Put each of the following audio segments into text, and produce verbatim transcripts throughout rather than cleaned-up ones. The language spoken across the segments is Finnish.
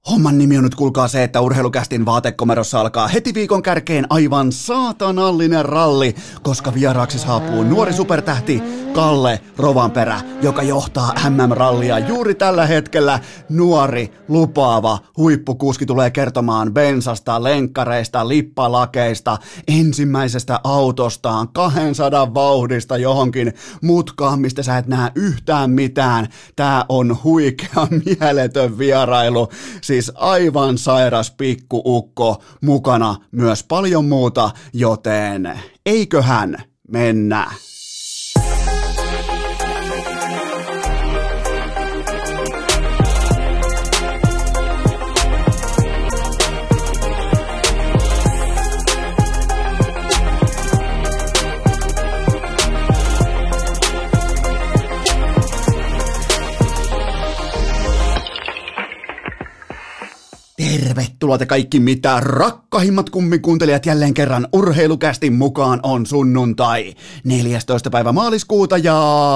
Homman nimi on nyt kuulkaa se, että Urheilukästin vaatekomerossa alkaa heti viikon kärkeen aivan saatanallinen ralli, koska vieraaksi saapuu nuori supertähti Kalle Rovanperä, joka johtaa M M-rallia juuri tällä hetkellä. Nuori, lupaava huippukuski tulee kertomaan bensasta, lenkkareista, lippalakeista, ensimmäisestä autostaan, kaksisataa vauhdista johonkin mutkaan, mistä sä et näe yhtään mitään. Tää on huikea, mieletön vierailu. Siis aivan sairas pikkuukko, mukana myös paljon muuta, joten eiköhän mennä. Tervetuloa te kaikki mitä rakkahimmat kummikuuntelijat jälleen kerran Urheilukästin mukaan on sunnuntai neljästoista päivä maaliskuuta ja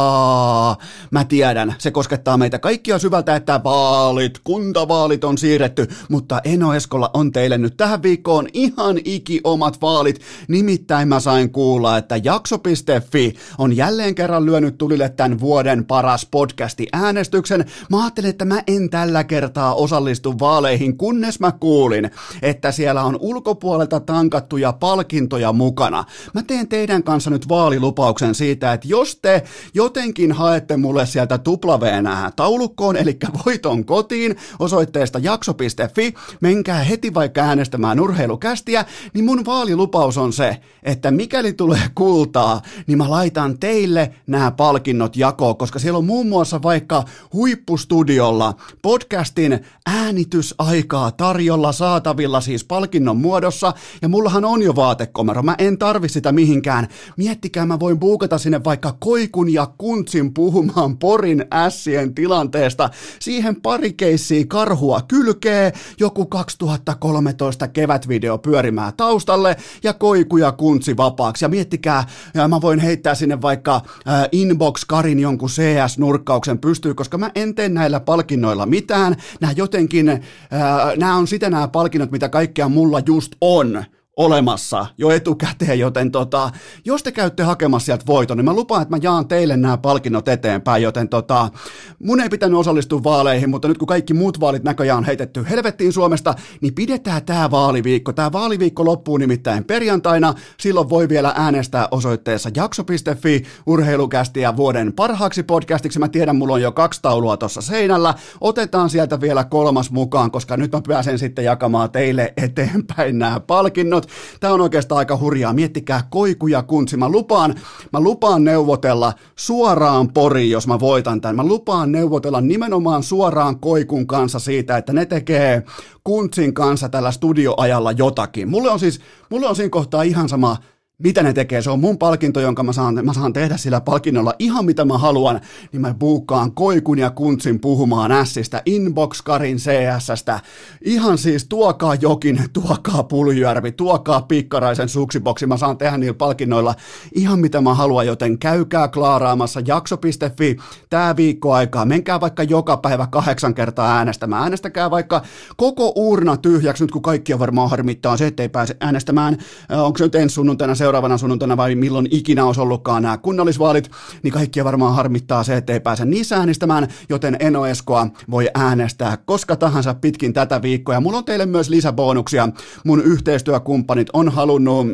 mä tiedän, se koskettaa meitä kaikkia syvältä, että vaalit, kuntavaalit on siirretty, mutta Eno Eskola on teille nyt tähän viikkoon ihan iki omat vaalit, nimittäin mä sain kuulla, että jakso piste fi on jälleen kerran lyönyt tulille tämän vuoden paras podcasti äänestyksen. Mä ajattelin, että mä en tällä kertaa osallistu vaaleihin, kunnes mä kuulin, että siellä on ulkopuolelta tankattuja palkintoja mukana. Mä teen teidän kanssa nyt vaalilupauksen siitä, että jos te jotenkin haette mulle sieltä tuplaveenää taulukkoon, eli voiton kotiin osoitteesta jakso piste fi, menkää heti vaikka äänestämään Urheilukästiä, niin mun vaalilupaus on se, että mikäli tulee kultaa, niin mä laitan teille nämä palkinnot jakoon, koska siellä on muun muassa vaikka Huippustudiolla podcastin äänitysaikaa tarjolla saatavilla siis palkinnon muodossa, ja mullahan on jo vaatekomero, mä en tarvi sitä mihinkään. Miettikää, mä voin buukata sinne vaikka Koikun ja Kuntsin puhumaan Porin ässien tilanteesta, siihen pari keissiä karhua kylkee, joku kaksituhattakolmetoista kevätvideo pyörimään taustalle, ja Koiku ja Kuntsi vapaaksi, ja miettikää, ja mä voin heittää sinne vaikka äh, Inbox-karin jonkun C S-nurkkauksen pystyyn, koska mä en tee näillä palkinnoilla mitään, nää jotenkin, äh, nämä on sitä nämä palkinnot, mitä kaikkea mulla just on olemassa jo etukäteen, joten tota, jos te käytte hakemassa sieltä voiton, niin mä lupaan, että mä jaan teille nämä palkinnot eteenpäin, joten tota, mun ei pitänyt osallistua vaaleihin, mutta nyt kun kaikki muut vaalit näköjään on heitetty helvettiin Suomesta, niin pidetään tää vaaliviikko. Tää vaaliviikko loppuu nimittäin perjantaina, silloin voi vielä äänestää osoitteessa jakso piste fi Urheilukästiä vuoden parhaaksi podcastiksi. Mä tiedän, mulla on jo kaksi taulua tuossa seinällä, otetaan sieltä vielä kolmas mukaan, koska nyt mä pääsen sitten jakamaan teille eteenpäin nämä palkinnot. Tämä on oikeastaan aika hurjaa. Miettikää Koiku ja Kuntsi. Mä lupaan, mä lupaan neuvotella suoraan Poriin, jos mä voitan tämän. Mä lupaan neuvotella nimenomaan suoraan Koikun kanssa siitä, että ne tekee Kuntsin kanssa tällä studioajalla jotakin. Mulle on siis, mulle on siinä kohtaa ihan sama, mitä ne tekee. Se on mun palkinto, jonka mä saan, mä saan tehdä sillä palkinnolla ihan mitä mä haluan, niin mä buukkaan Koikun ja Kuntsin puhumaan ässistä, Inbox-karin C S:stä. Ihan siis tuokaa Jokin, tuokaa Puljujärvi, tuokaa Pikkaraisen suksiboksi. Mä saan tehdä niillä palkinnoilla ihan mitä mä haluan, joten käykää klaaraamassa jakso piste fi tää viikko aikaa. Menkää vaikka joka päivä kahdeksan kertaa äänestämään. Äänestäkää vaikka koko uurna tyhjäksi, nyt kun kaikkia varmaan harmittaa se, ettei pääse äänestämään. Onko se nyt ensi sunnuntaina seuraavana sunnuntaina vai milloin ikinä olisi ollutkaan nämä kunnallisvaalit, niin kaikkia varmaan harmittaa se, ettei pääse niissä äänestämään, joten Eno Eskoa voi äänestää koska tahansa pitkin tätä viikkoa. Ja mulla on teille myös lisäbonuksia. Mun yhteistyökumppanit on halunnut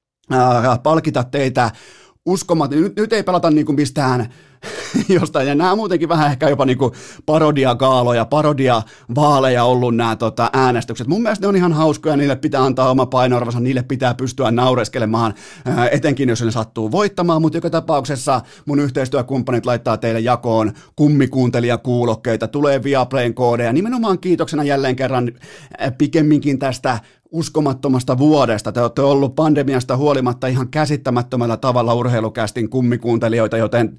äh, palkita teitä uskomat. Nyt, nyt ei pelata niin kuin mistään jostain, ja nämä on muutenkin vähän ehkä jopa niinku parodiagaaloja, parodiavaaleja ollut nämä tota, äänestykset. Mun mielestä ne on ihan hauskoja, niille pitää antaa oma painoarvansa, niille pitää pystyä naureskelemaan, ää, etenkin jos ne sattuu voittamaan, mutta joka tapauksessa mun yhteistyökumppanit laittaa teille jakoon kummikuuntelijakuulokkeita, tulee Viaplayn koodeja, nimenomaan kiitoksena jälleen kerran ää, pikemminkin tästä uskomattomasta vuodesta. Te olette ollut pandemiasta huolimatta ihan käsittämättömällä tavalla Urheilukästin kummikuuntelijoita, joten te olette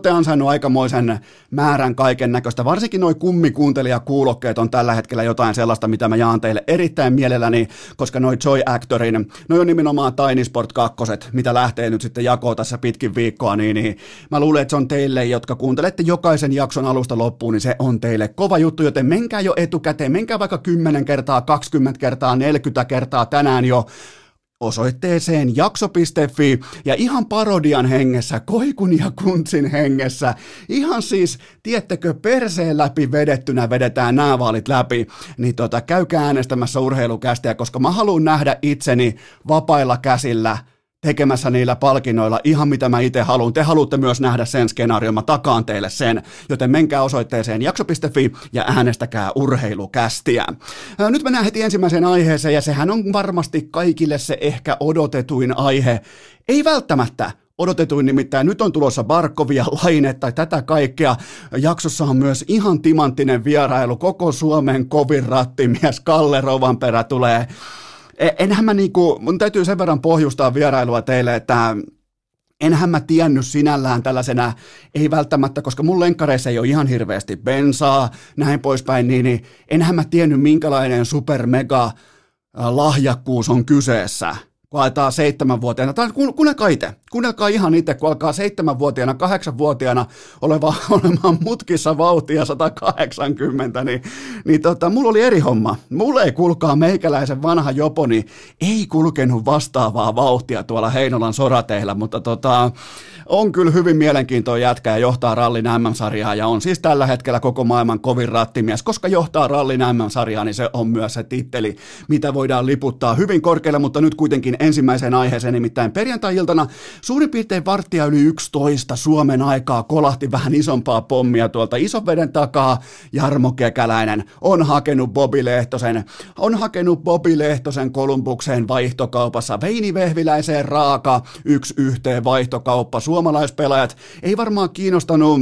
olette ansainnut aikamoisen määrän kaiken näköistä. Varsinkin noi kummikuuntelijakuulokkeet on tällä hetkellä jotain sellaista, mitä mä jaan teille erittäin mielelläni, koska noi Joy Actorin, noi on nimenomaan Tiny Sport kakkoset, mitä lähtee nyt sitten jakoon tässä pitkin viikkoa, niin, niin mä luulen, että se on teille, jotka kuuntelette jokaisen jakson alusta loppuun, niin se on teille kova juttu, joten menkää jo etukäteen, menkää vaikka kymmenen kertaa, kaksikymmentä kertaa, neljäkymmentä kertaa tänään jo osoitteeseen jakso piste fi ja ihan parodian hengessä, Koikun ja Kuntsin hengessä, ihan siis, tiettekö, perseen läpi vedettynä vedetään nämä vaalit läpi, niin tota, käykää äänestämässä urheilukästiä, koska mä haluan nähdä itseni vapailla käsillä tekemässä niillä palkinnoilla ihan mitä mä itse haluan. Te haluatte myös nähdä sen skenaarion, mä takaan teille sen, joten menkää osoitteeseen jakso piste fi ja äänestäkää urheilukästiä. Nyt mennään heti ensimmäiseen aiheeseen ja sehän on varmasti kaikille se ehkä odotetuin aihe. Ei välttämättä odotetuin, nimittäin nyt on tulossa Barkovia, Laine tai tätä kaikkea. Jaksossa on myös ihan timanttinen vierailu, koko Suomen kovin rattimies Kalle Rovanperä tulee. Enhän mä niinku, mun täytyy sen verran pohjustaa vierailua teille, että enhän mä tiennyt sinällään tällaisena, ei välttämättä, koska mun lenkkareissa ei ole ihan hirveästi bensaa, näin poispäin, niin, niin enhän mä tiennyt minkälainen super mega lahjakkuus on kyseessä. Kun aletaan seitsemänvuotiaana, tai kuunnelkaa itse, kuunnelkaa ihan itse, kun alkaa seitsemänvuotiaana, kahdeksanvuotiaana oleva, olemaan mutkissa vauhtia sata kahdeksankymmentä, niin, niin tota, mulla oli eri homma. Mulla ei kuulkaa meikäläisen vanha joponi, ei kulkenut vastaavaa vauhtia tuolla Heinolan sorateillä, mutta tota, on kyllä hyvin mielenkiintoinen jätkä ja johtaa rallin M M-sarjaa ja on siis tällä hetkellä koko maailman kovin rattimies. Koska johtaa rallin M M-sarjaa, niin se on myös se titteli, mitä voidaan liputtaa hyvin korkealle, mutta nyt kuitenkin ensimmäiseen aiheeseen, nimittäin perjantai-iltana suurin piirtein varttia yli yksitoista Suomen aikaa kolahti vähän isompaa pommia tuolta Isonveden takaa. Jarmo Kekäläinen on hakenut Bobi Lehtosen, on hakenut Bobi Lehtosen Kolumbukseen vaihtokaupassa. Veini Vehviläiseen raaka yksi yhteen vaihtokauppa. Suomalaispelaajat ei varmaan kiinnostanut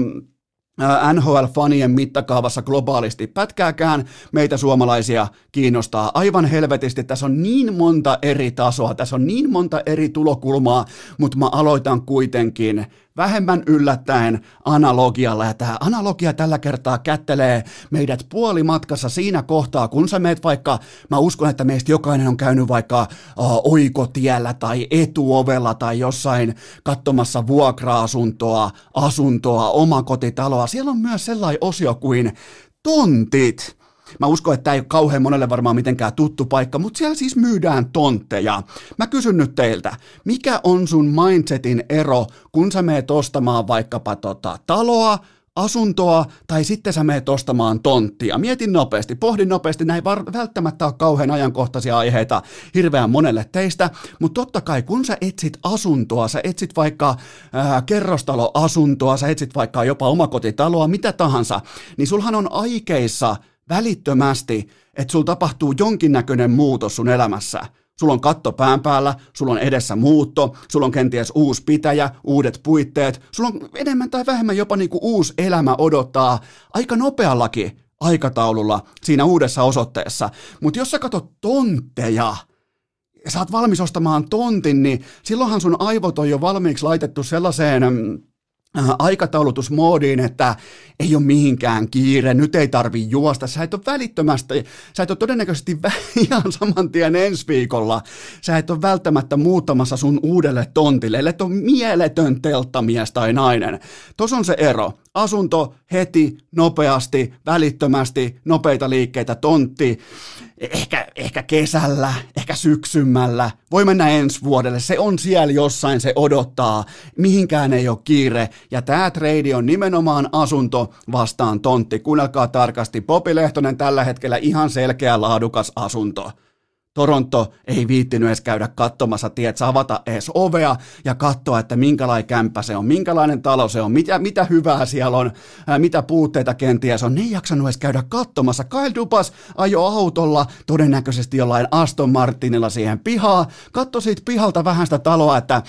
N H L-fanien mittakaavassa globaalisti pätkääkään, meitä suomalaisia kiinnostaa aivan helvetisti, tässä on niin monta eri tasoa, tässä on niin monta eri tulokulmaa, mutta mä aloitan kuitenkin vähemmän yllättäen analogialla, ja tämä analogia tällä kertaa kättelee meidät puolimatkassa siinä kohtaa, kun sä meet vaikka, mä uskon, että meistä jokainen on käynyt vaikka uh, oikotiellä tai etuovella tai jossain katsomassa vuokra-asuntoa, asuntoa, omakotitaloa, siellä on myös sellainen osio kuin tontit. Mä uskon, että tämä ei ole kauhean monelle varmaan mitenkään tuttu paikka, mutta siellä siis myydään tontteja. Mä kysyn nyt teiltä, mikä on sun mindsetin ero, kun sä meet ostamaan vaikkapa tota taloa, asuntoa tai sitten sä meet ostamaan tonttia. Mietin nopeasti, pohdin nopeasti, näin var- välttämättä ole kauhean ajankohtaisia aiheita hirveän monelle teistä, mutta totta kai kun sä etsit asuntoa, sä etsit vaikka ää, kerrostaloasuntoa, sä etsit vaikka jopa omakotitaloa, mitä tahansa, niin sulhan on aikeissa välittömästi, että sulla tapahtuu jonkinnäköinen muutos sun elämässä. Sulla on katto pään päällä, sulla on edessä muutto, sulla on kenties uusi pitäjä, uudet puitteet, sulla on enemmän tai vähemmän jopa niinku uusi elämä odottaa aika nopeallakin aikataululla siinä uudessa osoitteessa. Mutta jos sä katsot tontteja, ja sä oot valmis ostamaan tontin, niin silloinhan sun aivot on jo valmiiksi laitettu sellaiseen aikataulutusmoodiin, että ei ole mihinkään kiire, nyt ei tarvi juosta, sä et ole välittömästi, sä et ole todennäköisesti ihan saman tien ensi viikolla, sä et ole välttämättä muuttamassa sun uudelle tontille, ellei ole mieletön telttamies tai nainen. Tuossa on se ero. Asunto heti, nopeasti, välittömästi, nopeita liikkeitä, tontti, ehkä, ehkä kesällä, ehkä syksymällä, voi mennä ensi vuodelle, se on siellä jossain, se odottaa, mihinkään ei ole kiire, ja tämä trade on nimenomaan asunto vastaan tontti. Kuunnelkaa tarkasti, Bobi Lehtonen tällä hetkellä ihan selkeä laadukas asunto. Toronto ei viittinyt edes käydä katsomassa, tiedät, avata edes ovea ja katsoa, että minkälainen kämppä se on, minkälainen talo se on, mitä, mitä hyvää siellä on, ää, mitä puutteita kenties on. Ne ei jaksanut edes käydä katsomassa. Kyle Dubas ajoi autolla, todennäköisesti jollain Aston Martinilla siihen pihaa, katsoi siitä pihalta vähän sitä taloa, että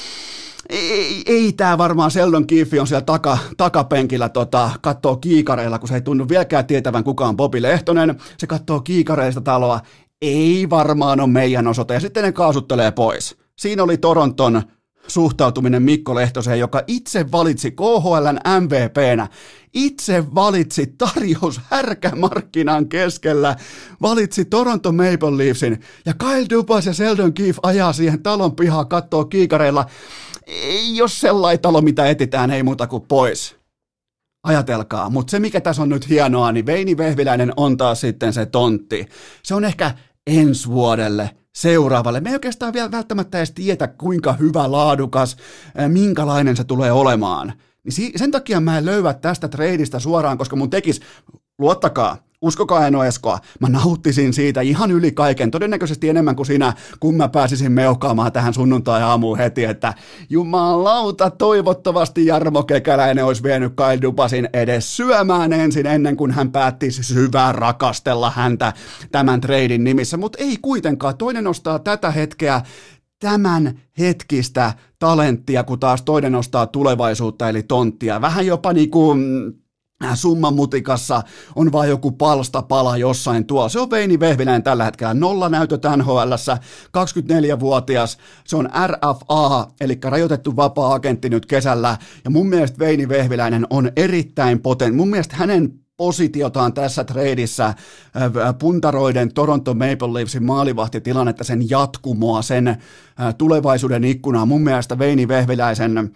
ei, ei tämä varmaan Sheldon Keefe on siellä taka, takapenkillä, tota, katsoo kiikareilla, kun se ei tunnu vieläkään tietävän kuka on Bobi Lehtonen, se katsoo kiikareista taloa, ei varmaan ole meidän osoite, ja sitten ne kaasuttelee pois. Siinä oli Toronton suhtautuminen Mikko Lehtoseen, joka itse valitsi K H L:n M V P:nä, itse valitsi tarjous härkämarkkinan keskellä, valitsi Toronto Maple Leafsin, ja Kyle Dubas ja Sheldon Keefe ajaa siihen talon pihaa kattoo kiikareilla. Ei ole sellainen talo, mitä etitään, ei muuta kuin pois. Ajatelkaa, mutta se mikä tässä on nyt hienoa, niin Veini Vehviläinen on taas sitten se tontti. Se on ehkä ensi vuodelle, seuraavalle. Me ei oikeastaan vielä välttämättä edes tiedä, kuinka hyvä, laadukas, minkälainen se tulee olemaan. Niin sen takia mä en löyvä tästä treidistä suoraan, koska mun tekis, luottakaa, uskokaa en eskoa, mä nauttisin siitä ihan yli kaiken, todennäköisesti enemmän kuin sinä, kun mä pääsisin meuhkaamaan tähän sunnuntai-aamuun heti, että jumalauta, toivottavasti Jarmo Kekäläinen olisi vienyt Kyle Dubasin edes syömään ensin, ennen kuin hän päättisi syvää rakastella häntä tämän treidin nimissä, mutta ei kuitenkaan, toinen ostaa tätä hetkeä, tämän hetkistä talenttia, kun taas toinen ostaa tulevaisuutta, eli tonttia, vähän jopa niin kuin summan mutikassa on vain joku palstapala jossain tuolla. Se on Veini Vehviläinen tällä hetkellä, nolla näytöt N H L:ssä, kaksikymmentäneljävuotias, se on R F A, eli rajoitettu vapaa-agentti nyt kesällä, ja mun mielestä Veini Vehviläinen on erittäin poten, mun mielestä hänen positiotaan tässä treidissä puntaroiden Toronto Maple Leafsin maalivahtitilannetta, sen jatkumoa, sen tulevaisuuden ikkunaa, mun mielestä Veini Vehviläisen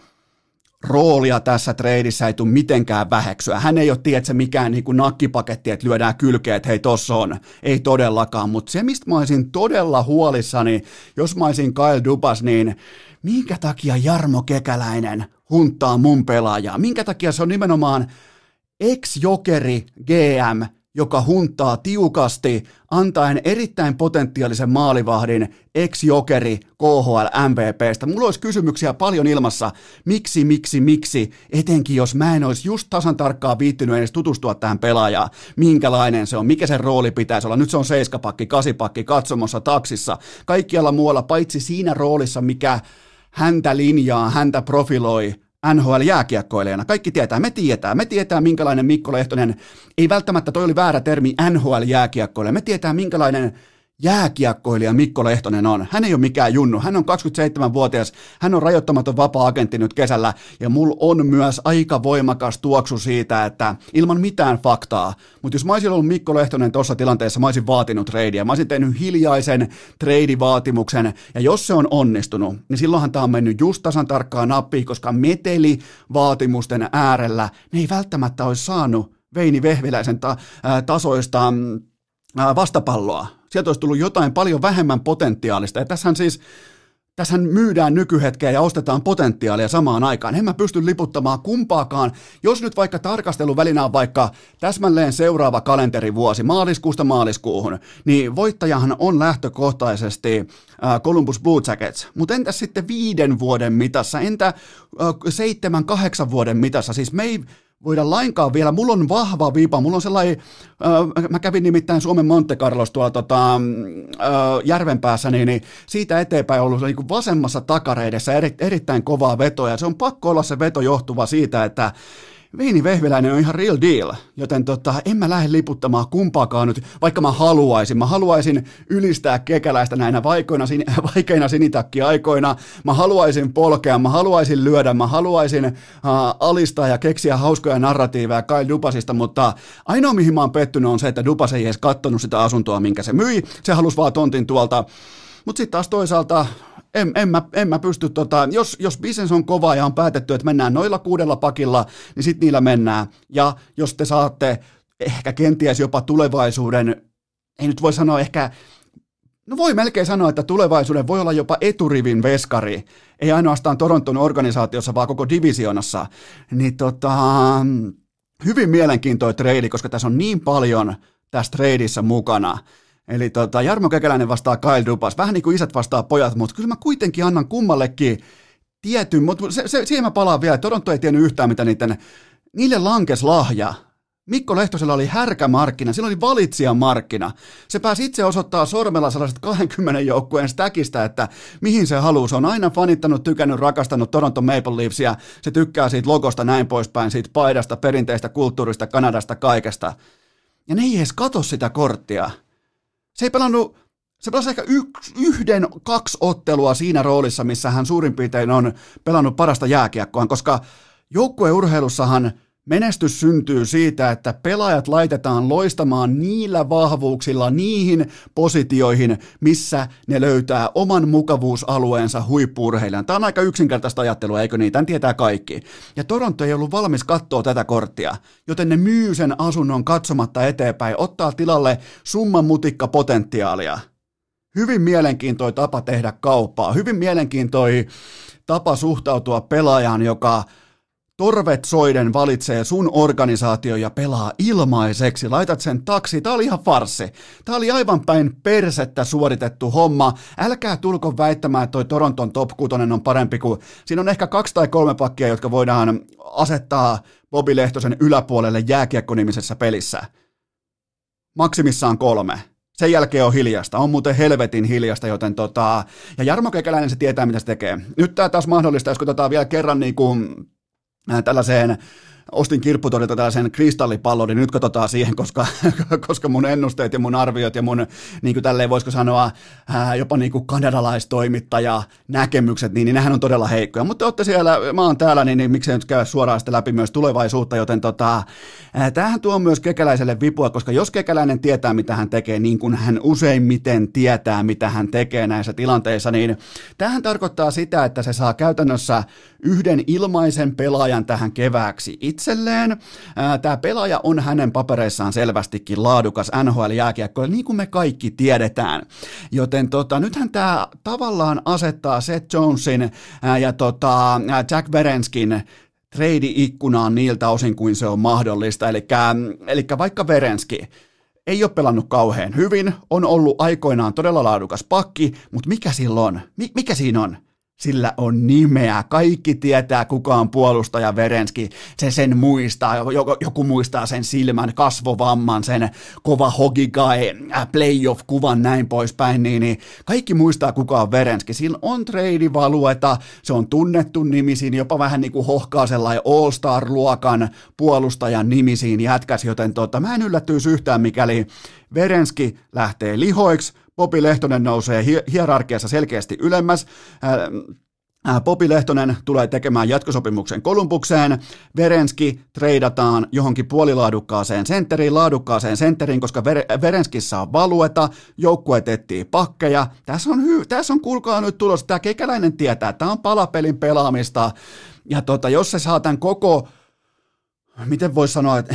roolia tässä treidissä ei tule mitenkään väheksyä. Hän ei ole, tiedätkö, mikään niin kuin nakkipaketti, että lyödään kylkeä, että hei, tossa on. Ei todellakaan, mutta se, mistä mä olisin todella huolissani, jos mä olisin Kyle Dubas, niin minkä takia Jarmo Kekäläinen hunttaa mun pelaajaa? Minkä takia se on nimenomaan ex-jokeri G M, joka hunttaa tiukasti, antaen erittäin potentiaalisen maalivahdin ex-jokeri K H L M V P:stä. Mulla olisi kysymyksiä paljon ilmassa, miksi, miksi, miksi, etenkin jos mä en olisi just tasan tarkkaan viittynyt edes tutustua tähän pelaajaan, minkälainen se on, mikä sen rooli pitäisi olla. Nyt se on seiskapakki, kasipakki, katsomossa, taksissa, kaikkialla muualla, paitsi siinä roolissa, mikä häntä linjaa, häntä profiloi, N H L-jääkiekkoilijana. Kaikki tietää, me tietää, me tietää minkälainen Mikko Lehtonen, ei välttämättä toi oli väärä termi N H L-jääkiekkoilija, me tietää minkälainen jääkiekkoilija Mikko Lehtonen on. Hän ei ole mikään junnu, hän on kaksikymmentäseitsemänvuotias, hän on rajoittamaton vapaa-agentti nyt kesällä, ja mulla on myös aika voimakas tuoksu siitä, että ilman mitään faktaa, mutta jos mä olisin ollut Mikko Lehtonen tuossa tilanteessa, mä olisin vaatinut treidiä, mä olisin tehnyt hiljaisen treidivaatimuksen, ja jos se on onnistunut, niin silloinhan tää on mennyt just tasan tarkkaan nappiin, koska metelivaatimusten äärellä ne ei välttämättä olisi saanut Veini Vehviläisen ta- äh, tasoista äh, vastapalloa. Sieltä olisi tullut jotain paljon vähemmän potentiaalista. Ja tässähän siis, tässähän myydään nykyhetkeä ja ostetaan potentiaalia samaan aikaan. En mä pysty liputtamaan kumpaakaan. Jos nyt vaikka tarkasteluvälinä on vaikka täsmälleen seuraava kalenterivuosi, maaliskuusta maaliskuuhun, niin voittajahan on lähtökohtaisesti Columbus Blue Jackets. Mutta entäs sitten viiden vuoden mitassa? Entä seitsemän, kahdeksan vuoden mitassa? Siis me ei voida lainkaan vielä, mulla on vahva viipa, mulla on sellainen, äh, mä kävin nimittäin Suomen Monte Carlos tuolla tota, äh, Järvenpäässä, niin, niin siitä eteenpäin on ollut niin kuin vasemmassa takareidessä eri, erittäin kovaa vetoa, ja se on pakko olla se veto johtuva siitä, että Veini Vehviläinen on ihan real deal, joten tota, en mä lähde liputtamaan kumpaakaan nyt, vaikka mä haluaisin. Mä haluaisin ylistää Kekäläistä näinä vaikeina, vaikeina sinitakki-aikoina. Mä haluaisin polkea, mä haluaisin lyödä, mä haluaisin uh, alistaa ja keksiä hauskoja narratiiveja Kyle Dubasista, mutta ainoa mihin mä oon pettynyt on se, että Dubas ei edes kattonut sitä asuntoa, minkä se myi. Se halusi vaan tontin tuolta, mutta sitten taas toisaalta En, en, mä, en mä pysty, tota, jos, jos business on kova ja on päätetty, että mennään noilla kuudella pakilla, niin sitten niillä mennään. Ja jos te saatte ehkä kenties jopa tulevaisuuden, ei nyt voi sanoa ehkä, no voi melkein sanoa, että tulevaisuuden voi olla jopa eturivin veskari, ei ainoastaan Toronton organisaatiossa, vaan koko divisioonassa, niin tota, hyvin mielenkiintoinen treidi, koska tässä on niin paljon tässä treidissä mukana. Eli tota, Jarmo Kekäläinen vastaa Kyle Dubas, vähän niin kuin isät vastaa pojat, mutta kyllä mä kuitenkin annan kummallekin tietyn, mutta se, se, siihen mä palaan vielä, Toronto ei tiennyt yhtään mitä niiden, niille lankes lahja. Mikko Lehtosella oli härkämarkkina, sillä oli valitsijamarkkina. Se pääsi itse osoittaa sormella sellaiset kaksikymmentä joukkueen stäkistä, että mihin se haluaa. Se on aina fanittanut, tykännyt, rakastanut Toronto Maple Leafsia. Se tykkää siitä logosta näin poispäin, siitä paidasta, perinteistä kulttuurista, Kanadasta, kaikesta. Ja ne ei edes katso sitä korttia. Se ei pelannut Se pelasi ehkä yks, yhden, kaksi ottelua siinä roolissa, missä hän suurin piirtein on pelannut parasta jääkiekkoa, koska joukkueurheilussahan menestys syntyy siitä, että pelaajat laitetaan loistamaan niillä vahvuuksilla niihin positioihin, missä ne löytää oman mukavuusalueensa huippu-urheilijan. Tämä on aika yksinkertaista ajattelua, eikö niin? Tämän tietää kaikki. Ja Toronto ei ollut valmis katsoa tätä korttia, joten ne myy sen asunnon katsomatta eteenpäin, ottaa tilalle summan mutikka potentiaalia. Hyvin mielenkiintoinen tapa tehdä kauppaa, hyvin mielenkiintoinen tapa suhtautua pelaajaan, joka torvet soiden valitsee sun organisaatio ja pelaa ilmaiseksi. Laitat sen taksi. Tää oli ihan farssi. Tää oli aivan päin persettä suoritettu homma. Älkää tulko väittämään, että toi Toronton top kuusi on parempi kuin... Siinä on ehkä kaksi tai kolme pakkia, jotka voidaan asettaa Bobby Lehtosen yläpuolelle jääkiekkonimisessä pelissä. Maksimissaan kolme. Sen jälkeen on hiljasta. On muuten helvetin hiljasta, joten tota... Ja Jarmo Kekäläinen se tietää, mitä se tekee. Nyt tää taas mahdollista, jos katsotaan vielä kerran niin kuin... tällaiseen, ostin kirpputorilta tällaisen kristallipallon, niin nyt katsotaan siihen, koska, koska mun ennusteet ja mun arviot ja mun, niin kuin tälleen voisiko sanoa, ää, jopa niin kuin kanadalaistoimittaja näkemykset, niin, niin nehän on todella heikkoja. Mutta olette siellä, mä oon täällä, niin, niin miksei nyt käy suoraan sitten läpi myös tulevaisuutta, joten tota, ää, tämähän tuo myös Kekäläiselle vipua, koska jos Kekäläinen tietää, mitä hän tekee, niin kuin hän useimmiten tietää, mitä hän tekee näissä tilanteissa, niin tämähän tarkoittaa sitä, että se saa käytännössä yhden ilmaisen pelaajan tähän kevääksi itselleen. Tämä pelaaja on hänen papereissaan selvästikin laadukas N H L-jääkiekkoilija, niin kuin me kaikki tiedetään. Joten tota, nythän tämä tavallaan asettaa Seth Jonesin ää, ja tota, Jack Werenskin trade-ikkunaan niiltä osin kuin se on mahdollista. Eli vaikka Werenski ei ole pelannut kauhean hyvin, on ollut aikoinaan todella laadukas pakki, mutta mikä silloin? Mikä siinä on? Sillä on nimeä. Kaikki tietää, kuka on puolustaja Werenski. Se sen muistaa. Joku, joku muistaa sen silmän, kasvovamman, sen kova hogigae, playoff-kuvan, näin poispäin. Niin, niin kaikki muistaa, kuka on Werenski. Sillä on treidivalueta. Se on tunnettu nimisin, jopa vähän niin kuin hohkaa sellainen All-Star-luokan puolustajan nimisiin jätkäs. Joten tota, mä en yllättyisi yhtään, mikäli Werenski lähtee lihoiksi. Bobby Lehtonen nousee hierarkiassa selkeästi ylemmäs. Bobby Lehtonen tulee tekemään jatkosopimuksen Kolumbukseen. Werenski treidataan johonkin puolilaadukkaaseen sentteriin, laadukkaaseen sentteriin, koska Werenskissä on valueta, joukkueet etsii pakkeja. Tässä on, hy- tässä on kuulkaa nyt tulos. Tämä Kekäläinen tietää, että tämä on palapelin pelaamista. Ja tota, jos se saa tämän koko, miten voisi sanoa, että...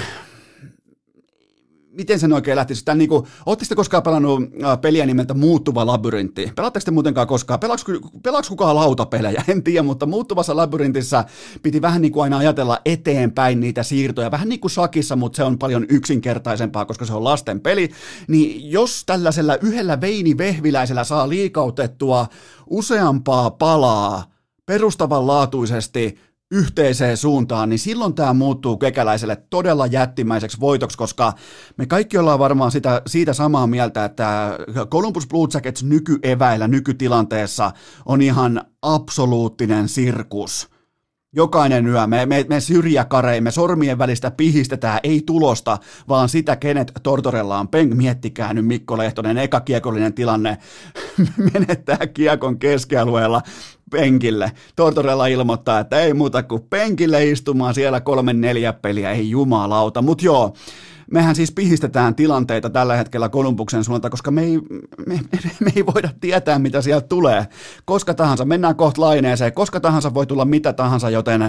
Miten sen oikein lähtisi? Tämän, niin kuin, ootteko te koskaan pelannut peliä nimeltä Muuttuva labyrintti? Pelaatteko te muutenkaan koskaan? Pelaaks, pelaaks kukaan lautapelejä? En tiedä, mutta Muuttuvassa labyrintissä piti vähän niin kuin aina ajatella eteenpäin niitä siirtoja. Vähän niin kuin shakissa, mutta se on paljon yksinkertaisempaa, koska se on lasten peli. Niin jos tällaisella yhdellä Veini Vehviläisellä saa liikautettua useampaa palaa perustavanlaatuisesti yhteiseen suuntaan, niin silloin tämä muuttuu Kekäläiselle todella jättimäiseksi voitoksi, koska me kaikki ollaan varmaan sitä, siitä samaa mieltä, että Columbus Blue Jackets nykyeväillä, nykytilanteessa on ihan absoluuttinen sirkus. Jokainen yö, me, me, me syrjäkareimme, sormien välistä pihistetään, ei tulosta, vaan sitä, kenet Tortorella on. Peng, miettikää nyt Mikko Lehtonen, eka kiekollinen tilanne, menettää kiekon keskialueella penkille. Tortorella ilmoittaa, että ei muuta kuin penkille istumaan siellä kolme neljä peliä, ei jumalauta, mutta joo. Mehän siis pihistetään tilanteita tällä hetkellä Kolumbuksen suunnalta, koska me ei, me, me ei voida tietää, mitä sieltä tulee. Koska tahansa, mennään kohta laineeseen, koska tahansa voi tulla mitä tahansa, joten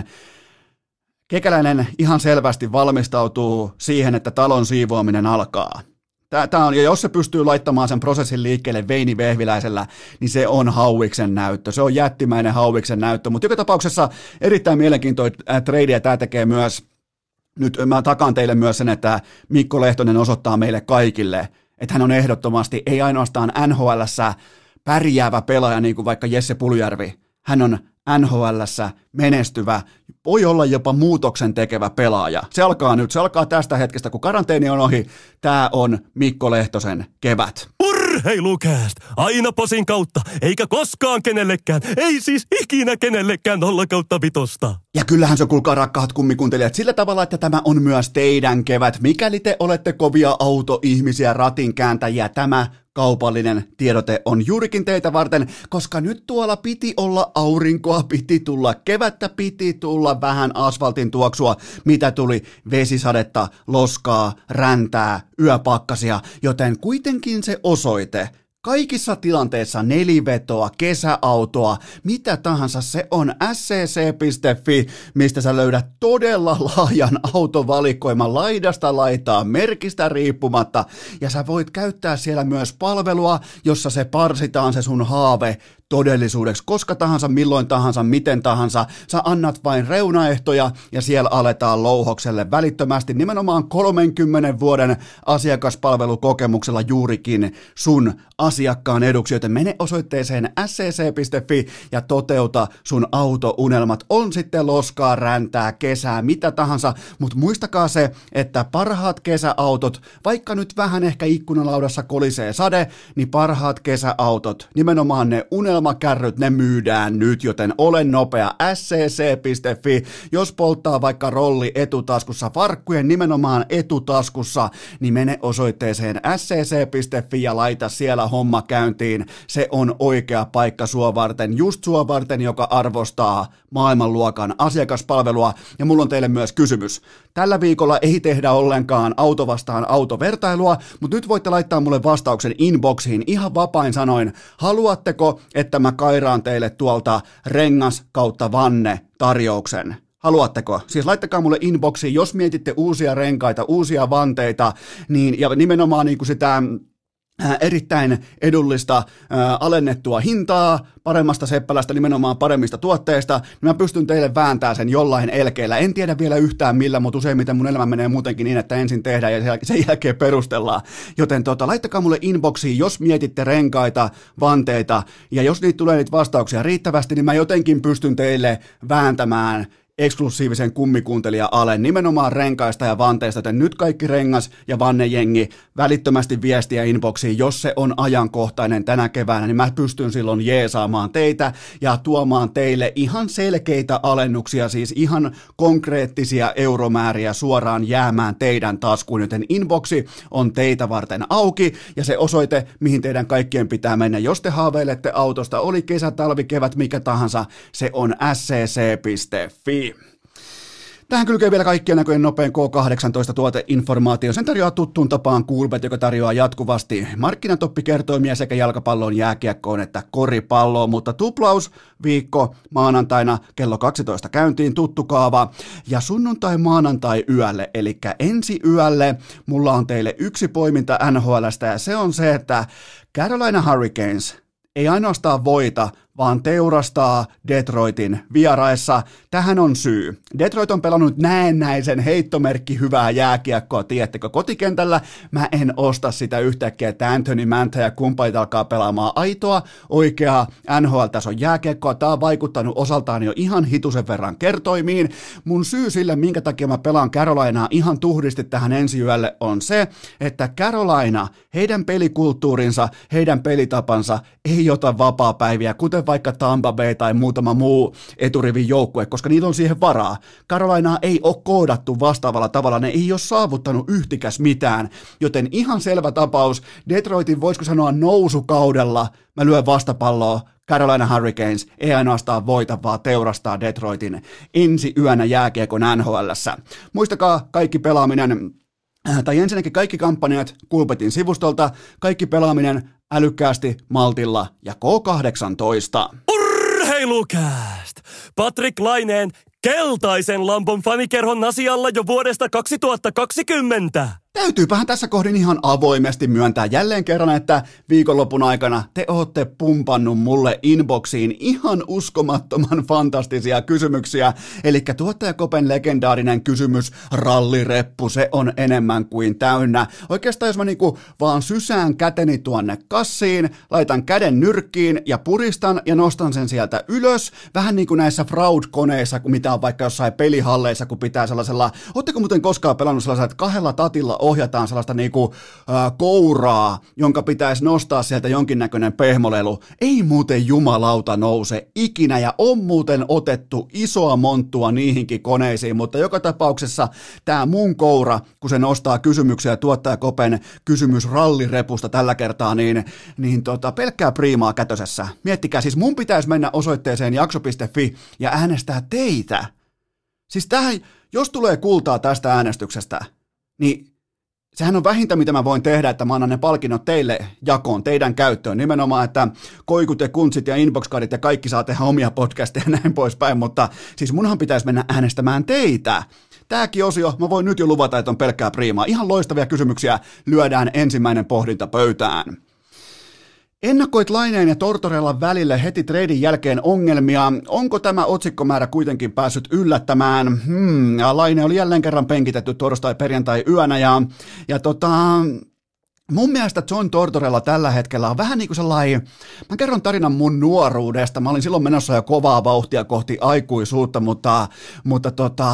Kekäläinen ihan selvästi valmistautuu siihen, että talon siivoaminen alkaa. Tämä on, ja jos se pystyy laittamaan sen prosessin liikkeelle Veini Vehviläisellä, niin se on hauiksen näyttö. Se on jättimäinen hauiksen näyttö, mutta joka tapauksessa erittäin mielenkiintoinen trade, ja tämä tekee myös. Nyt mä takaan teille myös sen, että Mikko Lehtonen osoittaa meille kaikille, että hän on ehdottomasti, ei ainoastaan N H L:ssä pärjäävä pelaaja, niin kuin vaikka Jesse Puljärvi. Hän on N H L:ssä menestyvä, voi olla jopa muutoksen tekevä pelaaja. Se alkaa nyt, se alkaa tästä hetkestä, kun karanteeni on ohi. Tämä on Mikko Lehtosen kevät. Urheilukääst! Aina posin kautta, eikä koskaan kenellekään, ei siis ikinä kenellekään nolla kautta vitosta. Ja kyllähän se kuulkaa rakkaat kummikuuntelijat sillä tavalla, että tämä on myös teidän kevät. Mikäli te olette kovia autoihmisiä, ratin kääntäjiä, tämä kaupallinen tiedote on juurikin teitä varten, koska nyt tuolla piti olla aurinkoa, piti tulla kevättä, piti tulla vähän asfaltin tuoksua, mitä tuli vesisadetta, loskaa, räntää, yöpakkasia, joten kuitenkin se osoite, kaikissa tilanteissa nelivetoa, kesäautoa, mitä tahansa, se on s c c piste f i, mistä sä löydät todella laajan autovalikoiman laidasta laitaa, merkistä riippumatta, ja sä voit käyttää siellä myös palvelua, jossa se parsitaan se sun haave todellisuudeksi, koska tahansa, milloin tahansa, miten tahansa, sä annat vain reunaehtoja ja siellä aletaan louhokselle välittömästi nimenomaan kolmenkymmenen vuoden asiakaspalvelukokemuksella juurikin sun asiakkaan eduksi, joten mene osoitteeseen s c c piste f i ja toteuta sun autounelmat, on sitten loskaa, räntää, kesää, mitä tahansa, mutta muistakaa se, että parhaat kesäautot, vaikka nyt vähän ehkä ikkunalaudassa kolisee sade, niin parhaat kesäautot, nimenomaan ne unelmat, Unelmakärryt, ne myydään nyt, joten ole nopea, s c c piste f i, jos polttaa vaikka rolli etutaskussa, farkkujen nimenomaan etutaskussa, niin mene osoitteeseen s c c piste f i ja laita siellä homma käyntiin, se on oikea paikka sua varten, just sua varten, joka arvostaa maailmanluokan asiakaspalvelua, ja mulla on teille myös kysymys. Tällä viikolla ei tehdä ollenkaan auto vastaan autovertailua, mutta nyt voitte laittaa mulle vastauksen inboxiin ihan vapain sanoin, haluatteko, että mä kairaan teille tuolta rengas kautta vanne tarjouksen? Haluatteko? Siis laittakaa mulle inboxiin, jos mietitte uusia renkaita, uusia vanteita, niin, ja nimenomaan niin kuin sitä erittäin edullista ää, alennettua hintaa, paremmasta seppälästä, nimenomaan paremmista tuotteista, niin mä pystyn teille vääntämään sen jollain elkeellä. En tiedä vielä yhtään millä, mutta useimmiten mun elämä menee muutenkin niin, että ensin tehdään ja sen jälkeen perustellaan. Joten tota, laittakaa mulle inboxiin, jos mietitte renkaita, vanteita, ja jos niitä tulee niitä vastauksia riittävästi, niin mä jotenkin pystyn teille vääntämään eksklusiivisen kummikuuntelija-alen nimenomaan renkaista ja vanteista, joten nyt kaikki rengas- ja vannejengi välittömästi viestiä inboxiin, jos se on ajankohtainen tänä keväänä, niin mä pystyn silloin jeesaamaan teitä ja tuomaan teille ihan selkeitä alennuksia, siis ihan konkreettisia euromääriä suoraan jäämään teidän taskuun, joten inboxi on teitä varten auki ja se osoite, mihin teidän kaikkien pitää mennä, jos te haaveilette autosta, oli kesä, talvi, kevät, mikä tahansa, se on s c c piste f i. Tähän kylkee vielä kaikkien näköjen nopein K kahdeksantoista tuoteinformaatio. Sen tarjoaa tuttuun tapaan Coolbet, joka tarjoaa jatkuvasti markkinatoppikertoimia sekä jalkapalloon, jääkiekkoon että koripalloon, mutta tuplausviikko maanantaina kello kaksitoista käyntiin, tuttu kaava, ja sunnuntai maanantai yölle, eli ensi yölle mulla on teille yksi poiminta N H L:stä, ja se on se, että Carolina Hurricanes ei ainoastaan voita, vaan teurastaa Detroitin vieraissa. Tähän on syy. Detroit on pelannut näennäisen heittomerkki hyvää jääkiekkoa, tiedättekö, kotikentällä. Mä en osta sitä yhtäkkiä, että Anthony Mantha ja kumppanit alkaa pelaamaan aitoa, oikeaa N H L-tason jääkiekkoa. Tää on vaikuttanut osaltaan jo ihan hitusen verran kertoimiin. Mun syy sille, minkä takia mä pelaan Carolinaa ihan tuhdisti tähän ensi yölle, on se, että Carolina, heidän pelikulttuurinsa, heidän pelitapansa ei ota vapaapäiviä, kuten vaikka Tampa Bay tai muutama muu eturivin joukkue, koska niillä on siihen varaa. Carolinaa ei ole koodattu vastaavalla tavalla, ne ei ole saavuttanut yhtikäs mitään, joten ihan selvä tapaus, Detroitin voisiko sanoa nousukaudella, mä lyön vastapalloa, Carolina Hurricanes ei ainoastaan voita, vaan teurastaa Detroitin ensi yönä jääkiekon N H L:ssä. Muistakaa kaikki pelaaminen, tai ensinnäkin kaikki kampanjat Coolbetin sivustolta, kaikki pelaaminen älykkäästi, maltilla ja K kahdeksantoista. Urheilukääst! Patrick Laineen keltaisen lampon fanikerhon asialla jo vuodesta kaksituhattakaksikymmentä. Täytyypähän tässä kohdin ihan avoimesti myöntää jälleen kerran, että viikonlopun aikana te ootte pumpannut mulle inboxiin ihan uskomattoman fantastisia kysymyksiä. Eli tuottajakopen legendaarinen kysymys, rallireppu, se on enemmän kuin täynnä. Oikeastaan jos mä niinku vaan sysään käteni tuonne kassiin, laitan käden nyrkkiin ja puristan ja nostan sen sieltä ylös. Vähän niin kuin näissä fraud-koneissa, mitä on vaikka jossain pelihalleissa, kun pitää sellaisella, ootteko muuten koskaan pelannut sellaisella, että kahdella tatilla ohjataan sellaista niinku, äh, kouraa, jonka pitäisi nostaa sieltä jonkinnäköinen pehmolelu. Ei muuten jumalauta nouse ikinä ja on muuten otettu isoa monttua niihinkin koneisiin, mutta joka tapauksessa tämä mun koura, kun se nostaa kysymyksiä tuottajakopen kysymys rallirepusta tällä kertaa, niin, niin tota, pelkkää priimaa kätösessä. Miettikää, siis mun pitäisi mennä osoitteeseen jakso piste fi ja äänestää teitä. Siis tähän, jos tulee kultaa tästä äänestyksestä, niin sehän on vähintä, mitä mä voin tehdä, että mä annan ne palkinnot teille jakoon, teidän käyttöön. Nimenomaan, että koikut ja kuntsit ja inboxkarit ja kaikki saa tehdä omia podcasteja ja näin poispäin, mutta siis munhan pitäisi mennä äänestämään teitä. Tääkin osio, mä voin nyt jo luvata, että on pelkkää priimaa. Ihan loistavia kysymyksiä, lyödään ensimmäinen pohdinta pöytään. Ennakoit Laineen ja Tortorellan välille heti treidin jälkeen ongelmia. Onko tämä otsikkomäärä kuitenkin päässyt yllättämään? Hmm, ja Laine oli jälleen kerran penkitetty torstai-perjantai-yönä ja, ja tota... Mun mielestä John Tortorella tällä hetkellä on vähän niin kuin sellainen, mä kerron tarinan mun nuoruudesta, mä olin silloin menossa jo kovaa vauhtia kohti aikuisuutta, mutta, mutta tota...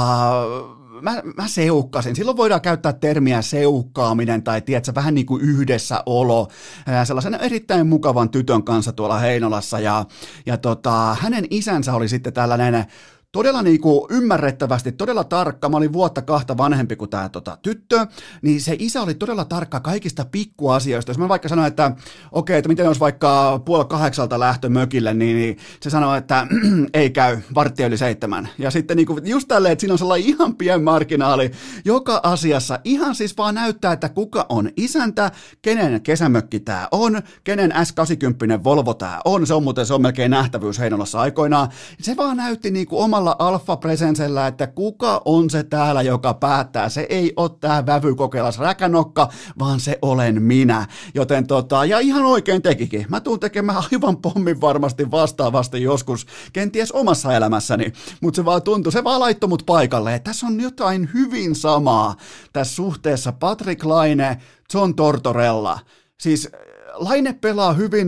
Mä, mä seukkasin. Silloin voidaan käyttää termiä seukkaaminen tai tiedätkö, vähän niin kuin yhdessäolo sellaisen erittäin mukavan tytön kanssa tuolla Heinolassa ja, ja tota, hänen isänsä oli sitten tällainen todella niin kuin ymmärrettävästi, todella tarkka, mä olin vuotta kahta vanhempi kuin tämä tota, tyttö, niin se isä oli todella tarkka kaikista pikkuasioista. Jos mä vaikka sanoin, että okei, että miten olisi vaikka puoli kahdeksalta lähtö mökille, niin, niin se sanoi, että ei käy, varttia yli seitsemän. Ja sitten niin kuin just tälleen, että siinä on sellainen ihan pien marginaali joka asiassa, ihan siis vaan näyttää, että kuka on isäntä, kenen kesämökki tämä on, kenen S kahdeksankymmentä Volvo tämä on, se on muuten, se on melkein nähtävyys Heinolassa aikoinaan. Se vaan näytti niin kuin oma alfa-presensellä, että kuka on se täällä, joka päättää. Se ei ole tää vävykokeilas räkänokka, vaan se olen minä. Joten tota, ja ihan oikein tekikin. Mä tuun tekemään aivan pommin varmasti vastaavasti joskus, kenties omassa elämässäni, mutta se vaan tuntui, se vaan laittoi mut paikalle. Tässä on jotain hyvin samaa tässä suhteessa Patrick Laine, John Tortorella. Siis Laine pelaa hyvin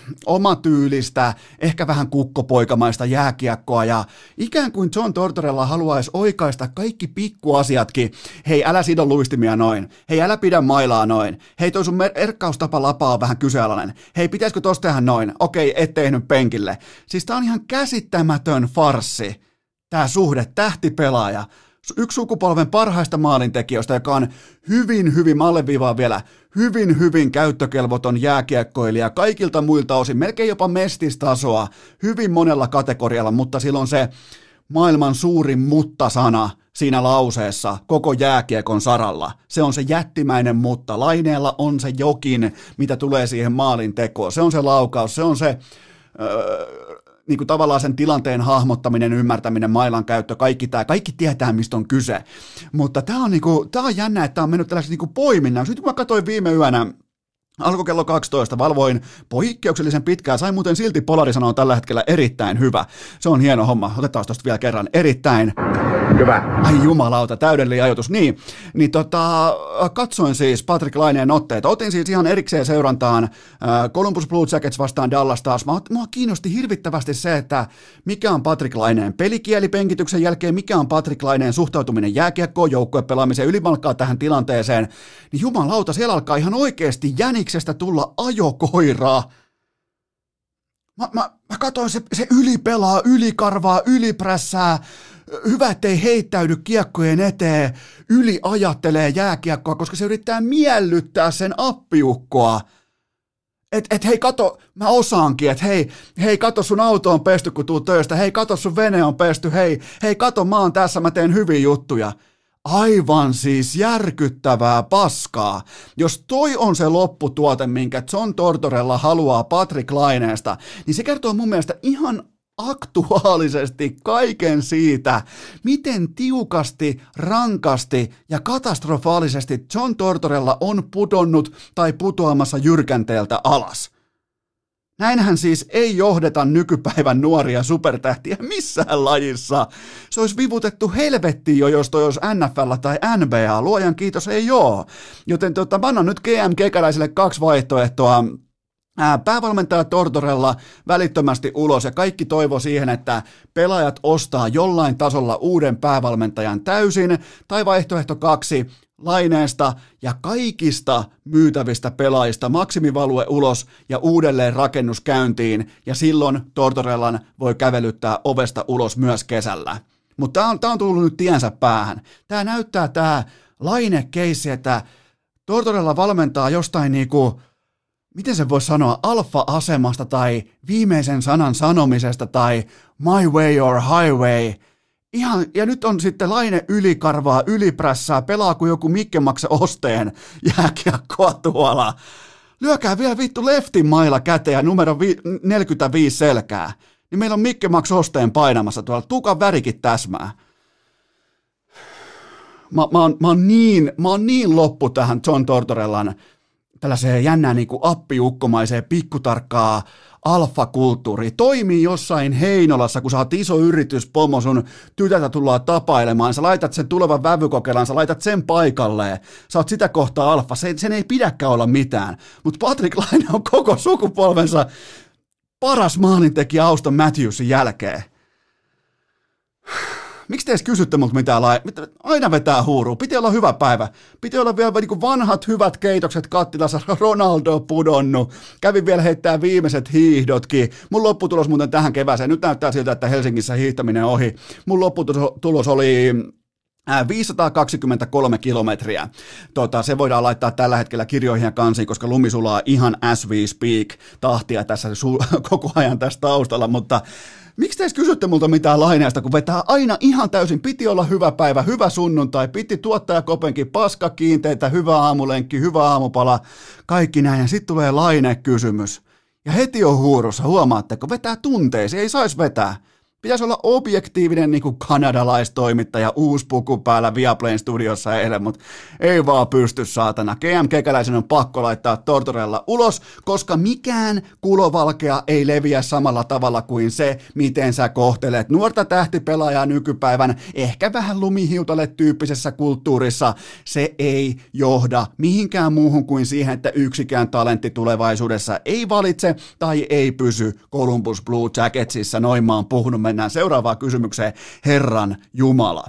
omatyylistä, ehkä vähän kukkopoikamaista jääkiekkoa ja ikään kuin John Tortorella haluaisi oikaista kaikki pikkuasiatkin. Hei, älä sido luistimia noin. Hei, älä pidä mailaa noin. Hei, toi sun erkkaustapa lapaa on vähän kyseenalainen. Hei, pitäisikö tosta tehdä noin? Okei, et tehnyt penkille. Siis tää on ihan käsittämätön farssi, tää suhde, tähtipelaaja. Yksi sukupolven parhaista maalintekijöistä, joka on hyvin, hyvin, mä alleviivaan vielä, hyvin, hyvin käyttökelvoton jääkiekkoilija kaikilta muilta osin, melkein jopa mestistasoa, hyvin monella kategorialla, mutta silloin se maailman suurin mutta-sana siinä lauseessa koko jääkiekon saralla. Se on se jättimäinen mutta. Laineella on se jokin, mitä tulee siihen maalintekoon. Se on se laukaus, se on se... Öö, niin kuin tavallaan sen tilanteen hahmottaminen, ymmärtäminen, mailan käyttö, kaikki tämä, kaikki tietää, mistä on kyse. Mutta tämä on, niin kuin, tämä on jännä, että tämä on mennyt tällaisen niin kuin poiminnan. Sitten kun mä katsoin viime yönä, alkoi kello kaksitoista, valvoin poikkeuksellisen pitkään, sain muuten silti Polari sanoa tällä hetkellä erittäin hyvä. Se on hieno homma, otetaan tuosta vielä kerran, erittäin hyvä. Ai jumalauta, täydellinen ajoitus. Niin, niin tota, katsoin siis Patrick Laineen otteita. Otin siis ihan erikseen seurantaan äh, Columbus Blue Jackets vastaan Dallas Stars. Mua, mua kiinnosti hirvittävästi se, että mikä on Patrick Laineen pelikieli penkityksen jälkeen, mikä on Patrick Laineen suhtautuminen jääkiekkoon, joukkuepelaamiseen, ylimalkkaa tähän tilanteeseen. Niin jumalauta, siellä alkaa ihan oikeasti jäniksestä tulla ajokoiraa. Mä, mä, mä katsoin, se, se ylipelaa, ylikarvaa, yliprässää. Hyvä, ettei heittäydy kiekkojen eteen, yli ajattelee jääkiekkoa, koska se yrittää miellyttää sen appiukkoa. Että et, hei kato, mä osaankin, että hei, hei kato sun auto on pesty kun tuu töistä, hei kato sun vene on pesty, hei, hei kato mä oon tässä, mä teen hyviä juttuja. Aivan siis järkyttävää paskaa. Jos toi on se lopputuote, minkä John Tortorella haluaa Patrick Laineesta, niin se kertoo mun mielestä ihan aktuaalisesti kaiken siitä, miten tiukasti, rankasti ja katastrofaalisesti John Tortorella on pudonnut tai putoamassa jyrkänteeltä alas. Näinhän siis ei johdeta nykypäivän nuoria supertähtiä missään lajissa. Se olisi vivutettu helvettiin jo, jos toi olisi N F L tai N B A. Luojan kiitos ei oo. Joten tota, mä annan nyt G M Kekäläiselle kaksi vaihtoehtoa. Päävalmentaja Tortorella välittömästi ulos ja kaikki toivo siihen, että pelaajat ostaa jollain tasolla uuden päävalmentajan täysin, tai vaihtoehto kaksi, Laineesta ja kaikista myytävistä pelaajista maksimivalue ulos ja uudelleen rakennus käyntiin, ja silloin Tortorellan voi kävelyttää ovesta ulos myös kesällä. Mutta tämä on, tää on tullut nyt tiensä päähän. Tämä näyttää tämä Laine-keissi, että Tortorella valmentaa jostain niinku, miten se voisi sanoa, alfa-asemasta tai viimeisen sanan sanomisesta tai my way or highway. Ihan, ja nyt on sitten Laine ylikarvaa, yliprässää, pelaa kuin joku Mikke Makse Osteen jääkiekkoa tuolla. Lyökää vielä vittu leftin mailla käteen ja numero vi- neljäkymmentäviisi selkää. Niin meillä on Mikke Makse Osteen painamassa tuolla. Tukan värikin täsmää. Mä, mä, oon, mä, oon niin, mä oon niin loppu tähän John Tortorellan tällaiseen jännään niin kuin appiukkomaiseen pikkutarkkaa alfakulttuuriin. Toimii jossain Heinolassa, kun sä oot iso yritys, pomo, sun tytärtä tullaan tapailemaan, sä laitat sen tulevan vävykokeilaan, sä laitat sen paikalleen, sä oot sitä kohtaa alfa, sen, sen ei pidäkään olla mitään. Mutta Patrick Laine on koko sukupolvensa paras maalintekijä Auston Matthewsin jälkeen. Miksi te edes kysytte multa mitään lai... Aina vetää huurua. Piti olla hyvä päivä. Piti olla vielä niin vanhat hyvät keitokset kattilassa. Ronaldo pudonnut. Kävin vielä heittää viimeiset hiihdotkin. Mun lopputulos muuten tähän kevääseen. Nyt näyttää siltä, että Helsingissä hiihtäminen ohi. Mun lopputulos oli viisisataakaksikymmentäkolme kilometriä. Tota, se voidaan laittaa tällä hetkellä kirjoihin ja kansiin, koska lumi sulaa ihan as we speak tahtia tässä su- koko ajan tässä taustalla, mutta miksi te edes kysytte multa mitään Laineesta, kun vetää aina ihan täysin, piti olla hyvä päivä, hyvä sunnuntai, piti tuottaa Kopenkin paska kiinteitä, hyvä aamulenkki, hyvä aamupala, kaikki näin, ja sitten tulee Laine-kysymys. Ja heti on huurussa, huomaatteko, vetää tunteisiin, ei saisi vetää. Pitäisi olla objektiivinen niin kuin kanadalaistoimittaja, uusi puku päällä Viaplayn studiossa eilen, mutta ei vaan pysty saatana. G M Kekäläisen on pakko laittaa Tortorella ulos, koska mikään kulovalkea ei leviä samalla tavalla kuin se, miten sä kohtelet nuorta tähtipelaajaa nykypäivän, ehkä vähän lumihiutalle tyyppisessä kulttuurissa. Se ei johda mihinkään muuhun kuin siihen, että yksikään talentti tulevaisuudessa ei valitse tai ei pysy Columbus Blue Jacketsissa. Noin mä oon puhunut. Mennään seuraavaan kysymykseen, Herran Jumala.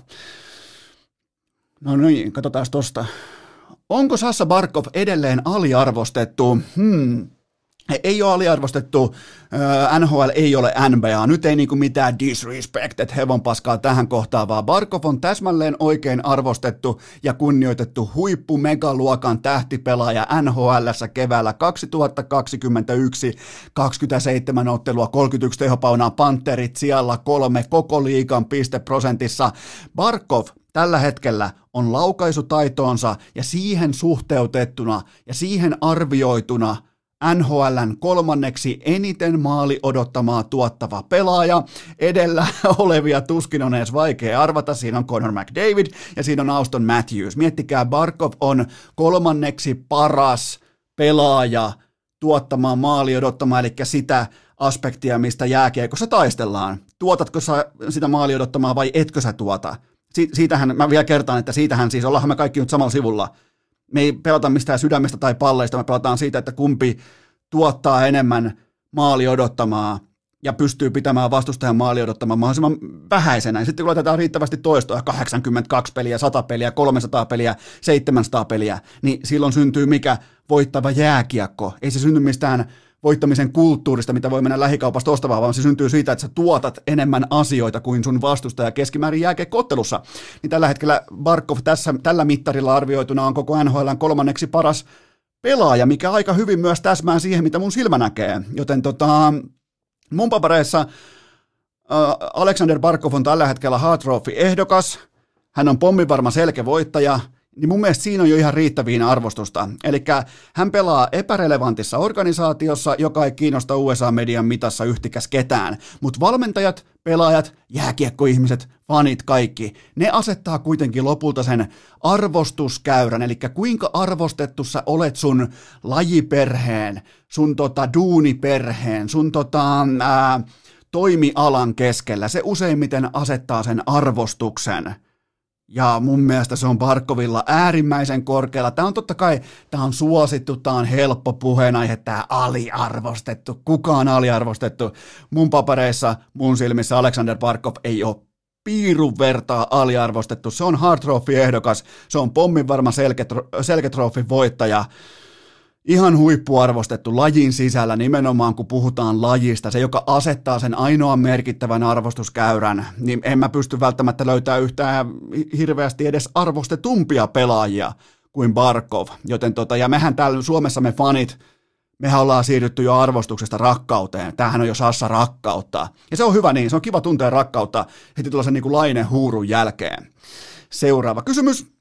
No niin, katsotaan tosta. Onko Sasha Barkov edelleen aliarvostettu? Hmm. Ei ole aliarvostettu, N H L ei ole N B A, nyt ei niinku mitään disrespected hevonpaskaa tähän kohtaan, vaan Barkov on täsmälleen oikein arvostettu ja kunnioitettu huippu megaluokan tähtipelaaja N H L:ssä keväällä kaksituhattakaksikymmentäyksi, kaksikymmentäseitsemän ottelua, kolmekymmentäyksi tehopaunaa, Panterit sijalla kolme koko liigan pisteprosentissa. Barkov tällä hetkellä on laukaisutaitoonsa ja siihen suhteutettuna ja siihen arvioituna N H L:n kolmanneksi eniten maali odottamaa tuottava pelaaja. Edellä olevia tuskin on edes vaikea arvata. Siinä on Connor McDavid ja siinä on Auston Matthews. Miettikää, Barkov on kolmanneksi paras pelaaja tuottamaan maali odottamaa, eli sitä aspektia, mistä jääkiekossa taistellaan. Tuotatko sä sitä maali odottamaa vai etkö sä tuota? Si- siitähän, mä vielä kertaan, että siitähän siis ollaan me kaikki nyt samalla sivulla. Me ei pelata mistään sydämestä tai palleista, me pelataan siitä, että kumpi tuottaa enemmän maali odottamaa ja pystyy pitämään vastustajan maali odottamaan mahdollisimman vähäisenä. Sitten kun laitetaan riittävästi toistoa, kahdeksankymmentäkaksi peliä, sata peliä, kolmesataa peliä, seitsemänsataa peliä, niin silloin syntyy mikä voittava jääkiekko. Ei se synny mistään voittamisen kulttuurista, mitä voi mennä lähikaupasta ostamaan, vaan se syntyy siitä, että sä tuotat enemmän asioita kuin sun vastustaja keskimäärin jääkiekko-ottelussa. Niin tällä hetkellä Barkov tässä, tällä mittarilla arvioituna on koko N H L:n kolmanneksi paras pelaaja, mikä aika hyvin myös täsmää siihen, mitä mun silmä näkee. Joten tota, mun papereissa äh, Alexander Barkov on tällä hetkellä Hart Trophy-ehdokas, hän on pommivarma selkävoittaja, niin mun mielestä siinä on jo ihan riittäviin arvostusta. Eli hän pelaa epärelevantissa organisaatiossa, joka ei kiinnosta U S A-median mitassa yhtikäs ketään. Mutta valmentajat, pelaajat, jääkiekkoihmiset, fanit, kaikki, ne asettaa kuitenkin lopulta sen arvostuskäyrän, eli kuinka arvostettu sä olet sun lajiperheen, sun tota duuniperheen, sun tota, ää, toimialan keskellä. Se useimmiten asettaa sen arvostuksen. Ja mun mielestä se on Barkovilla äärimmäisen korkealla. Tämä on totta kai, tämä on suosittu, tämä on helppo puheenaihe, tämä aliarvostettu. Kukaan aliarvostettu. Mun papereissa, mun silmissä Alexander Barkov ei ole piirun vertaa aliarvostettu. Se on Hart Trophy-ehdokas, se on pommin varma Selke-trofin voittaja. Ihan huippuarvostettu lajin sisällä nimenomaan, kun puhutaan lajista. Se, joka asettaa sen ainoan merkittävän arvostuskäyrän, niin en mä pysty välttämättä löytämään yhtään hirveästi edes arvostetumpia pelaajia kuin Barkov. Joten tota, ja mehän täällä Suomessa me fanit, mehän ollaan siirrytty jo arvostuksesta rakkauteen. Tämähän on jo Sassa rakkautta. Ja se on hyvä niin, se on kiva tuntea rakkautta heti tuollaisen niin kuin Laine huurun jälkeen. Seuraava kysymys.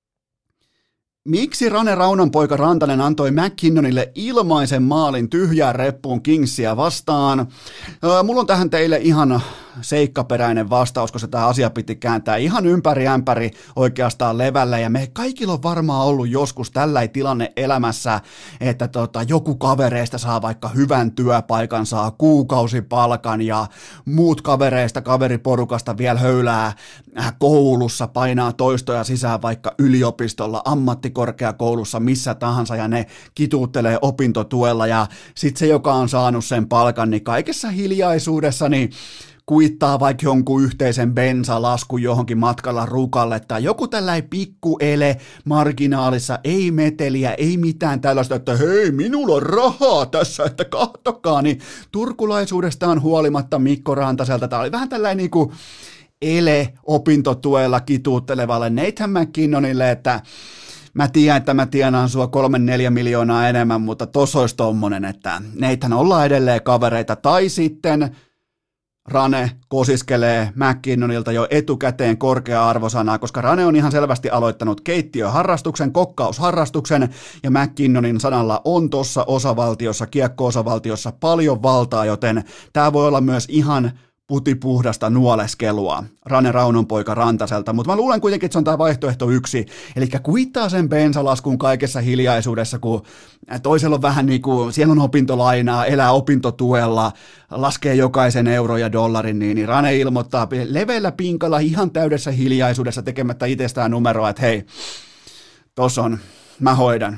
Miksi Rane Raunanpoika Rantanen antoi McKinnonille ilmaisen maalin tyhjään reppuun Kingsia vastaan? Öö, mulla on tähän teille ihan seikkaperäinen vastaus, koska tämä asia piti kääntää ihan ympäri ämpäri oikeastaan levällä, ja me kaikilla on varmaan ollut joskus tällainen tilanne elämässä, että tota, joku kavereista saa vaikka hyvän työpaikan, saa kuukausipalkan, ja muut kavereista, kaveriporukasta vielä höylää koulussa, painaa toistoja sisään vaikka yliopistolla, ammattikorkeakoulussa, missä tahansa, ja ne kituuttelee opintotuella, ja sitten se, joka on saanut sen palkan, niin kaikessa hiljaisuudessa, niin kuittaa vaikka jonkun yhteisen bensalaskun johonkin matkalla rukalle tai joku tällainen pikkuele marginaalissa, ei meteliä, ei mitään tällaista, että hei, minulla on rahaa tässä, että kahtokaa, niin turkulaisuudestaan huolimatta Mikko Rantaselta, tämä oli vähän tällainen niin kuin ele opintotuella kituuttelevalle Nathan McKinnonille, että mä tiedän, että mä tienaan sua kolme neljä miljoonaa enemmän, mutta tos olisi tommonen, että Nathan ollaan edelleen kavereita, tai sitten Rane kosiskelee McKinnonilta jo etukäteen korkeaa arvosanaa, koska Rane on ihan selvästi aloittanut keittiöharrastuksen, kokkausharrastuksen, ja McKinnonin sanalla on tuossa osavaltiossa, kiekko-osavaltiossa paljon valtaa, joten tämä voi olla myös ihan putipuhdasta nuoleskelua Rane Raunonpoika Rantaselta, mutta mä luulen kuitenkin, että se on tämä vaihtoehto yksi, eli kuittaa sen bensalaskun kaikessa hiljaisuudessa, kun toisella on vähän niin kuin, siellä on opintolainaa, elää opintotuella, laskee jokaisen euro ja dollarin, niin, niin Rane ilmoittaa leveällä pinkalla ihan täydessä hiljaisuudessa tekemättä itsestään numeroa, että hei, tos on, mä hoidan.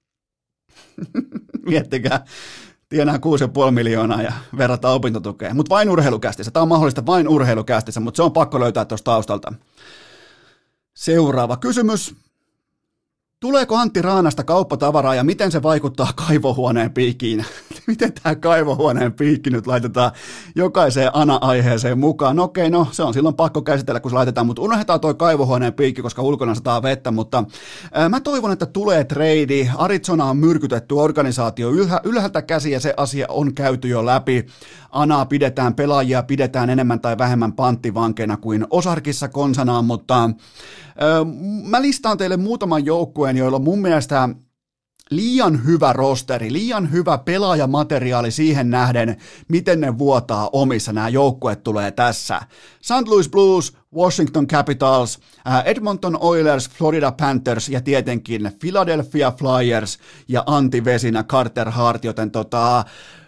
Miettikää. Tienaa kuusi pilkku viisi miljoonaa ja verrataan opintotukeen, mutta vain urheilukästissä. Tämä on mahdollista vain urheilukästissä, mutta se on pakko löytää tuosta taustalta. Seuraava kysymys. Tuleeko Antti Raanasta kauppatavaraa ja miten se vaikuttaa kaivohuoneen piikkiin? Miten tämä kaivohuoneen piikki nyt laitetaan jokaiseen ana-aiheeseen mukaan? No okei, no se on silloin pakko käsitellä, kun se laitetaan, mutta unohdetaan toi kaivohuoneen piikki, koska ulkona sataa vettä, mutta ää, mä toivon, että tulee trade. Arizona on myrkytetty organisaatio ylhä, ylhäältä käsi ja se asia on käyty jo läpi. Anaa pidetään, pelaajia pidetään enemmän tai vähemmän panttivankeina kuin Osarkissa konsanaan, mutta ää, mä listaan teille muutaman joukkueen, joilla on mun mielestä liian hyvä rosteri, liian hyvä pelaajamateriaali siihen nähden, miten ne vuotaa omissa. Nämä joukkueet tulee tässä. Saint Louis Blues, Washington Capitals, Edmonton Oilers, Florida Panthers ja tietenkin Philadelphia Flyers ja Antti Vesinä, Carter Hart, joten tota,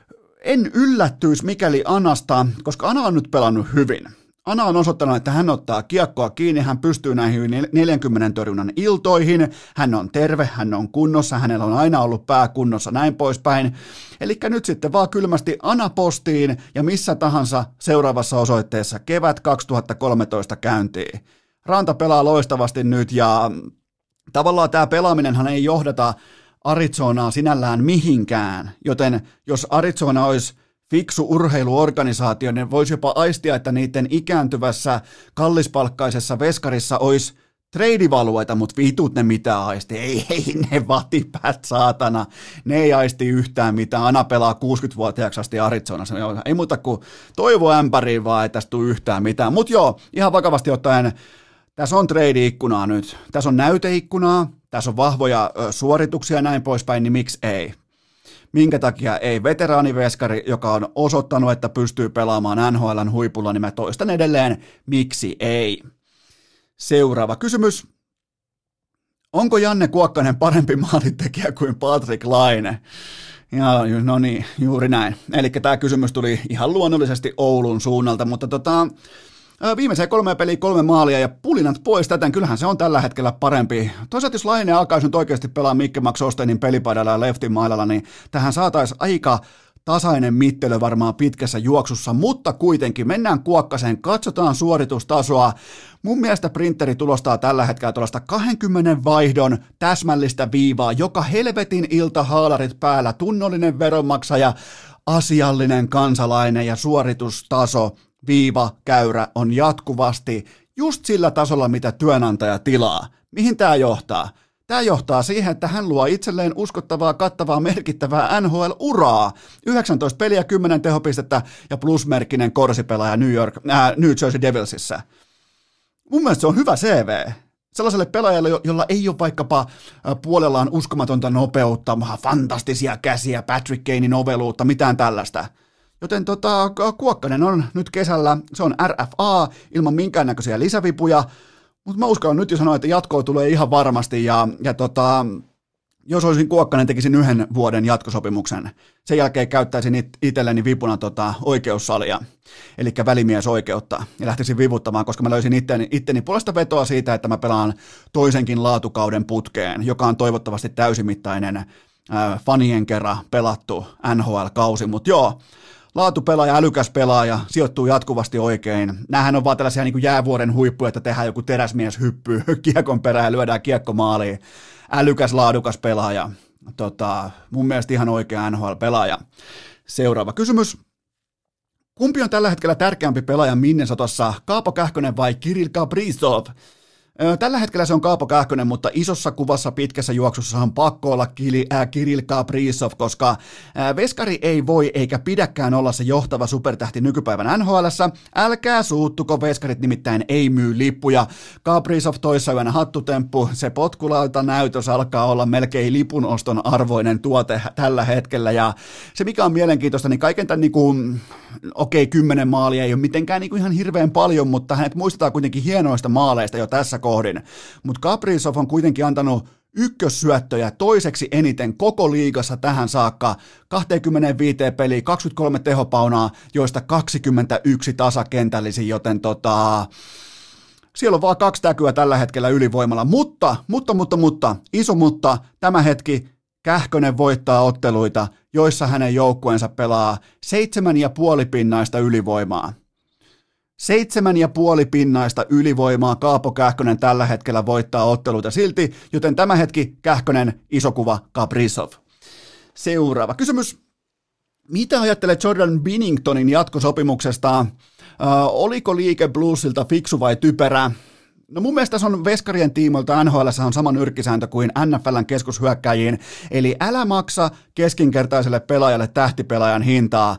en yllättyisi mikäli Anasta, koska Ana on nyt pelannut hyvin. Ana on osoittanut, että hän ottaa kiekkoa kiinni, hän pystyy näihin neljänkymmenen torjunnan iltoihin, hän on terve, hän on kunnossa, hänellä on aina ollut pää kunnossa, näin poispäin. Eli nyt sitten vaan kylmästi Ana postiin ja missä tahansa seuraavassa osoitteessa kevät kaksituhattakolmetoista käyntiin. Ranta pelaa loistavasti nyt ja tavallaan tämä pelaaminenhan ei johdata Arizonaa sinällään mihinkään, joten jos Arizona olisi fiksu urheiluorganisaatio, niin voisi jopa aistia, että niiden ikääntyvässä kallispalkkaisessa veskarissa olisi treidivalueita, mutta vitut ne mitä aisti. Ei, ei ne vatipät saatana. Ne ei aisti yhtään mitään. Ana pelaa kuusikymmentävuotiaaksi asti Arizonassa. Ei muuta kuin toivo ämpäriin vaan, ei tästä tule yhtään mitään. Mutta joo, ihan vakavasti ottaen, tässä on trade-ikkunaa nyt. Tässä on näyteikkunaa, tässä on vahvoja ö, suorituksia ja näin poispäin, niin miksi ei? Minkä takia ei veteraaniveskari, joka on osoittanut, että pystyy pelaamaan N H L:n huipulla, niin mä toistan edelleen, miksi ei. Seuraava kysymys. Onko Janne Kuokkanen parempi maalintekijä kuin Patrick Laine? Ja, no niin, juuri näin. Eli tämä kysymys tuli ihan luonnollisesti Oulun suunnalta, mutta tota, viimeiseen kolme peliä, kolme maalia ja pulinat pois täten, kyllähän se on tällä hetkellä parempi. Toisaalta jos Laine alkaisi nyt oikeasti pelaa Mikke Max Osteinin pelipaidalla ja leftin mailalla, niin tähän saataisiin aika tasainen mittelö varmaan pitkässä juoksussa, mutta kuitenkin mennään kuokkaseen, katsotaan suoritustasoa. Mun mielestä printeri tulostaa tällä hetkellä tuollaista kaksikymmentä vaihdon täsmällistä viivaa, joka helvetin ilta haalarit päällä, tunnollinen veronmaksaja, asiallinen kansalainen ja suoritustaso, viiva, käyrä on jatkuvasti just sillä tasolla, mitä työnantaja tilaa. Mihin tämä johtaa? Tämä johtaa siihen, että hän luo itselleen uskottavaa, kattavaa, merkittävää N H L-uraa. yhdeksäntoista peliä, kymmenen tehopistettä ja plusmerkkinen korsipelaaja New York, äh, New Jersey Devilsissä. Mun mielestä se on hyvä C V. Sellaiselle pelaajalle, jolla ei ole vaikkapa puolellaan uskomatonta nopeutta, fantastisia käsiä, Patrick Kanein oveluutta, mitään tällaista. Joten tota, Kuokkanen on nyt kesällä, se on R F A ilman minkäännäköisiä lisävipuja, mutta mä uskallan nyt jo sanoa, että jatkoa tulee ihan varmasti ja, ja tota, jos olisin Kuokkanen, tekisin yhden vuoden jatkosopimuksen. Sen jälkeen käyttäisin it- itselleni vipuna tota oikeussalia, eli välimiesoikeutta, ja lähtisin vivuttamaan, koska mä löysin itteni, itteni puolesta vetoa siitä, että mä pelaan toisenkin laatukauden putkeen, joka on toivottavasti täysimittainen äh, fanien kerran pelattu N H L-kausi, mutta joo, laatupelaaja, älykäs pelaaja, sijoittuu jatkuvasti oikein. Nämähän on vaan tällaisia niin kuin jäävuoren huippuja, että tehdään joku teräsmies hyppy kiekon perään ja lyödään kiekko maaliin. Älykäs, laadukas pelaaja. Tota, mun mielestä ihan oikea N H L-pelaaja. Seuraava kysymys. Kumpi on tällä hetkellä tärkeämpi pelaaja Minnesotassa, Kaapo Kähkönen vai Kirill Kaprizov? Tällä hetkellä se on Kaapo Kähkönen, mutta isossa kuvassa pitkässä juoksussa on pakko olla Kirill Kaprizov, koska veskari ei voi eikä pidäkään olla se johtava supertähti nykypäivän N H L:ssä. Älkää suuttuko, veskarit nimittäin ei myy lippuja. Kaprizov toissayönä hattutemppu, se potkulauta näytös alkaa olla melkein lipunoston arvoinen tuote tällä hetkellä. Ja se mikä on mielenkiintoista, niin kaiken tämän niin kuin, okei, okay, kymmenen maalia ei ole mitenkään niin kuin ihan hirveän paljon, mutta hänet muistetaan kuitenkin hienoista maaleista jo tässä kohdin. Mutta Kaprizov on kuitenkin antanut ykkössyöttöjä toiseksi eniten koko liigassa tähän saakka, kaksikymmentäviisi peliä, kaksikymmentäkolme tehopaunaa, joista kaksikymmentäyksi tasakentällisin, joten tota, siellä on vaan kaksi täkyä tällä hetkellä ylivoimalla, mutta, mutta, mutta, mutta, iso mutta, tämä hetki, Kähkönen voittaa otteluita, joissa hänen joukkueensa pelaa seitsemän ja puoli pinnaista ylivoimaa. Seitsemän ja puoli pinnaista ylivoimaa Kaapo Kähkönen tällä hetkellä voittaa otteluita silti, joten tämä hetki Kähkönen, iso kuva Kaprizov. Seuraava kysymys. Mitä ajattelet Jordan Binningtonin jatkosopimuksesta? Äh, oliko liike Bluesilta fiksu vai typerä? No mun mielestä se on veskarien tiimoilta N H L:ssä on sama nyrkkisääntö kuin N F L:n keskushyökkäjiin, eli älä maksa keskinkertaiselle pelaajalle tähtipelaajan hintaa.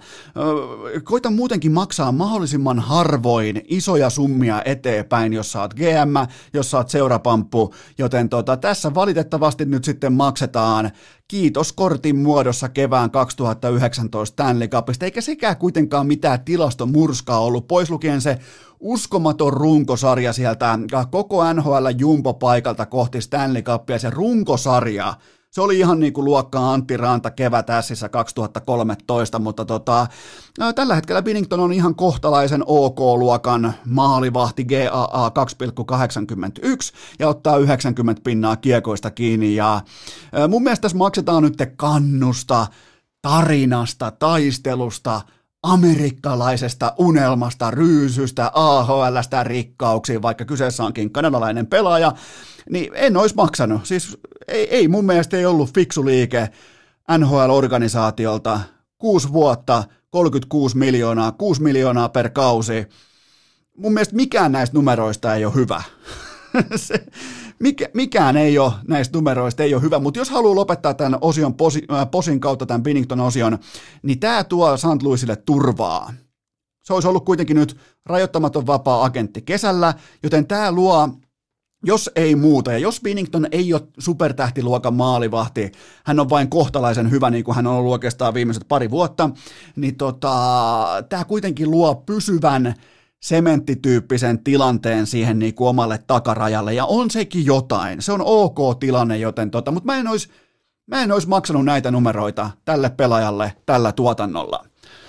Koita muutenkin maksaa mahdollisimman harvoin isoja summia eteenpäin, jos sä oot G M, jos sä oot seurapamppu, joten tota, tässä valitettavasti nyt sitten maksetaan kiitoskortin muodossa kevään kaksituhattayhdeksäntoista Stanley Cupista, eikä sekään kuitenkaan mitään tilastomurskaa ollut, pois lukien se uskomaton runkosarja sieltä koko N H L jumbo-paikalta kohti Stanley Cupia, se runkosarja, se oli ihan niin kuin luokkaa Antti Ranta kevätässissä kaksituhattakolmetoista, mutta tota, tällä hetkellä Binnington on ihan kohtalaisen OK-luokan maalivahti G A A kaksi pilkku kahdeksankymmentäyksi ja ottaa yhdeksänkymmentä pinnaa kiekoista kiinni ja mun mielestä tässä maksetaan nyt kannusta, tarinasta, taistelusta, amerikkalaisesta unelmasta, ryysystä, A H L:stä rikkauksiin, vaikka kyseessä onkin kanadalainen pelaaja, niin en olisi maksanut. Siis ei, ei mun mielestä ei ollut fiksu liike N H L-organisaatiolta. Kuusi vuotta, kolmekymmentäkuusi miljoonaa, kuusi miljoonaa per kausi. Mun mielestä mikään näistä numeroista ei ole hyvä. Se, mikä, mikään ei ole näistä numeroista ei ole hyvä, mutta jos haluaa lopettaa tämän osion posi, äh, posin kautta tämän Binnington-osion, niin tämä tuo Saint Louisille turvaa. Se olisi ollut kuitenkin nyt rajoittamaton vapaa-agentti kesällä, joten tämä luo, jos ei muuta, ja jos Binnington ei ole supertähtiluokan maalivahti, hän on vain kohtalaisen hyvä, niin kuin hän on ollut oikeastaan viimeiset pari vuotta, niin tota, tämä kuitenkin luo pysyvän sementtityyppisen tilanteen siihen niin kuin omalle takarajalle, ja on sekin jotain, se on ok tilanne, joten tota, mutta mä en olisi, mä en olisi maksanut näitä numeroita tälle pelaajalle tällä tuotannolla.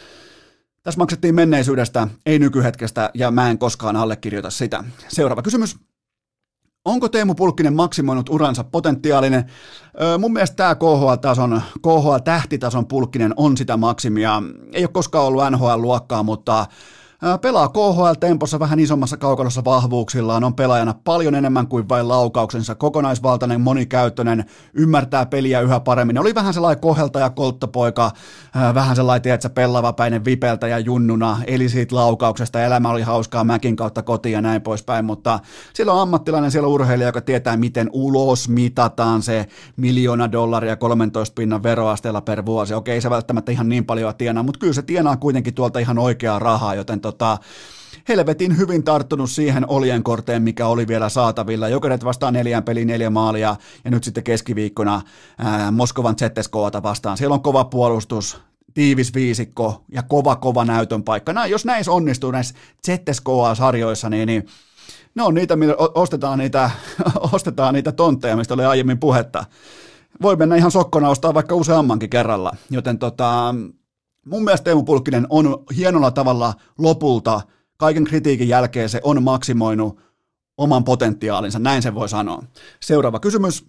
Tässä maksettiin menneisyydestä, ei nykyhetkestä, ja mä en koskaan allekirjoita sitä. Seuraava kysymys. Onko Teemu Pulkkinen maksimoinut uransa potentiaalinen? Öö, mun mielestä tämä K H L-tason, K H L-tähtitason Pulkkinen on sitä maksimia. Ei ole koskaan ollut N H L-luokkaa, mutta pelaa K H L-tempossa vähän isommassa kaukalossa vahvuuksillaan, on pelaajana paljon enemmän kuin vain laukauksensa, kokonaisvaltainen, monikäyttöinen, ymmärtää peliä yhä paremmin. Oli vähän sellainen koheltaja, kolttopoika, vähän sellainen, tiedätkö, pellavapäinen vipeltä ja junnuna, eli siitä laukauksesta, elämä oli hauskaa Mäkin kautta kotiin ja näin poispäin, mutta siellä on ammattilainen, siellä on urheilija, joka tietää, miten ulos mitataan se miljoona dollaria kolmentoista pinnan veroasteella per vuosi. Okei, se välttämättä ihan niin paljon tienaa, mutta kyllä se tienaa kuitenkin tuolta ihan oikeaa rahaa, joten Tota, helvetin hyvin tarttunut siihen oljenkorteen, mikä oli vielä saatavilla. Jokerit vastaan neljään peliin neljä maalia ja nyt sitten keskiviikkona ää, Moskovan Z S K:ta vastaan. Siellä on kova puolustus, tiivis viisikko ja kova kova näytön paikka. Nää, jos näissä onnistuu näissä Z S K-sarjoissa, niin, niin ne on niitä, millä ostetaan niitä, ostetaan niitä tontteja, mistä oli aiemmin puhetta. Voi mennä ihan sokkona ostaa vaikka useammankin kerralla, joten tota... Mun mielestä Teemu Pulkkinen on hienolla tavalla lopulta, kaiken kritiikin jälkeen se on maksimoinut oman potentiaalinsa, näin sen voi sanoa. Seuraava kysymys.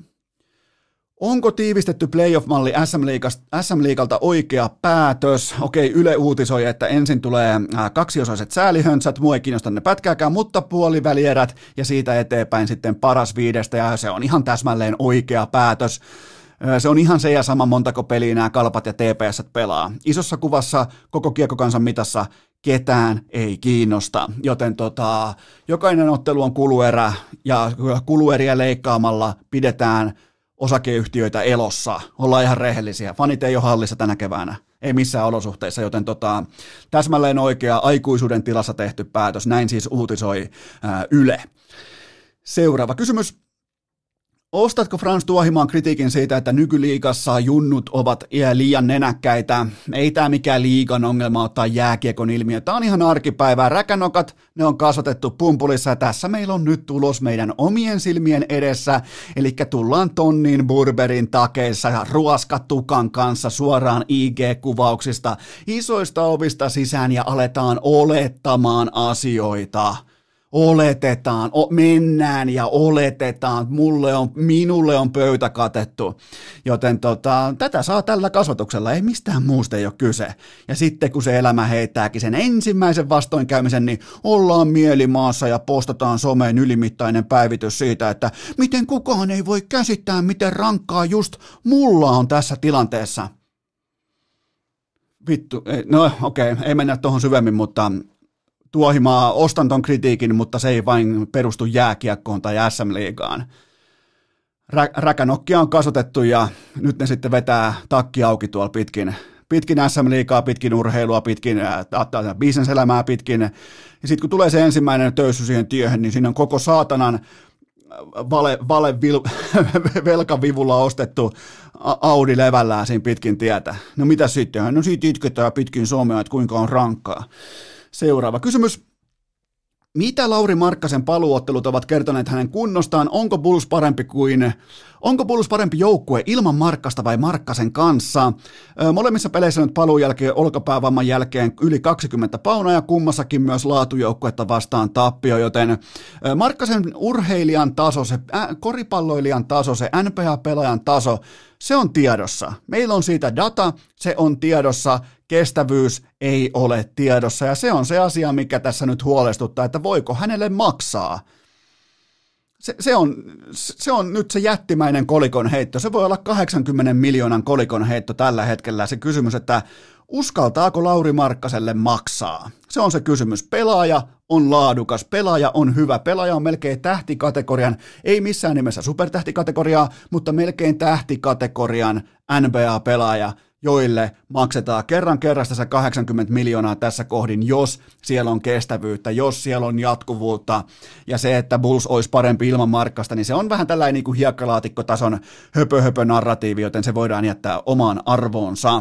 Onko tiivistetty playoff-malli S M-liigalta oikea päätös? Okei, Yle uutisoi, että ensin tulee kaksiosaiset säälihöntsät, mua ei kiinnosta ne pätkääkään, mutta puolivälierät ja siitä eteenpäin sitten paras viidestä ja se on ihan täsmälleen oikea päätös. Se on ihan se ja sama montako peliä nämä Kalpat ja T P S pelaa. Isossa kuvassa koko kiekkokansan mitassa ketään ei kiinnosta, joten tota, jokainen ottelu on kuluerä ja kulueriä leikkaamalla pidetään osakeyhtiöitä elossa. Ollaan ihan rehellisiä. Fanit ei ole hallissa tänä keväänä. Ei missään olosuhteissa, joten tota, täsmälleen oikea aikuisuuden tilassa tehty päätös. Näin siis uutisoi ää, Yle. Seuraava kysymys. Ostatko Frans Tuohimaan kritiikin siitä, että nykyliigassa junnut ovat liian nenäkkäitä? Ei tämä mikään liigan ongelma ottaa jääkiekon ilmiö. Tämä on ihan arkipäivää. Räkänokat, ne on kasvatettu pumpulissa ja tässä meillä on nyt tulos meidän omien silmien edessä. Eli tullaan tonnin Burberin takeissa ruoskatukan kanssa suoraan I G-kuvauksista, isoista ovista sisään ja aletaan olettamaan asioita. Oletetaan, o, mennään ja oletetaan, mulle on, minulle on pöytä katettu, joten tota, tätä saa tällä kasvatuksella, ei mistään muusta ei ole kyse. Ja sitten kun se elämä heittääkin sen ensimmäisen vastoinkäymisen, niin ollaan mielimaassa ja postataan someen ylimittainen päivitys siitä, että miten kukaan ei voi käsittää, miten rankkaa just mulla on tässä tilanteessa. Vittu, no okei, okay, ei mennä tuohon syvemmin, mutta... Tuohimaa, ostan ton kritiikin, mutta se ei vain perustu jääkiekkoon tai S M-liigaan. Rä, räkänokkia on kasvatettu ja nyt ne sitten vetää takki auki tuolla pitkin, pitkin S M-liigaa, pitkin urheilua, pitkin äh, bisneselämää, pitkin. Ja sitten kun tulee se ensimmäinen töyssy siihen työhön, niin siinä on koko saatanan vale, vale vil, velkavivulla ostettu Audi levällään siinä pitkin tietä. No mitä sitten? No siitä itketään pitkin Suomea, että kuinka on rankkaa. Seuraava kysymys. Mitä Lauri Markkasen paluuottelut ovat kertoneet hänen kunnostaan? Onko Bulls parempi kuin, onko Bulls parempi joukkue ilman Markkasta vai Markkasen kanssa? Molemmissa peleissä nyt paluun jälkeen, olkapäävamman jälkeen yli kaksikymmentä paunaa ja kummassakin myös laatujoukkuetta vastaan tappio, joten Markkasen urheilijan taso, se koripalloilijan taso, se N B A-pelaajan taso, se on tiedossa. Meillä on siitä data, se on tiedossa, kestävyys ei ole tiedossa ja se on se asia, mikä tässä nyt huolestuttaa, että voiko hänelle maksaa. Se, se, on, se on nyt se jättimäinen kolikon heitto. Se voi olla kahdeksankymmenen miljoonan kolikon heitto tällä hetkellä. Se kysymys, että uskaltaako Lauri Markkaselle maksaa? Se on se kysymys. Pelaaja on laadukas, pelaaja on hyvä, pelaaja on melkein tähtikategorian, ei missään nimessä supertähtikategoriaa, mutta melkein tähtikategorian N B A-pelaaja, joille maksetaan kerran kerrasta se kahdeksankymmentä miljoonaa tässä kohdin, jos siellä on kestävyyttä, jos siellä on jatkuvuutta, ja se, että Bulls olisi parempi ilman Markkasta, niin se on vähän tällainen niin kuin hiekkalaatikkotason höpö-höpö-narratiivi, joten se voidaan jättää omaan arvoonsa.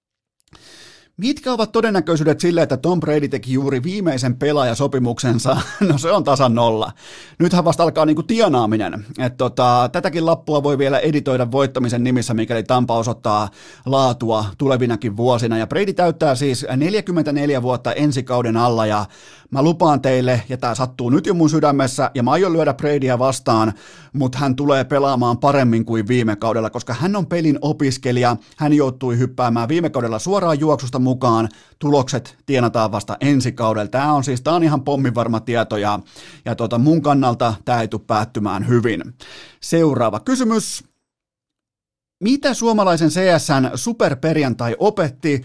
Mitkä ovat todennäköisyydet sille, että Tom Brady teki juuri viimeisen pelaajasopimuksensa? No se on tasan nolla. Nythän vasta alkaa niinku tienaaminen. Et tota, tätäkin lappua voi vielä editoida voittamisen nimissä, mikäli Tampa osoittaa laatua tulevinakin vuosina. Ja Brady täyttää siis neljäkymmentäneljä vuotta ensi kauden alla ja Mä lupaan teille, ja tää sattuu nyt jo mun sydämessä, ja mä aion lyödä Bradyä vastaan, mutta hän tulee pelaamaan paremmin kuin viime kaudella, koska hän on pelin opiskelija, hän joutui hyppäämään viime kaudella suoraan juoksusta mukaan, tulokset tienataan vasta ensi kaudella. Tää on siis, tää on ihan pomminvarma tieto, ja, ja tota mun kannalta tää ei tule päättymään hyvin. Seuraava kysymys. Mitä suomalaisen C S:n superperjantai opetti?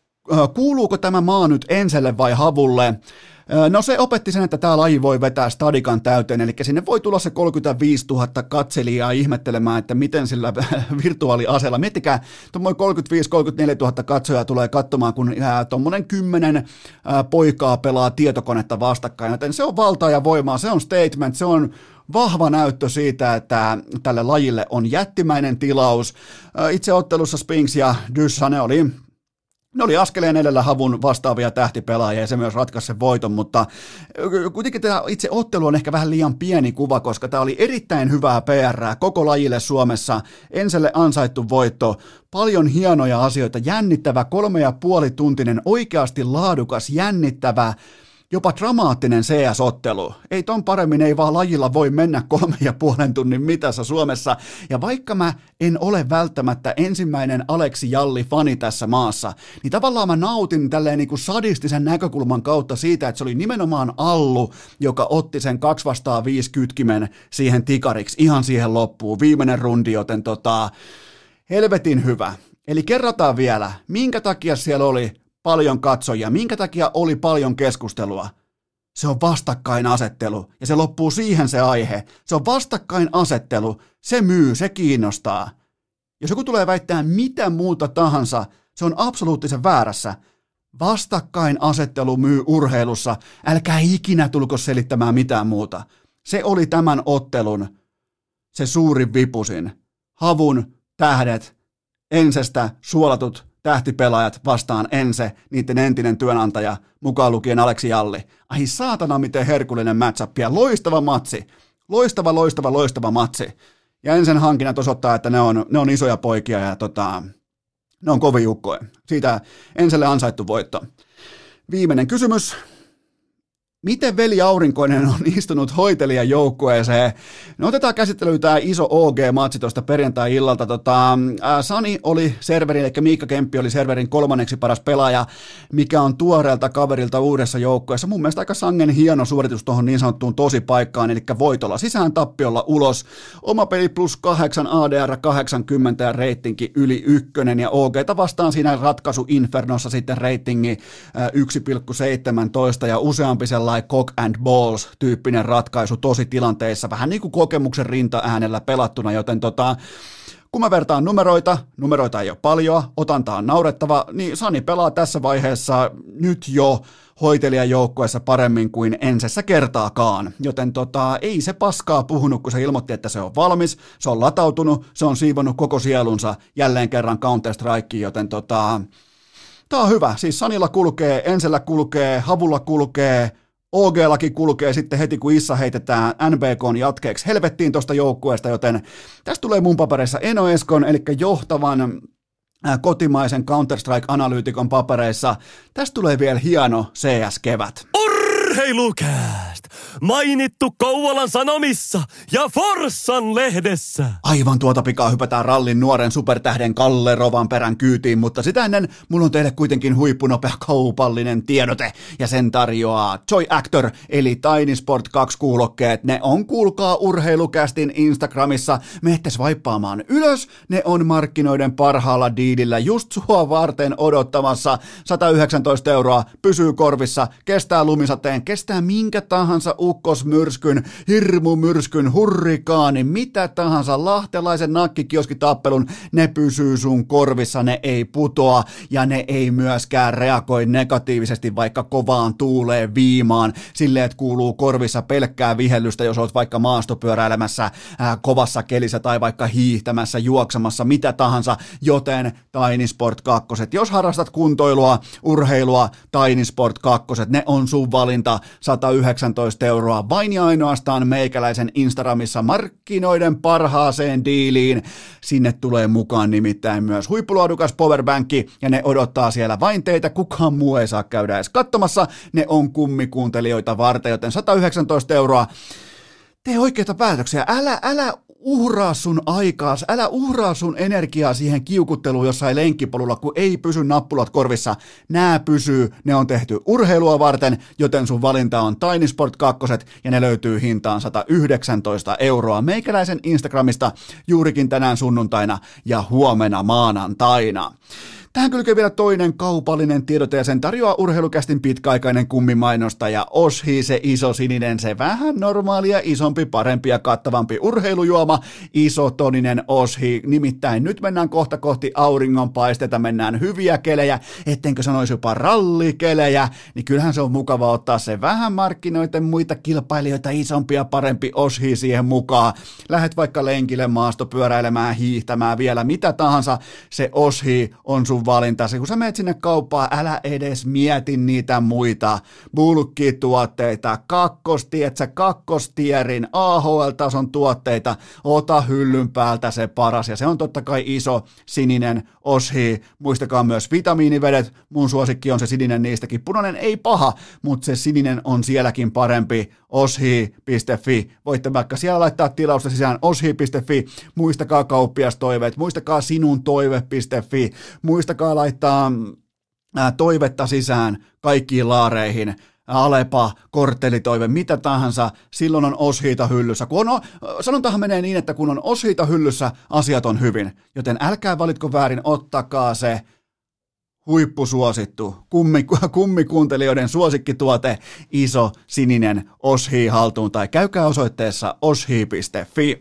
Kuuluuko tämä maa nyt Enselle vai Havulle? No se opetti sen, että tämä laji voi vetää stadikan täyteen, eli sinne voi tulla se kolmekymmentäviisituhatta katselijaa ihmettelemään, että miten sillä virtuaaliaseella, miettikää, tuommoinen kolmekymmentäviisi kolmekymmentäneljätuhatta katsojaa tulee katsomaan, kun tuommoinen kymmenen poikaa pelaa tietokonetta vastakkain, joten se on valtaa ja voimaa, se on statement, se on vahva näyttö siitä, että tälle lajille on jättimäinen tilaus. Itse ottelussa Spinks ja Dyssa, ne oli Ne oli askeleen edellä Havun vastaavia tähtipelaajia ja se myös ratkaisi sen voiton, mutta kuitenkin tämä itse ottelu on ehkä vähän liian pieni kuva, koska tämä oli erittäin hyvää P R:ää koko lajille Suomessa. Enselle ansaittu voitto, paljon hienoja asioita, jännittävä kolme ja puoli tuntinen, oikeasti laadukas, jännittävä, jopa dramaattinen C S-ottelu. Ei ton paremmin, ei vaan lajilla voi mennä kolme ja puolen tunnin mitassa Suomessa. Ja vaikka mä en ole välttämättä ensimmäinen Aleksi Jalli-fani tässä maassa, niin tavallaan mä nautin tälleen niin kuin sadistisen näkökulman kautta siitä, että se oli nimenomaan Allu, joka otti sen kaksi vastaan viisi kytkimen siihen tikariksi, ihan siihen loppuun. Viimeinen rundi, joten tota, helvetin hyvä. Eli kerrataan vielä, minkä takia siellä oli paljon katsojia. Minkä takia oli paljon keskustelua? Se on vastakkainasettelu ja se loppuu siihen se aihe. Se on vastakkainasettelu, se myy, se kiinnostaa. Jos joku tulee väittää mitä muuta tahansa, se on absoluuttisen väärässä. Vastakkainasettelu myy urheilussa, älkää ikinä tulko selittämään mitään muuta. Se oli tämän ottelun se suurin vipusin. Havun tähdet, Ensestä suolatut tähtipelaajat vastaan Ense, niiden entinen työnantaja, mukaan lukien Aleksi Jalli. Ai saatana, miten herkullinen match-up ja loistava matsi. Loistava, loistava, loistava matsi. Ja Ensen hankinnat osoittaa, että ne on, ne on isoja poikia ja tota, ne on kovin jukkoja. Siitä Enselle ansaittu voitto. Viimeinen kysymys. Miten veli Aurinkoinen on istunut hoitelijan joukkueeseen? No otetaan käsittelyyn tämä iso O G-matsi tuosta perjantai-illalta. Tota, ää, Sani oli serverin, eli Miikka Kemppi oli serverin kolmanneksi paras pelaaja, mikä on tuoreelta kaverilta uudessa joukkueessa. Mun mielestä aika sangen hieno suoritus tuohon niin sanottuun tosipaikkaan, eli voitolla sisään, tappiolla ulos. Oma peli plus kahdeksan, A D R kahdeksankymmentä ja reitinki yli ykkönen, ja O G:ta vastaan siinä ratkaisu Infernossa sitten reitingi yksi pilkku seitsemäntoista ja useampi sellainen cock and balls -tyyppinen ratkaisu tosi tilanteissa, vähän niin kuin kokemuksen rintaäänellä pelattuna, joten tota, kun mä vertaan numeroita, numeroita ei ole paljon, otanta on naurettava, niin Sani pelaa tässä vaiheessa nyt jo hoitelijan joukkueessa paremmin kuin Ensessä kertaakaan, joten tota, ei se paskaa puhunut, kun se ilmoitti, että se on valmis, se on latautunut, se on siivonnut koko sielunsa jälleen kerran Counter-Strikeen, joten tota, tää on hyvä, siis Sanilla kulkee, Ensellä kulkee, Havulla kulkee, O G:llakin kulkee sitten heti, kun Issa heitetään N B K:n jatkeeksi helvettiin tuosta joukkueesta, joten tästä tulee mun papereissa Eno Eskon, eli johtavan kotimaisen Counter-Strike-analyytikon papereissa. Tästä tulee vielä hieno C S-kevät. Urheilukääst! Mainittu Kouvolan Sanomissa ja Forssan lehdessä. Aivan tuota pikaa hypätään rallin nuoren supertähden Kalle Rovanperän kyytiin, mutta sitä ennen mulla on teille kuitenkin huippunopea kaupallinen tiedote, ja sen tarjoaa Joy Actor eli Tiny Sport kaksi kuulokkeet. Ne on, kuulkaa, Urheilukästin Instagramissa. Menette swaippaamaan ylös, ne on markkinoiden parhaalla diilillä just sua varten odottamassa. sata yhdeksäntoista euroa, pysyy korvissa, kestää lumisateen, kestää minkä tahansa ukkosmyrskyn, hirmumyrskyn, hurrikaanin, mitä tahansa, lahtelaisen nakkikioskitappelun, ne pysyy sun korvissa, ne ei putoa ja ne ei myöskään reagoi negatiivisesti vaikka kovaan tuuleen viimaan, silleen, että kuuluu korvissa pelkkää vihellystä, jos olet vaikka maastopyöräilemässä ää, kovassa kelissä tai vaikka hiihtämässä, juoksamassa, mitä tahansa, joten Tiny Sport kaksi. Jos harrastat kuntoilua, urheilua, Tiny Sport kaksi, ne on sun valinta, sata yhdeksäntoista kahdeksantoista euroa vain ja ainoastaan meikäläisen Instagramissa markkinoiden parhaaseen diiliin. Sinne tulee mukaan nimittäin myös huippuluodukas powerbankki ja ne odottaa siellä vain teitä. Kukaan muu ei saa käydä edes katsomassa. Ne on kummikuuntelijoita varten, joten sata yhdeksäntoista euroa. Tee oikeita päätöksiä. Älä, älä uhraa sun aikaas, älä uhraa sun energiaa siihen kiukutteluun jossain lenkkipolulla, kun ei pysy nappulat korvissa. Nää pysyy, ne on tehty urheilua varten, joten sun valinta on Tiny Sport kaksi ja ne löytyy hintaan sata yhdeksäntoista euroa meikäläisen Instagramista juurikin tänään sunnuntaina ja huomenna maanantaina. Tähän kylkee vielä toinen kaupallinen tiedote ja sen tarjoaa Urheilukästin pitkäaikainen kummimainostaja Oshi, se iso sininen, se vähän normaalia, isompi, parempi ja kattavampi urheilujuoma, isotoninen Oshi. Nimittäin nyt mennään kohta kohti auringonpaisteita, mennään hyviä kelejä, ettenkö sanoisi jopa rallikelejä, niin kyllähän se on mukava ottaa se vähän markkinoiden muita kilpailijoita isompi ja parempi Oshi siihen mukaan. Lähet vaikka lenkille, maastopyöräilemään, hiihtämään, vielä mitä tahansa, se Oshi on sun valinta. Se, kun sä menet sinne kauppaan, älä edes mieti niitä muita bulkkituotteita, kakkostietsä, kakkostierin, A H L-tason tuotteita, ota hyllyn päältä se paras, ja se on totta kai iso sininen Oshi. Muistakaa myös vitamiinivedet, mun suosikki on se sininen niistäkin, punainen ei paha, mutta se sininen on sielläkin parempi, oshi piste fi, voitte vaikka siellä laittaa tilausta sisään oshi piste fi, muistakaa kauppiastoiveet, muistakaa sinun toive piste fi, muistakaa laittaa ää, toivetta sisään kaikkiin laareihin, Alepa, korttelitoive, mitä tahansa, silloin on Oshita hyllyssä. Kun on, sanontahan menee niin, että kun on Oshita hyllyssä, asiat on hyvin, joten älkää valitko väärin, ottakaa se huippusuosittu, kummi, kummikuuntelijoiden suosikkituote, iso sininen Oshi haltuun, tai käykää osoitteessa oshi piste fi.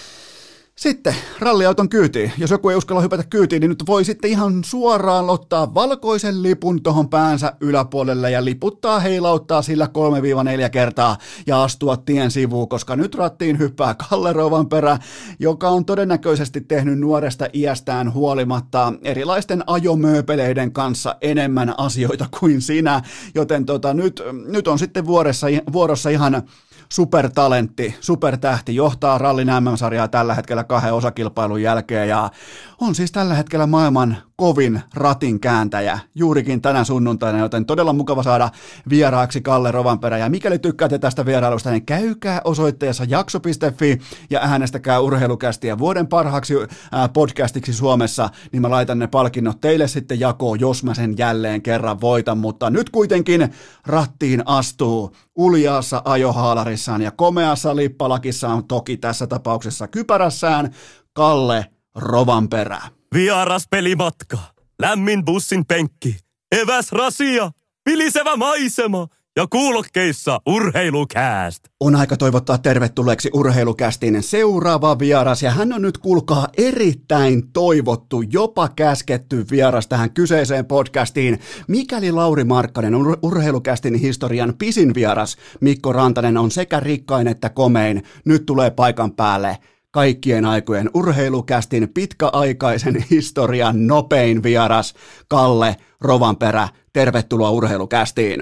Sitten ralliauton kyytiin. Jos joku ei uskalla hypätä kyytiin, niin nyt voi sitten ihan suoraan ottaa valkoisen lipun tuohon päänsä yläpuolelle ja liputtaa, heilauttaa sillä kolme neljä kertaa ja astua tien sivuun, koska nyt rattiin hyppää Kalle Rovanperä, joka on todennäköisesti tehnyt nuoresta iästään huolimatta erilaisten ajomööpeleiden kanssa enemmän asioita kuin sinä, joten tota, nyt, nyt on sitten vuorossa, vuorossa ihan supertalentti, supertähti, johtaa rallin M M-sarjaa tällä hetkellä kahden osakilpailun jälkeen ja on siis tällä hetkellä maailman kovin ratin kääntäjä juurikin tänä sunnuntaina, joten todella mukava saada vieraaksi Kalle Rovanperä. Ja mikäli tykkäätte tästä vierailusta, niin käykää osoitteessa jakso piste fi ja äänestäkää Urheilukästiä vuoden parhaaksi podcastiksi Suomessa, niin mä laitan ne palkinnot teille sitten jakoon, jos mä sen jälleen kerran voitan. Mutta nyt kuitenkin rattiin astuu uljaassa ajohaalarissaan ja komeassa lippalakissaan, toki tässä tapauksessa kypärässään, Kalle Rovanperä. Vieras pelimatka, lämmin bussin penkki, eväs rasia, vilisevä maisema ja kuulokkeissa Urheilukääst. On aika toivottaa tervetulleeksi Urheilukästin seuraava vieras ja hän on nyt kuulkaa erittäin toivottu, jopa käsketty vieras tähän kyseiseen podcastiin. Mikäli Lauri Markkanen on Urheilukästin historian pisin vieras, Mikko Rantanen on sekä rikkain että komein. Nyt tulee paikan päälle kaikkien aikojen Urheilukästin pitkäaikaisen historian nopein vieras Kalle Rovanperä. Tervetuloa Urheilukästiin.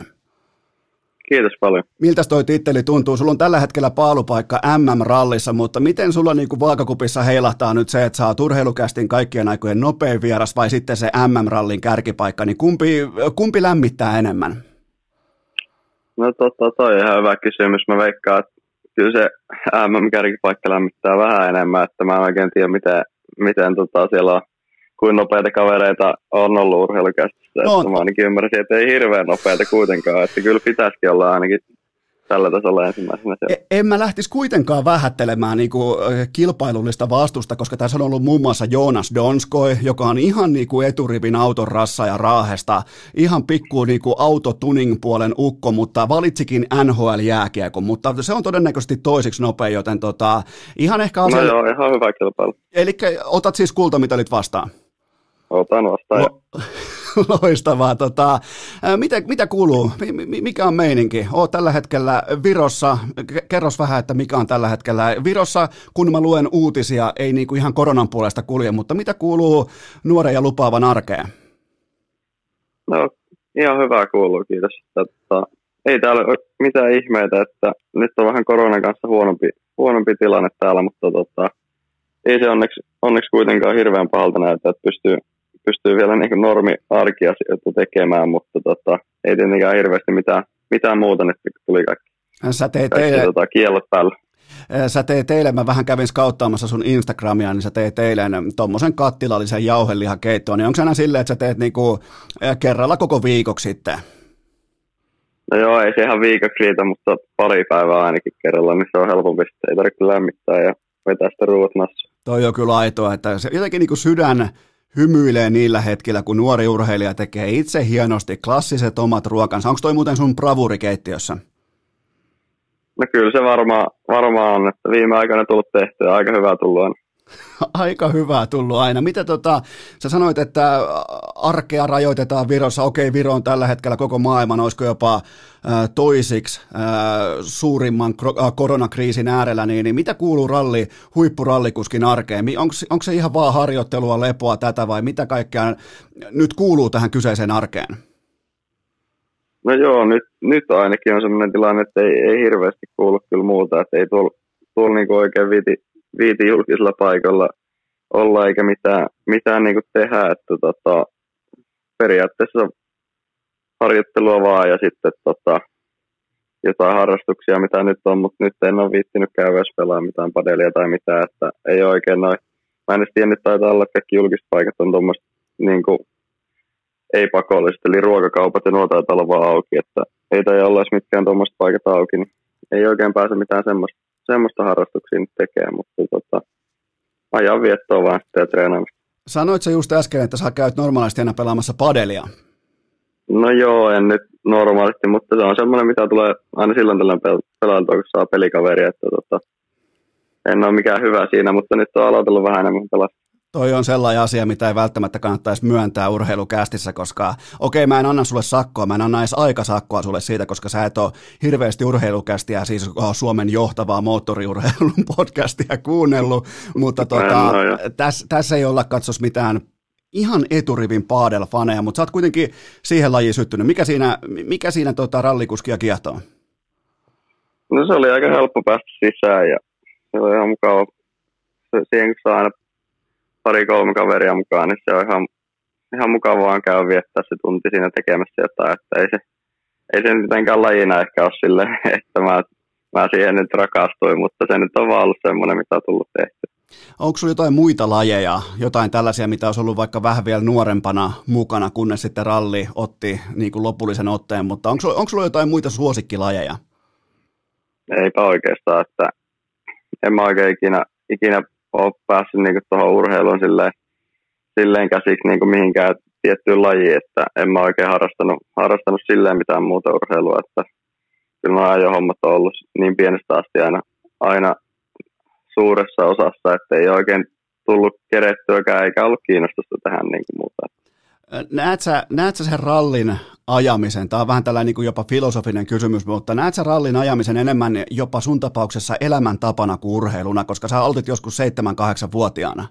Kiitos paljon. Miltäs toi titteli tuntuu? Sulla on tällä hetkellä paalupaikka M M-rallissa, mutta miten sulla niinku vaakakupissa heilahtaa nyt se, että sä oot Urheilukästin kaikkien aikojen nopein vieras vai sitten se M M-rallin kärkipaikka, niin kumpi, kumpi lämmittää enemmän? No totta, toi on ihan hyvä kysymys. Mä veikkaan, että kyllä se M M-kärkipaikka lämmittää vähän enemmän, että mä en oikein tiedä, miten, miten tota, siellä on, kuin nopeita kavereita on ollut Urheilukästissä. No. Mä ainakin ymmärsin, että ei hirveän nopeita kuitenkaan, että kyllä pitäisikin olla ainakin tällä tasolla ensimmäisenä siellä. En mä lähtisi kuitenkaan vähättelemään niinku kilpailullista vastusta, koska tässä on ollut muun muassa Jonas Donskoi, joka on ihan niinku eturivin auton rassa ja raahesta, ihan pikku niinku autotuning-puolen ukko, mutta valitsikin N H L-jääkiekon, mutta se on todennäköisesti toisiksi nopein, joten tota, ihan ehkä asia... No joo, ihan hyvä kilpailu. Eli otat siis kultamitalit vastaan? Otan vastaan. Lo- Loistavaa. Tota, mitä, mitä kuuluu? Mikä on meininki? Oot tällä hetkellä Virossa. Kerros vähän, että mikä on tällä hetkellä Virossa, kun mä luen uutisia, ei niinku ihan koronan puolesta kulje, mutta mitä kuuluu nuoren ja lupaavan arkeen? No ihan hyvää kuuluu, kiitos. Tota, ei täällä ole mitään ihmeitä, että nyt on vähän koronan kanssa huonompi, huonompi tilanne täällä, mutta tota, ei se onneksi, onneksi kuitenkaan hirveän pahalta näytä, että pystyy, pystyy vielä niin normi-arkiasioita tekemään, mutta tota, ei tietenkään hirveästi mitään, mitään muuta nyt, kun tuli kaikki, Sä teet kaikki teille, tota, kiellot päällä. Sä teet eilen, mä vähän kävin skauttaamassa sun Instagramia, niin sä teet eilen tommosen kattilallisen jauhelihakeittoon, niin onko se aina silleen, että sä teet niinku kerralla koko viikoksi sitten? No joo, ei se ihan viikoksi riitä, mutta pari päivää ainakin kerralla, niin se on helpompi, ei tarvitse lämmittää ja vetää sitä ruuat nassuun. Toi on kyllä aitoa, että se jotenkin niinku sydän hymyilee niillä hetkillä, kun nuori urheilija tekee itse hienosti klassiset omat ruokansa. Onko toi muuten sun bravurikeittiössä? No kyllä se varmaan varmaa on, että viime aikoina tullut tehtyä ja aika hyvää tullut aina. Aika hyvää tullut aina. Mitä tota, sä sanoit, että arkea rajoitetaan Virossa. Okei, Viro on tällä hetkellä koko maailman, olisiko jopa äh, toisiksi äh, suurimman kro- äh, koronakriisin äärellä, niin, niin mitä kuuluu ralli, huippurallikuskin arkeen? Onko se ihan vaan harjoittelua, lepoa, tätä vai mitä kaikkea nyt kuuluu tähän kyseiseen arkeen? No joo, nyt, nyt ainakin on sellainen tilanne, että ei, ei hirveästi kuulu kyllä muuta, että ei tuolla, tuolla niinku oikein viiti, viiti julkisella paikalla olla eikä mitään, mitään niinku tehdä, että tota, periaatteessa harjoittelua vaan ja sitten tota, jotain harrastuksia, mitä nyt on, mutta nyt en ole viittinyt käydä edes pelaa mitään padelia tai mitään, että ei oikein noin. Mä en tiedä, nyt taitaa olla, että kaikki julkiset paikat on tuommoista niinku ei pakollisesti, eli ruokakaupat ja nuo taitaa olla vaan auki, että ei tai olla edes mitkään tuommoiset paikat auki, niin ei oikein pääse mitään semmoista, semmoista harrastuksia nyt tekemään, mutta tota, ajan viettoa vaan sitten ja treenaamista. Sanoit sä just äsken, että sä käyt normaalisti aina pelaamassa padelia? No joo, en nyt normaalisti, mutta se on semmoinen, mitä tulee aina silloin tällöin pelailtua, kun saa pelikaveria, että tota, en ole mikään hyvä siinä, mutta nyt on aloitellut vähän enemmän pelata. Toi on sellainen asia, mitä ei välttämättä kannattaisi myöntää urheilukästissä, koska okei, mä en anna sulle sakkoa, mä en anna edes aikasakkoa sulle siitä, koska sä et ole hirveästi urheilukästiä, siis Suomen johtavaa moottoriurheilun podcastia kuunnellut, mutta tota, no, tässä täs ei olla katsos mitään ihan eturivin paadel-faneja, mutta sä oot kuitenkin siihen lajiin syttynyt. Mikä siinä, mikä siinä tota, rallikuskia kiehtoo? No se oli aika helppo päästä sisään ja se oli ihan mukava. Siihen kun saa aina pari-kolme kaveria mukaan, niin se on ihan, ihan mukavaa käydä viettää se tunti siinä tekemässä jotain, että ei se, ei se nyt mitenkään lajina ehkä ole silleen, että mä, mä siihen nyt rakastuin, mutta se nyt on vaan ollut semmoinen, mitä on tullut tehty. Onko sinulla jotain muita lajeja, jotain tällaisia, mitä olisi ollut vaikka vähän vielä nuorempana mukana, kunnes sitten ralli otti niin kuin lopullisen otteen, mutta onko, onko sinulla jotain muita suosikkilajeja? Eipä oikeastaan, että en mä oikein ikinä, ikinä ole päässyt niinku tuohon urheiluun silleen, silleen käsiksi niinku mihinkään tiettyyn lajiin, että en mä oikein harrastanut, harrastanut silleen mitään muuta urheilua, että kyllä nämä ajohommat on ollut niin pienestä asti aina, aina suuressa osassa, että ei oikein tullut kerettyäkään eikä ollut kiinnostusta tähän niin kuin muuta. Näet sä, näet sä sen rallin ajamisen, tämä on vähän tällainen niin kuin jopa filosofinen kysymys, mutta näet sä rallin ajamisen enemmän jopa sun tapauksessa elämäntapana kuin urheiluna, koska sä aloitit joskus seitsemän kahdeksan vuotiaana?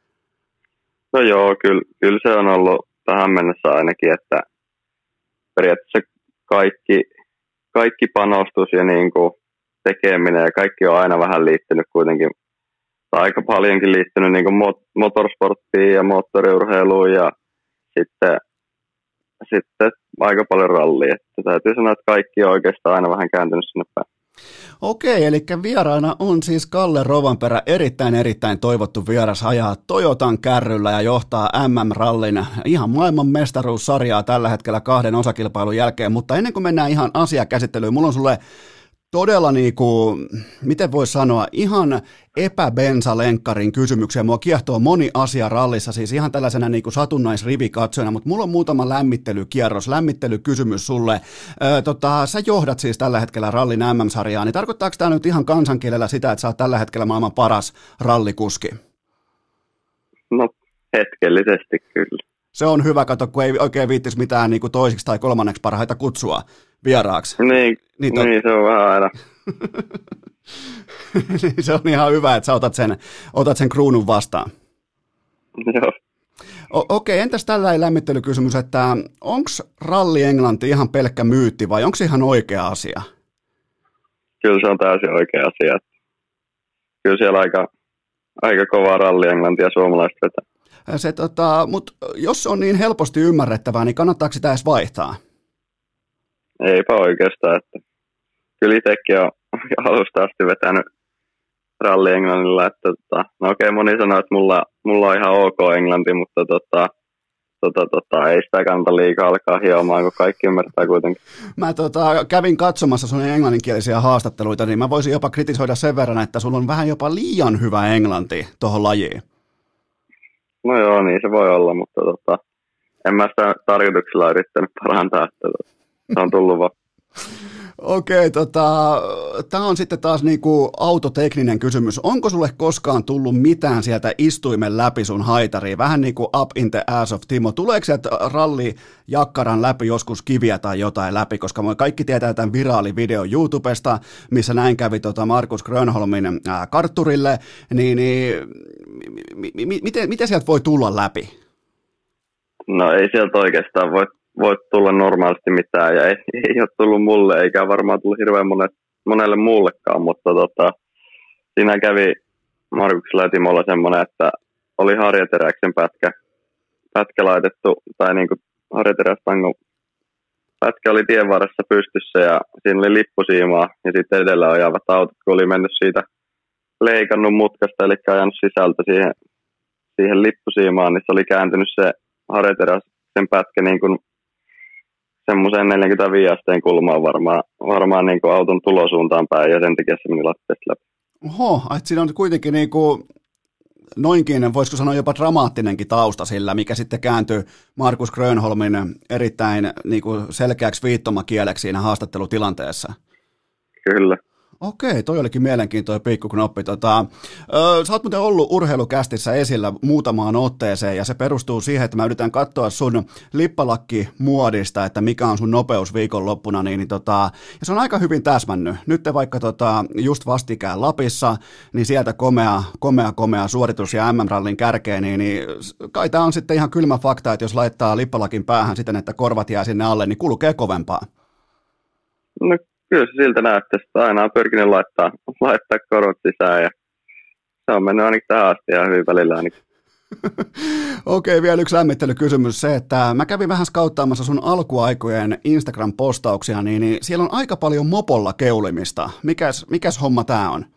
No joo, kyllä, kyllä se on ollut tähän mennessä ainakin, että periaatteessa kaikki, kaikki panostus ja niin kuin tekeminen ja kaikki on aina vähän liittynyt kuitenkin, tai aika paljonkin liittynyt niin kuin motorsporttiin ja moottoriurheiluun ja sitten, sitten aika paljon rallia. Että täytyy sanoa, että kaikki on oikeastaan aina vähän kääntynyt sinne päin. Okei, eli vieraana on siis Kalle Rovanperä, erittäin erittäin toivottu vieras, ajaa Toyotan kärryllä ja johtaa M M-rallin ihan maailman mestaruussarjaa tällä hetkellä kahden osakilpailun jälkeen, mutta ennen kuin mennään ihan asiakäsittelyyn, mulla on sulle todella niinku, miten voi sanoa, ihan epäbensalenkkarin kysymyksiä. Mua kiehtoo moni asia rallissa, siis ihan tällaisena niinku satunnaisrivikatsojana, mutta mulla on muutama lämmittelykierros, lämmittelykysymys sulle. Öö, tota, sä johdat siis tällä hetkellä rallin M M-sarjaa, niin tarkoittaako tämä nyt ihan kansankielellä sitä, että sä oot tällä hetkellä maailman paras rallikuski? No, hetkellisesti kyllä. Se on hyvä, kato, kun ei oikein viittisi mitään niin kuin toisiksi tai kolmanneksi parhaita kutsua vieraaksi. Niin, niin, to... niin se on vähän aina. Se on ihan hyvä, että sä otat sen, otat sen kruunun vastaan. Joo. O- Okei, entäs tällainen lämmittelykysymys, että onko ralli Englanti ihan pelkkä myytti vai onko se ihan oikea asia? Kyllä se on täysin oikea asia. Kyllä siellä aika, aika kovaa ralli Englantia suomalaiset vetää. Se, tota, mutta jos se on niin helposti ymmärrettävää, niin kannattaako sitä edes vaihtaa? Eipä oikeastaan. Että kyllä itsekin on alusta asti vetänyt ralli Englannilla. Että, tota, no okei, moni sanoo, että mulla, mulla on ihan ok englanti, mutta tota, tota, tota, ei sitä kannata liikaa alkaa hiomaan, kun kaikki ymmärtää kuitenkin. Mä tota, kävin katsomassa sun englanninkielisiä haastatteluita, niin mä voisin jopa kritisoida sen verran, että sulla on vähän jopa liian hyvä englanti tuohon lajiin. No joo, niin se voi olla, mutta tota, en mä sitä tarkoituksella yrittänyt parantaa, että tota, se on tullut vaan. Okei, tota, tämä on sitten taas niinku autotekninen kysymys. Onko sulle koskaan tullut mitään sieltä istuimen läpi sun haitariin? Vähän niin kuin up in the ass of Timo. Tuleeko sieltä rallijakkaran läpi joskus kiviä tai jotain läpi? Koska me kaikki tietää tämän viraalivideon YouTubesta, missä näin kävi tota Markus Grönholmin ää, kartturille. Niin, niin mi, mi, mi, miten, miten sieltä voi tulla läpi? No ei sieltä oikeastaan voi voi tulla normaalisti mitään, ja ei, ei ole tullut mulle, eikä varmaan tullut hirveän monet, monelle muullekaan, mutta tota, siinä kävi Markuksella ja Timolla semmoinen, että oli harjateräksen pätkä, pätkä laitettu, tai niin kuin harjaterästangon pätkä oli tien varressa pystyssä, ja siinä oli lippusiimaa, ja sitten edellä ajavat autot, kun oli mennyt siitä leikannut mutkasta, eli ajanut sisältä siihen, siihen lippusiimaan, niin se oli kääntynyt se harjateräksen pätkä niin kuin semmoiseen neljäkymmentäviisi asteen kulmaan varmaan, varmaan niin kuin auton tulosuuntaan päin, ja sen takia se meni lattiasta läpi. Oho, että siinä on kuitenkin niin kuin noinkin, voisiko sanoa jopa dramaattinenkin tausta sillä, mikä sitten kääntyy Markus Grönholmin erittäin niin kuin selkeäksi viittomakieleksi siinä haastattelutilanteessa. Kyllä. Okei, toi olikin mielenkiintoinen pikkuknoppi. Tota, ö, sä oot muuten ollut urheilukästissä esillä muutamaan otteeseen, ja se perustuu siihen, että mä yritän katsoa sun lippalakkimuodista, että mikä on sun nopeus viikonloppuna, niin, niin tota, ja se on aika hyvin täsmännyt. Nyt te vaikka tota, just vastikään Lapissa, niin sieltä komea, komea, komea suoritus ja M M-rallin kärkeen, niin, niin kai tää on sitten ihan kylmä fakta, että jos laittaa lippalakin päähän siten, että korvat jää sinne alle, niin kulkee kovempaa. No. Kyllä se siltä näyttää, että aina on pyrkinyt laittaa, laittaa korvat sisään, ja se on mennyt ainakin tähän asti ihan hyvin välillä ainakin. Okei, vielä yksi lämmittelykysymys se, että mä kävin vähän skauttaamassa sun alkuaikojen Instagram-postauksia, niin, niin siellä on aika paljon mopolla keulimista. Mikäs, mikäs homma tää on?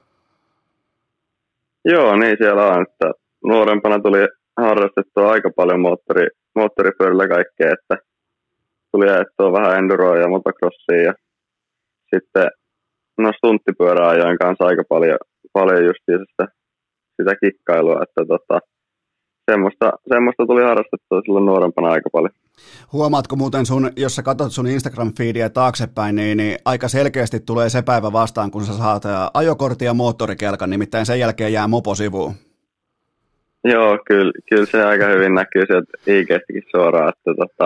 Joo, niin siellä on, että nuorempana tuli harrastettua aika paljon moottori, moottoripyörillä kaikkea, että tuli ajettua vähän enduroa ja motocrossia, ja sitten no stunttipyöräajoin kanssa aika paljon, paljon justiin sitä, sitä kikkailua, että tota, semmoista, semmoista tuli harrastettua silloin nuorempana aika paljon. Huomaatko muuten sun, jos sä katsot sun Instagram-feediä taaksepäin, niin, niin aika selkeästi tulee se päivä vastaan, kun sä saat ajokortin ja moottorikelkan, nimittäin sen jälkeen jää mopo sivuun. Joo, kyllä, kyllä se aika hyvin näkyy sieltä I G:stäkin suoraan, että tota,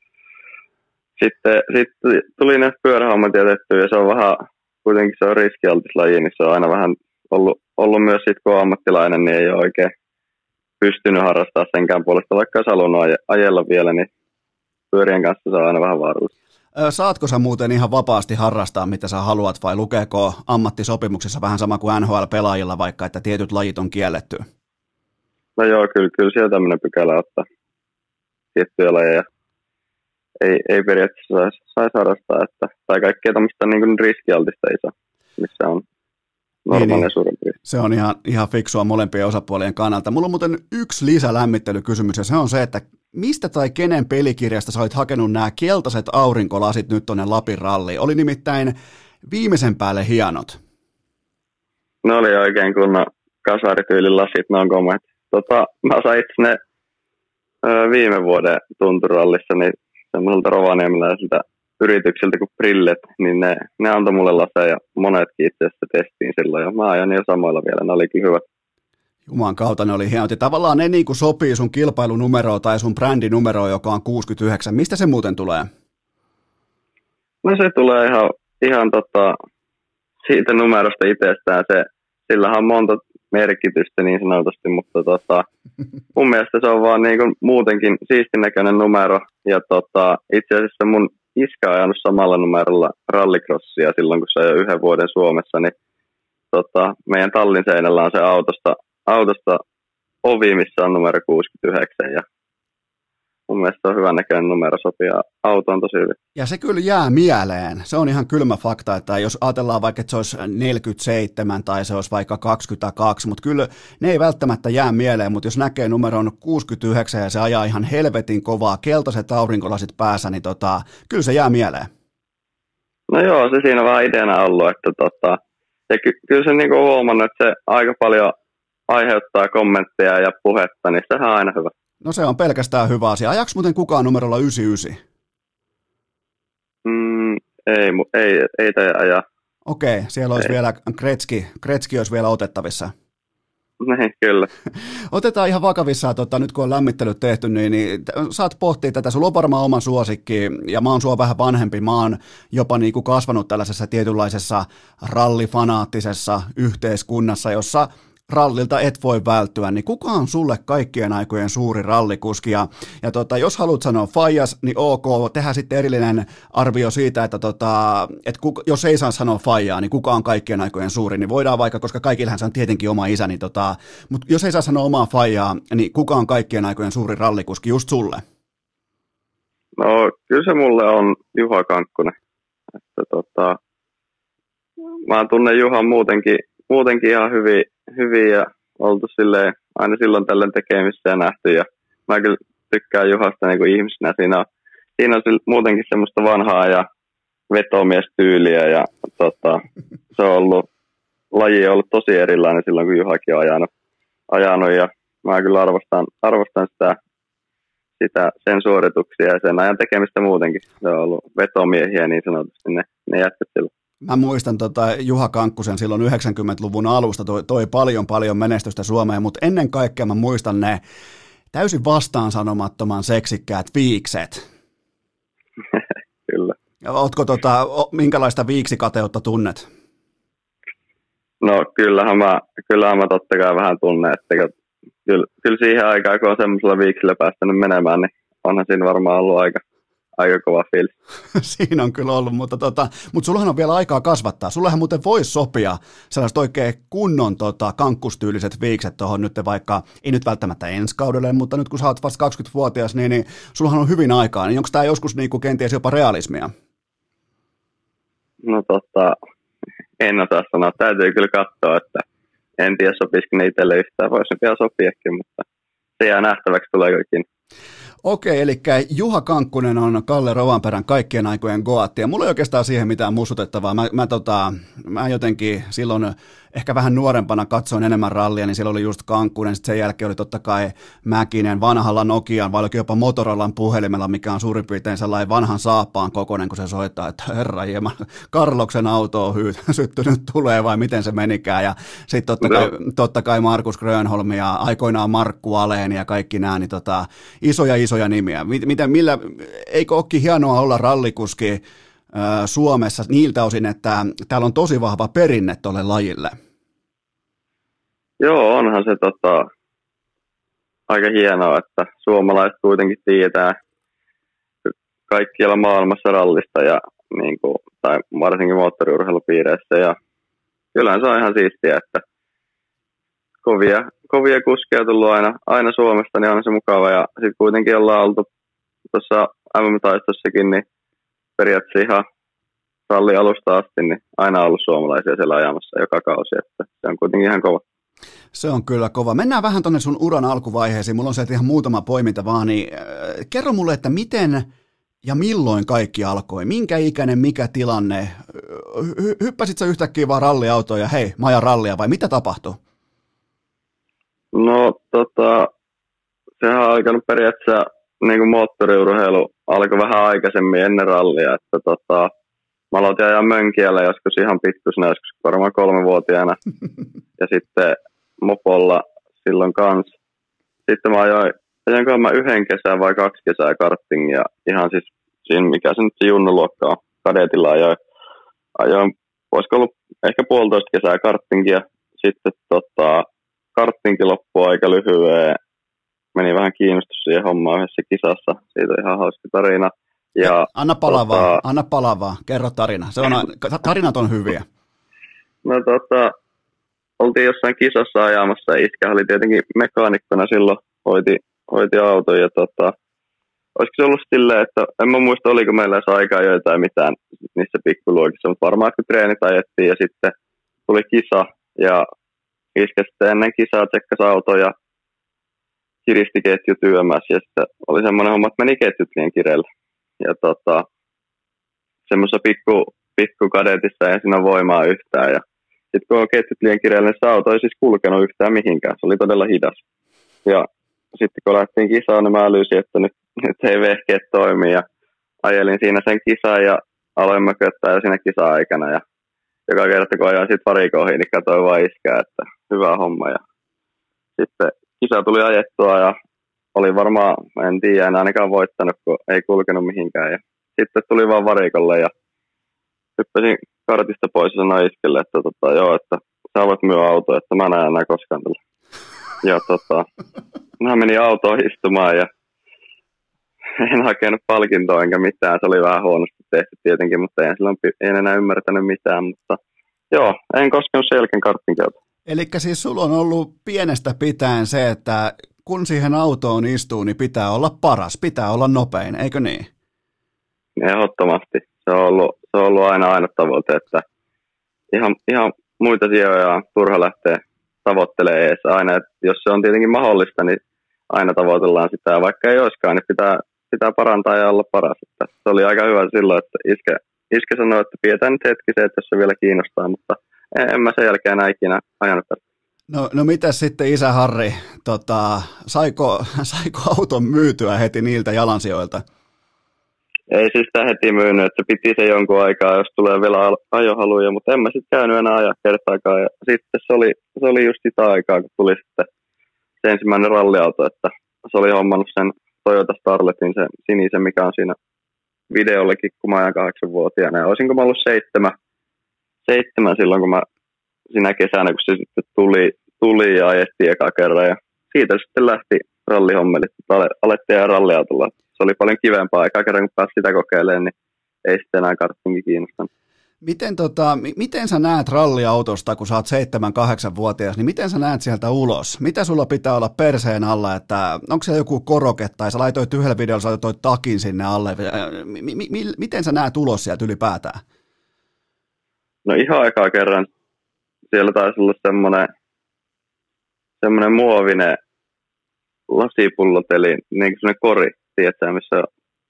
Sitten, sitten tuli ne pyörähommat jätettyä, ja se on vähän, kuitenkin se on riskialtis laji, niin se on aina vähän ollut, ollut myös sit, kun on ammattilainen, niin ei ole oikein pystynyt harrastamaan senkään puolesta, vaikka olisi halunnut ajella vielä, niin pyörien kanssa se on aina vähän vaarallista. Saatko sä muuten ihan vapaasti harrastaa, mitä sä haluat, vai lukeeko ammattisopimuksessa vähän sama kuin N H L-pelaajilla vaikka, että tietyt lajit on kielletty? No joo, kyllä, kyllä siellä tämmöinen pykälä ottaa tiettyjä lajeja. Ei, ei periaatteessa saisi sais harrastaa, että, tai kaikkea tämmöistä niin kuin riskialtista ei saa, missä on normaalia niin, suurempi. Se on ihan, ihan fiksua molempien osapuolien kannalta. Mulla on muuten yksi lisälämmittelykysymys, ja se on se, että mistä tai kenen pelikirjasta sä olit hakenut nämä keltaiset aurinkolasit nyt tuonne Lapin ralliin? Oli nimittäin viimeisen päälle hienot. Ne oli oikein kunnon kasarityylin lasit, ne on komeat. Tota, mä sain itse ne ö, viime vuoden tunturallissa, niin semmoiselta rovaniemeläiseltä yritykseltä kuin Brillet, niin ne, ne antoi mulle laseja, monetkin itse asiassa testiin silloin, ja mä ajan jo samoilla vielä, ne olikin hyvät. Juman kautta ne oli hienot, ja tavallaan ne niin kuin sopii sun kilpailunumeroon tai sun brändinumeroon, joka on kuusikymmentäyhdeksän. Mistä se muuten tulee? No se tulee ihan, ihan tota, siitä numerosta itsestään, se, sillähän on monta, merkitystä niin sanotusti, mutta tota, mun mielestä se on vaan niin kuin muutenkin siistin näköinen numero. Ja tota, itse asiassa mun iskä on ajanut samalla numerolla rallycrossia silloin, kun se on jo yhden vuoden Suomessa, niin tota, meidän tallin seinällä on se autosta, autosta ovi, missä on numero kuusikymmentäyhdeksän ja mun mielestä se on hyvän näköinen numero, sopii autoon tosi hyvin. Ja se kyllä jää mieleen. Se on ihan kylmä fakta, että jos ajatellaan vaikka, että se olisi neljäkymmentäseitsemän tai se olisi vaikka kaksikymmentäkaksi, mutta kyllä ne ei välttämättä jää mieleen, mutta jos näkee numeron kuusikymmentäyhdeksän ja se ajaa ihan helvetin kovaa, keltaiset aurinkolasit päässä, niin tota, kyllä se jää mieleen. No joo, se siinä on vaan ideana ollut, että tota, ja ky- kyllä se niin kuin on huomannut, että se aika paljon aiheuttaa kommentteja ja puhetta, niin sehän on aina hyvä. No se on pelkästään hyvä asia. Ajaks muuten kukaan numerolla yhdeksänkymmentäyhdeksän? Mm, ei, ei, ei tai ajaa. Okei, siellä olisi ei. vielä Kretski, Kretski olisi vielä otettavissa. Niin, kyllä. Otetaan ihan vakavissaan, tota, nyt kun on lämmittelyt tehty, niin, niin saat pohtia tätä. Sulla on varmaan oma suosikki, ja mä oon sua vähän vanhempi. Mä oon jopa niin kuin kasvanut tällaisessa tietynlaisessa rallifanaattisessa yhteiskunnassa, jossa rallilta et voi välttyä, niin kuka on sulle kaikkien aikojen suuri rallikuski? Ja, ja tota, jos haluat sanoa faijas, niin ok, tehdään sitten erillinen arvio siitä, että tota, et kuka, jos ei saa sanoa faijaa, niin kuka on kaikkien aikojen suuri, niin voidaan vaikka, koska kaikillähän se on tietenkin oma isä, niin tota, mutta jos ei saa sanoa omaa faijaa, niin kuka on kaikkien aikojen suuri rallikuski just sulle? No kyllä se mulle on Juha Kankkunen. Että, tota, mä tunnen Juhan muutenkin, muutenkin ihan hyvin, hyvin ja oltu silleen, aina silloin tällöin tekemissä ja nähty. Ja mä kyllä tykkään Juhasta niin kuin ihmisenä. Siinä on, siinä on muutenkin semmoista vanhaa ja vetomiestyyliä ja tota, se on ollut, laji on ollut tosi erilainen silloin, kun Juhakin on ajanut. ajanut ja mä kyllä arvostan, arvostan sitä, sitä, sen suorituksia ja sen ajan tekemistä muutenkin. Se on ollut vetomiehiä niin sanotusti ne, ne jätkät silloin. Mä muistan tota Juha Kankkusen silloin yhdeksänkymmentäluvun alusta, toi, toi paljon paljon menestystä Suomeen, mutta ennen kaikkea mä muistan ne täysin vastaansanomattoman seksikkäät viikset. Kyllä. Ootko tota, minkälaista viiksikateutta tunnet? No kyllähän mä, kyllähän mä totta kai vähän tunnen, että kyllä, kyllä siihen aikaan, kun on semmoisella viiksillä päästänyt menemään, niin onhan siinä varmaan ollut aika, aika kova fiilis. Siinä on kyllä ollut, mutta, tota, mutta sullahan on vielä aikaa kasvattaa. Sullahan muuten voisi sopia sellaiset oikein kunnon tota, kankkustyyliset viikset tuohon nyt vaikka, ei nyt välttämättä ensi kaudelle, mutta nyt kun sä oot vasta kaksikymmentävuotias, niin, niin sullahan on hyvin aikaa. Niin onko tämä joskus niin kuin kenties jopa realismia? No tota, en osaa sanoa. Täytyy kyllä katsoa, että en tiedä sopisiko ne itselle yhtään. Voisi vielä sopiakin, mutta se jää nähtäväksi tuleeko ikinä. Okei, eli Juha Kankkunen on Kalle Rovanperän kaikkien aikojen goatti, ja mulla ei oikeastaan siihen mitään musutettavaa. Mä, mä, tota, mä jotenkin silloin ehkä vähän nuorempana katsoin enemmän rallia, niin siellä oli just Kankkunen, sitten sen jälkeen oli totta kai Mäkinen vanhalla Nokian, vai olikin jopa Motorolan puhelimella, mikä on suurin piirtein sellainen vanhan saappaan kokoinen, kun se soittaa, että herra jema, Karloksen auto on hy- syttynyt tulee, vai miten se menikään, ja sitten totta, no. totta kai Markus Grönholm ja aikoinaan Markku Aleen ja kaikki nämä, niin tota, isoja isoja nimiä. Miten, millä, eikö olekin hienoa olla rallikuski Suomessa niiltä osin, että täällä on tosi vahva perinne tuolle lajille? Joo, onhan se tota, aika hienoa, että suomalaiset kuitenkin tietää kaikkialla maailmassa rallista ja niin kuin, tai varsinkin moottoriurheilupiireissä. Ja kyllähän se on ihan siistiä, että kovia, kovia kuskeja tullut aina, aina Suomesta, niin on se mukava. Ja sitten kuitenkin ollaan oltu tuossa M M-taistossakin, niin periaatteessa ihan ralli alusta asti, niin aina ollut suomalaisia siellä ajamassa joka kausi, että se on kuitenkin ihan kova. Se on kyllä kova. Mennään vähän tuonne sun uran alkuvaiheisiin. Mulla on sieltä ihan muutama poiminta vaan, niin äh, kerro mulle, että miten ja milloin kaikki alkoi? Minkä ikäinen, mikä tilanne? Hy- hyppäsit sä yhtäkkiä vaan ralliautoon ja hei, mä ajan rallia vai mitä tapahtui? No tota, sehän on alkanut periaatteessa niin kuin moottoriurheilu alkoi vähän aikaisemmin ennen rallia, että tota, mä aloitin ajaa Mönkiällä joskus ihan pikkusena, joskus varmaan kolmevuotiaana ja sitten mopolla silloin kanssa. Sitten mä ajoin, ajoinkohan mä yhden kesän vai kaksi kesää karttingia, ihan siis siinä mikä se nyt se junnuluokka on, kadetilla ajoin, ajoin olisiko ollut ehkä puolitoista kesää karttingia, sitten tota, karttinkin loppui aika lyhyen. Meni vähän kiinnostus siihen hommaan yhdessä kisassa. Siitä on ihan hauska tarina. Ja, anna palaa vaan, tota, anna palaa vaan. Kerro tarina. Se on, tarinat on hyviä. No tota, oltiin jossain kisassa ajamassa. Iskä oli tietenkin mekaanikkona silloin, hoiti, hoiti auton. Ja tota, olisiko se ollut silleen, että en mä muista, oliko meillä edes aikaa joitain mitään niissä pikkuluokissa. Mutta varmaan kun treenit ajettiin ja sitten tuli kisa. Ja iskä sitten ennen kisaa tsekkasi auton ja kiristi ketjut yömässä. Ja sitten oli semmoinen homma, että meni ketjut liian kireelle. Ja tota, semmoisessa pikku, pikku kadetissa ei siinä voimaa yhtään. Ja sitten kun on ketjut liian kireelle, niin se auto ei siis kulkenut yhtään mihinkään. Se oli todella hidas. Ja sitten kun lähtiin kisaan, niin mä älysin, että nyt, nyt ei vehkeet toimi. Ja ajelin siinä sen kisan ja aloin mököttää jo siinä kisa-aikana. Ja joka kerta kun ajan sitten varikon ohi, niin katsoin vaan iskää, että hyvä homma. Ja sitten kisa tuli ajettua ja oli varmaan, en tiedä, en ainakaan voittanut, kun ei kulkenut mihinkään. Ja sitten tuli vaan varikolle ja hyppäsin kartista pois ja sanoin iskelle, että tota, joo, että sä voit myö autoa, että mä näen enää koskaan tällä. Ja tota, mä menin autoon istumaan ja en hakenut palkintoa enkä mitään. Se oli vähän huonosti tehty tietenkin, mutta en silloin en enää ymmärtänyt mitään. Mutta joo, en koskenut sen jälkeen karttinkelta. Elikkä siis sulla on ollut pienestä pitäen se, että kun siihen autoon istuu, niin pitää olla paras, pitää olla nopein, eikö niin? Ehdottomasti. Se on ollut, se on ollut aina aina tavoite, että ihan, ihan muita sijoja on turha lähteä tavoittelemaan ees aina. Että jos se on tietenkin mahdollista, niin aina tavoitellaan sitä. Ja vaikka ei olisikaan, niin pitää, pitää parantaa ja olla paras. Että se oli aika hyvä silloin, että iskä, iskä sanoi, että pidetään nyt hetki se, että jos se vielä kiinnostaa, mutta en mä sen jälkeen enää ikinä ajanut tästä. No, no mitäs sitten isä Harri, tota, saiko, saiko auton myytyä heti niiltä jalansijoilta? Ei siis sitä heti myynyt, että se piti se jonkun aikaa, jos tulee vielä ajohaluja, mutta en mä sitten käynyt enää ajaa kertaakaan. Ja sitten se oli, se oli just sitä aikaa, kun tuli sitten se ensimmäinen ralliauto, että se oli hommannut sen Toyota Starletin, sen sinisen, mikä on siinä videollekin, kun mä ajan kahdeksanvuotiaana. Ja olisinko mä ollut seitsemän, seitsemän silloin, kun mä siinä kesänä, kun se sitten tuli, tuli ja ajettiin eka kerran. Ja siitä sitten lähti rallihommelit, alettiin ajaa ralliautolla. Se oli paljon kivempaa. Eka kerran, kun pääsi sitä kokeilemaan, niin ei sitten enää karttingi kiinnostanut. Miten, tota, miten sä näet ralliautosta, kun sä oot seitsemän kahdeksan vuotias, niin miten sä näet sieltä ulos? Mitä sulla pitää olla perseen alla, että onko se joku koroke, tai sä laitoit yhdellä videolla, sä laitoit takin sinne alle. M- m- m- miten sä näet ulos sieltä ylipäätään? No ihan aikaa kerran. Siellä taisi olla semmoinen, semmoinen muovinen lasipulloteli, niin kuin semmoinen kori, tiedätkö, missä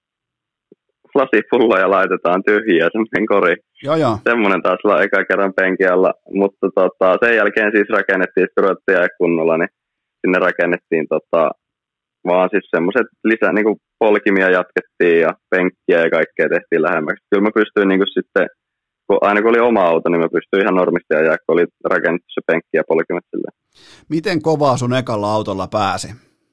lasipulloja laitetaan tyhjiä, semmoinen kori. Joo, joo. Semmoinen taas olla eka kerran penkin alla, mutta tota, sen jälkeen siis rakennettiin, kun ruvettiin ajaa kunnolla, niin sinne rakennettiin tota, vaan siis semmoiset lisää, niin kuin polkimia jatkettiin ja penkkiä ja kaikkea tehtiin lähemmäksi. Kyllä mä pystyin niin kuin sitten, kun aina kun oli oma auto, niin mä pystyin ihan normisti ajaa, kun oli rakennettu se penkki ja polkimet silleen. Miten kovaa sun ekalla autolla pääsi?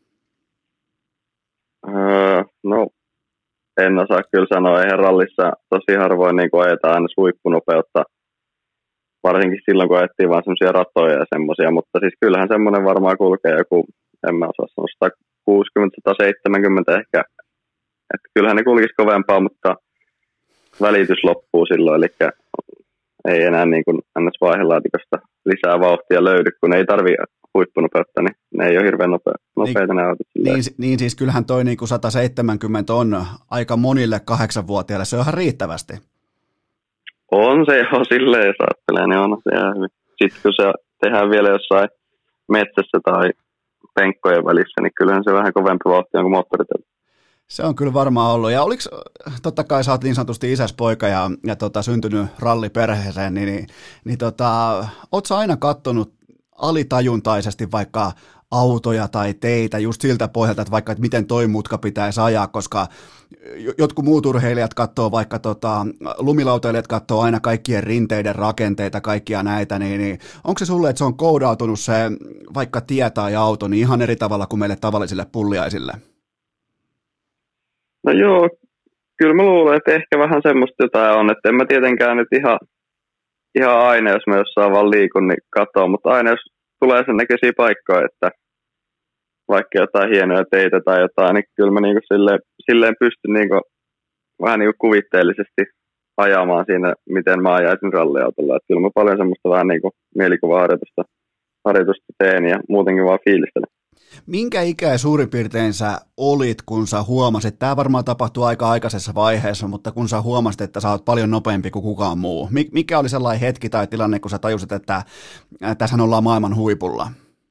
Öö, no, en osaa kyllä sanoa. Eihän rallissa tosi harvoin niin ajetaan aina huippunopeutta, varsinkin silloin, kun ajettiin vaan semmoisia ratoja ja semmoisia, mutta siis kyllähän semmoinen varmaan kulkee joku, en mä osaa sanoa, sata kuusikymmentä seitsemänkymmentä ehkä. Että kyllähän ne kulkisi kovempaa, mutta välitys loppuu silloin, eli ei enää niin kuin ns. Vaihelaatikosta lisää vauhtia löydy, kun ei tarvitse huippunopeutta, niin ne ei ole hirveän nopea, nopeita niin, ne autot. Niin, niin siis kyllähän toi niin kuin sata seitsemänkymmentä on aika monille kahdeksanvuotiaille, se on ihan riittävästi. On se jo silleen, jos ajattelee, niin on se ihan hyvin. Sitten kun se tehdään vielä jossain metsässä tai penkkojen välissä, niin kyllähän se vähän kovempi vauhti on kuin moottoriteillä. Se on kyllä varmaan ollut. Ja oliko, totta kai sä oot niin sanotusti isäs poika ja, ja tota, syntynyt ralliperheeseen, niin, niin, niin tota, oot sä aina kattonut alitajuntaisesti vaikka autoja tai teitä just siltä pohjalta, että vaikka että miten toi mutka pitäisi ajaa, koska jotkut muut urheilijat katsoo vaikka tota, lumilautailijat katsoo aina kaikkien rinteiden rakenteita, kaikkia näitä, niin, niin onko se sulle, että se on koodautunut se vaikka tie tai auto niin ihan eri tavalla kuin meille tavallisille pulliaisille? No joo, kyllä mä luulen, että ehkä vähän semmoista jotain on, että en mä tietenkään nyt ihan, ihan aina, jos mä jossain vaan liikun, niin katsoa, mutta aina jos tulee sen näköisiä paikkoja, että vaikka jotain hienoja teitä tai jotain, niin kyllä mä niinku silleen, silleen pystyn niinku vähän niinku kuvitteellisesti ajamaan siinä, miten mä ajaisin ralliautolla. Että kyllä mä paljon semmoista vähän niinku mielikuvaharjoitusta harjoitusta teen ja muutenkin vaan fiilistelen. Minkä ikäinen suurin piirtein sä olit, kun sä huomasit, tämä varmaan tapahtui aika aikaisessa vaiheessa, mutta kun sä huomasit, että sä oot paljon nopeampi kuin kukaan muu. Mikä oli sellainen hetki tai tilanne, kun sä tajusit, että tässä ollaan maailman huipulla?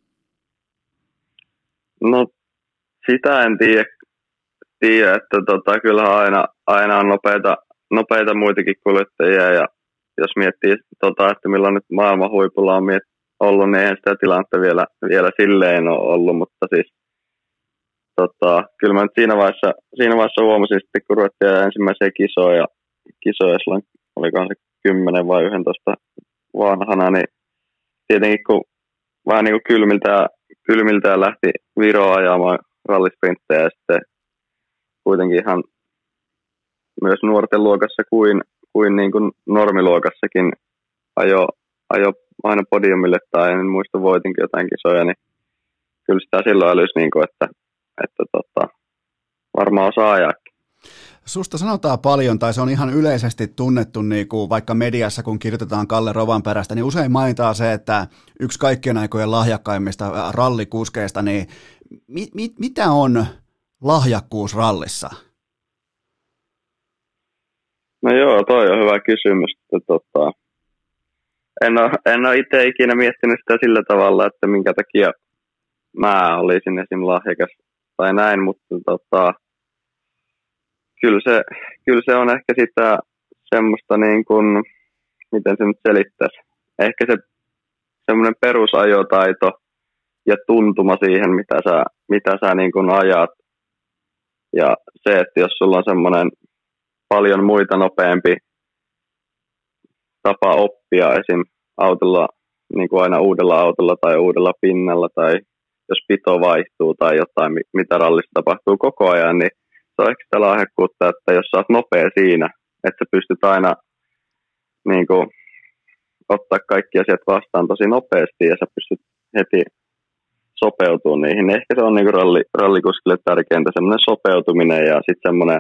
No sitä en tiedä, tiedä että tota, kyllähän aina, aina on nopeita, nopeita muitakin kuljettajia ja jos miettii, tota, että milloin nyt maailman huipulla on miet- ollut, niin eihän sitä tilannetta vielä, vielä silleen ole ollut, mutta siis tota, kyllä mä nyt siinä vaiheessa, siinä vaiheessa huomasin sitten, kun ruvettiin ensimmäisiä kisoja, kisoja silloin, olikohan se kymmenen vai yksitoista vanhana, niin tietenkin kun vähän niin kuin kylmiltään, kylmiltään lähti Viroa ajamaan rallisprinttejä ja sitten kuitenkin ihan myös nuorten luokassa kuin, kuin, niin kuin normiluokassakin ajo, ajo aina podiumille tai en muista voitinkin jotain kisoja, niin kyllä sitä silloin älyisi, niin kuin, että, että tota, varmaan osaa ajaakin. Susta sanotaan paljon, tai se on ihan yleisesti tunnettu, niin kuin vaikka mediassa, kun kirjoitetaan Kalle Rovanperästä, niin usein mainitaan se, että yksi kaikkien aikojen lahjakkaimmista rallikuskeista, niin mi- mi- mitä on lahjakkuus rallissa? No joo, toi on hyvä kysymys. Että, tota, en ole, en ole itse ikinä miettinyt sitä sillä tavalla, että minkä takia mä olisin esim. Lahjakas tai näin, mutta tota, kyllä, se, kyllä se on ehkä sitä semmoista niin kuin, miten se nyt selittäisi, ehkä se semmoinen perusajotaito ja tuntuma siihen, mitä sä, mitä sä niin kuin ajat. Ja se, että jos sulla on semmoinen paljon muita nopeampi tapa oppia esim. Autolla, niin kuin aina uudella autolla tai uudella pinnalla, tai jos pito vaihtuu tai jotain, mitä rallissa tapahtuu koko ajan, niin se on ehkä sitä lahjakkuutta, että jos sä oot nopea siinä, että sä pystyt aina niin kuin, ottaa kaikki asiat vastaan tosi nopeasti ja sä pystyt heti sopeutumaan niihin. Ehkä se on niin kuin ralli, rallikuskille tärkeintä, semmoinen sopeutuminen ja sitten semmoinen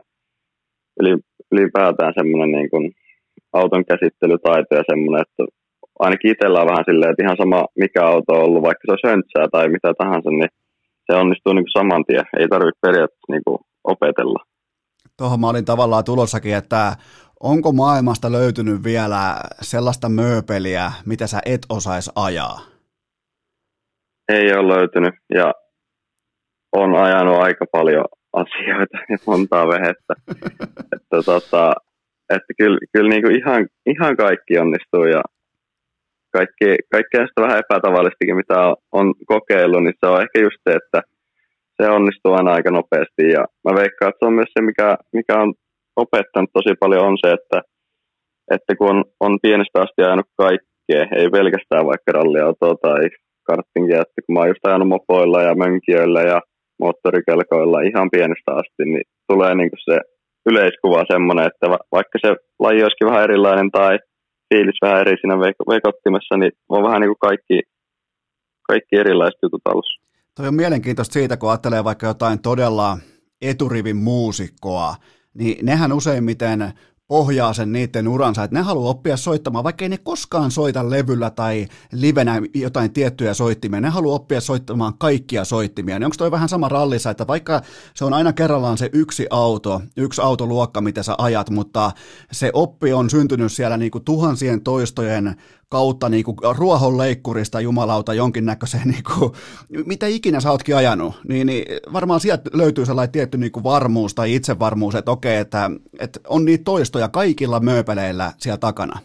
ylipäätään semmoinen niin kuin auton käsittelytaito ja semmoinen, että ainakin itsellä on vähän silleen, että ihan sama mikä auto on ollut, vaikka se on höntsää tai mitä tahansa, niin se onnistuu niin kuin saman tien. Ei tarvitse periaatteessa niin kuin opetella. Tuohon mä olin tavallaan tulossakin, että onko maailmasta löytynyt vielä sellaista mööpeliä, mitä sä et osaisi ajaa? Ei ole löytynyt ja on ajanut aika paljon asioita ja montaa vehettä. että, tota, että kyllä, kyllä niin kuin ihan, ihan kaikki onnistuu ja kaikki, kaikkea sitä vähän epätavallistakin, mitä on kokeillut, niin se on ehkä just se, että se onnistuu aina aika nopeasti. Ja mä veikkaan, että se on myös se, mikä, mikä on opettanut tosi paljon, on se, että, että kun on, on pienestä asti ajanut kaikkea, ei pelkästään vaikka ralliautoa tai karttingia, että kun mä oon just ajanut mopoilla ja mönkijöillä ja moottorikelkoilla ihan pienestä asti, niin tulee niin kuin se yleiskuva semmoinen, että vaikka se laji olisikin vähän erilainen tai fiilis vähän eri siinä veikottimessa, niin on vähän niin kuin kaikki, kaikki erilaiset jutut alussa. Toi on mielenkiintoista siitä, kun ajattelee vaikka jotain todella eturivin muusikkoa, niin nehän useimmiten pohjaa sen niiden uransa, että ne haluaa oppia soittamaan, vaikka ei ne koskaan soita levyllä tai livenä jotain tiettyjä soittimia, ne haluaa oppia soittamaan kaikkia soittimia. Niin onko toi vähän sama rallissa, että vaikka se on aina kerrallaan se yksi auto, yksi autoluokka, mitä sä ajat, mutta se oppi on syntynyt siellä niinku tuhansien toistojen kautta niinku ruohonleikkurista jumalauta jonkinnäköiseen, niinku, mitä ikinä sä ootkin ajanut, niin, niin varmaan sieltä löytyy sellainen tietty niinku varmuus tai itsevarmuus, että okei, että, että on niitä toistoja kaikilla mööpeleillä siellä takana.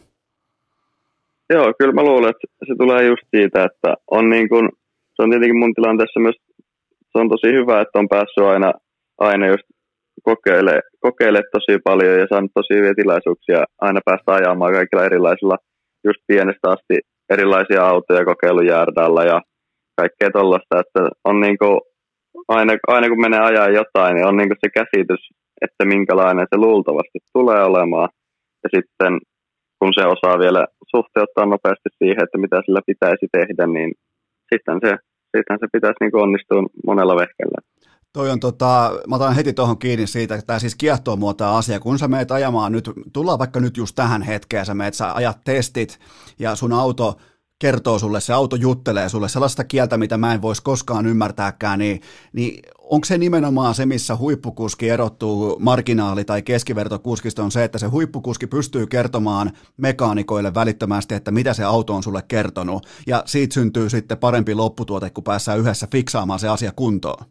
Joo, kyllä mä luulen, että se tulee just siitä, että on niin kuin, se on tietenkin mun tilanteessa myös, se on tosi hyvä, että on päässyt aina, aina just kokeilemaan kokeile tosi paljon ja saanut tosi hyviä tilaisuuksia aina päästä ajamaan kaikilla erilaisilla just pienestä asti erilaisia autoja kokeilujäärdällä ja kaikkea tollaista, että on niinku, aina, aina kun menee ajaa jotain, niin on niinku se käsitys, että minkälainen se luultavasti tulee olemaan. Ja sitten kun se osaa vielä suhteuttaa nopeasti siihen, että mitä sillä pitäisi tehdä, niin sitten se, sitten se pitäisi niin kuin onnistua monella vehkellä. Toi on tota, mä otan heti tuohon kiinni siitä, että tämä siis kiehtoo mua tämä asia, kun sä meet ajamaan nyt, tullaan vaikka nyt just tähän hetkeen, sä meet, sä ajat testit ja sun auto kertoo sulle, se auto juttelee sulle sellaista kieltä, mitä mä en voisi koskaan ymmärtääkään, niin, niin onko se nimenomaan se, missä huippukuski erottuu marginaali- tai keskivertokuskista on se, että se huippukuski pystyy kertomaan mekaanikoille välittömästi, että mitä se auto on sulle kertonut, ja siitä syntyy sitten parempi lopputuote, kun päässään yhdessä fiksaamaan se asia kuntoon?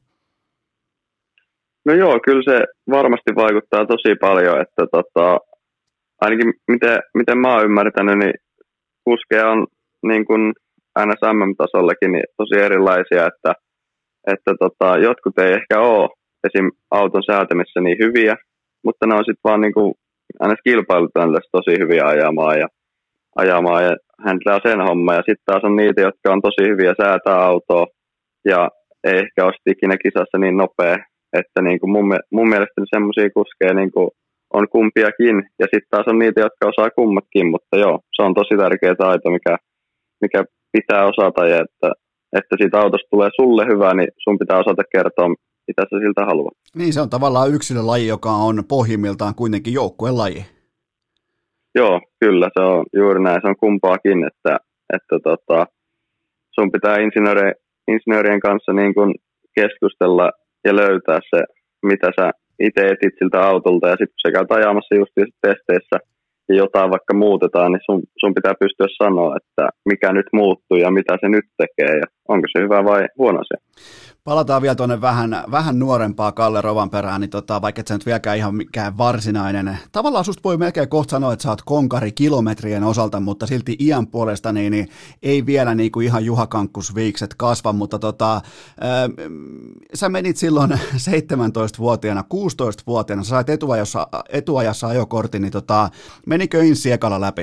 No joo, kyllä se varmasti vaikuttaa tosi paljon, että tota, ainakin miten, miten mä oon ymmärtänyt, niin kuskeja on niin kuin N S M M-tasollakin niin tosi erilaisia, että, että tota, jotkut ei ehkä ole esim. Auton säätämisessä niin hyviä, mutta ne on sitten vaan niin kuin N S-kilpailutilannassa tosi hyviä ajamaan ja, ajamaan ja häntlää sen homma. Ja sitten taas on niitä, jotka on tosi hyviä säätää autoa ja ei ehkä ole ikinä kisassa niin nopea, että niin kuin mun, mun mielestä semmoisia kuskeja niin kuin on kumpiakin ja sitten taas on niitä, jotka osaa kummatkin, mutta joo, se on tosi tärkeä taito, mikä mikä pitää osata, ja että, että siitä autosta tulee sulle hyvä, niin sun pitää osata kertoa, mitä sä siltä haluat. Niin, se on tavallaan yksilölaji, joka on pohjimmiltaan kuitenkin joukkuelaji. Joo, kyllä, se on juuri näin, se on kumpaakin, että, että tota, sun pitää insinöörien, insinöörien kanssa niin kun keskustella ja löytää se, mitä sä itse etit siltä autolta, ja sitten kun sä käyt ajamassa just testeissä, ja jotain vaikka muutetaan, niin sun, sun pitää pystyä sanoa, että mikä nyt muuttuu ja mitä se nyt tekee ja onko se hyvä vai huono asia. Palataan vielä tuonne vähän, vähän nuorempaa Kalle Rovanperään, niin tota, vaikka et sä nyt vieläkään ihan mikään varsinainen, tavallaan susta voi melkein kohta sanoa, että sä oot konkari kilometrien osalta, mutta silti iän puolesta niin, niin ei vielä niin kuin ihan Juha Kankkus-viikset kasva, mutta tota, ää, sä menit silloin seitsemäntoistavuotiaana, kuusitoistavuotiaana, sä sait etuajassa, etuajassa ajokortin, niin tota, menikö Inssi ekalla läpi?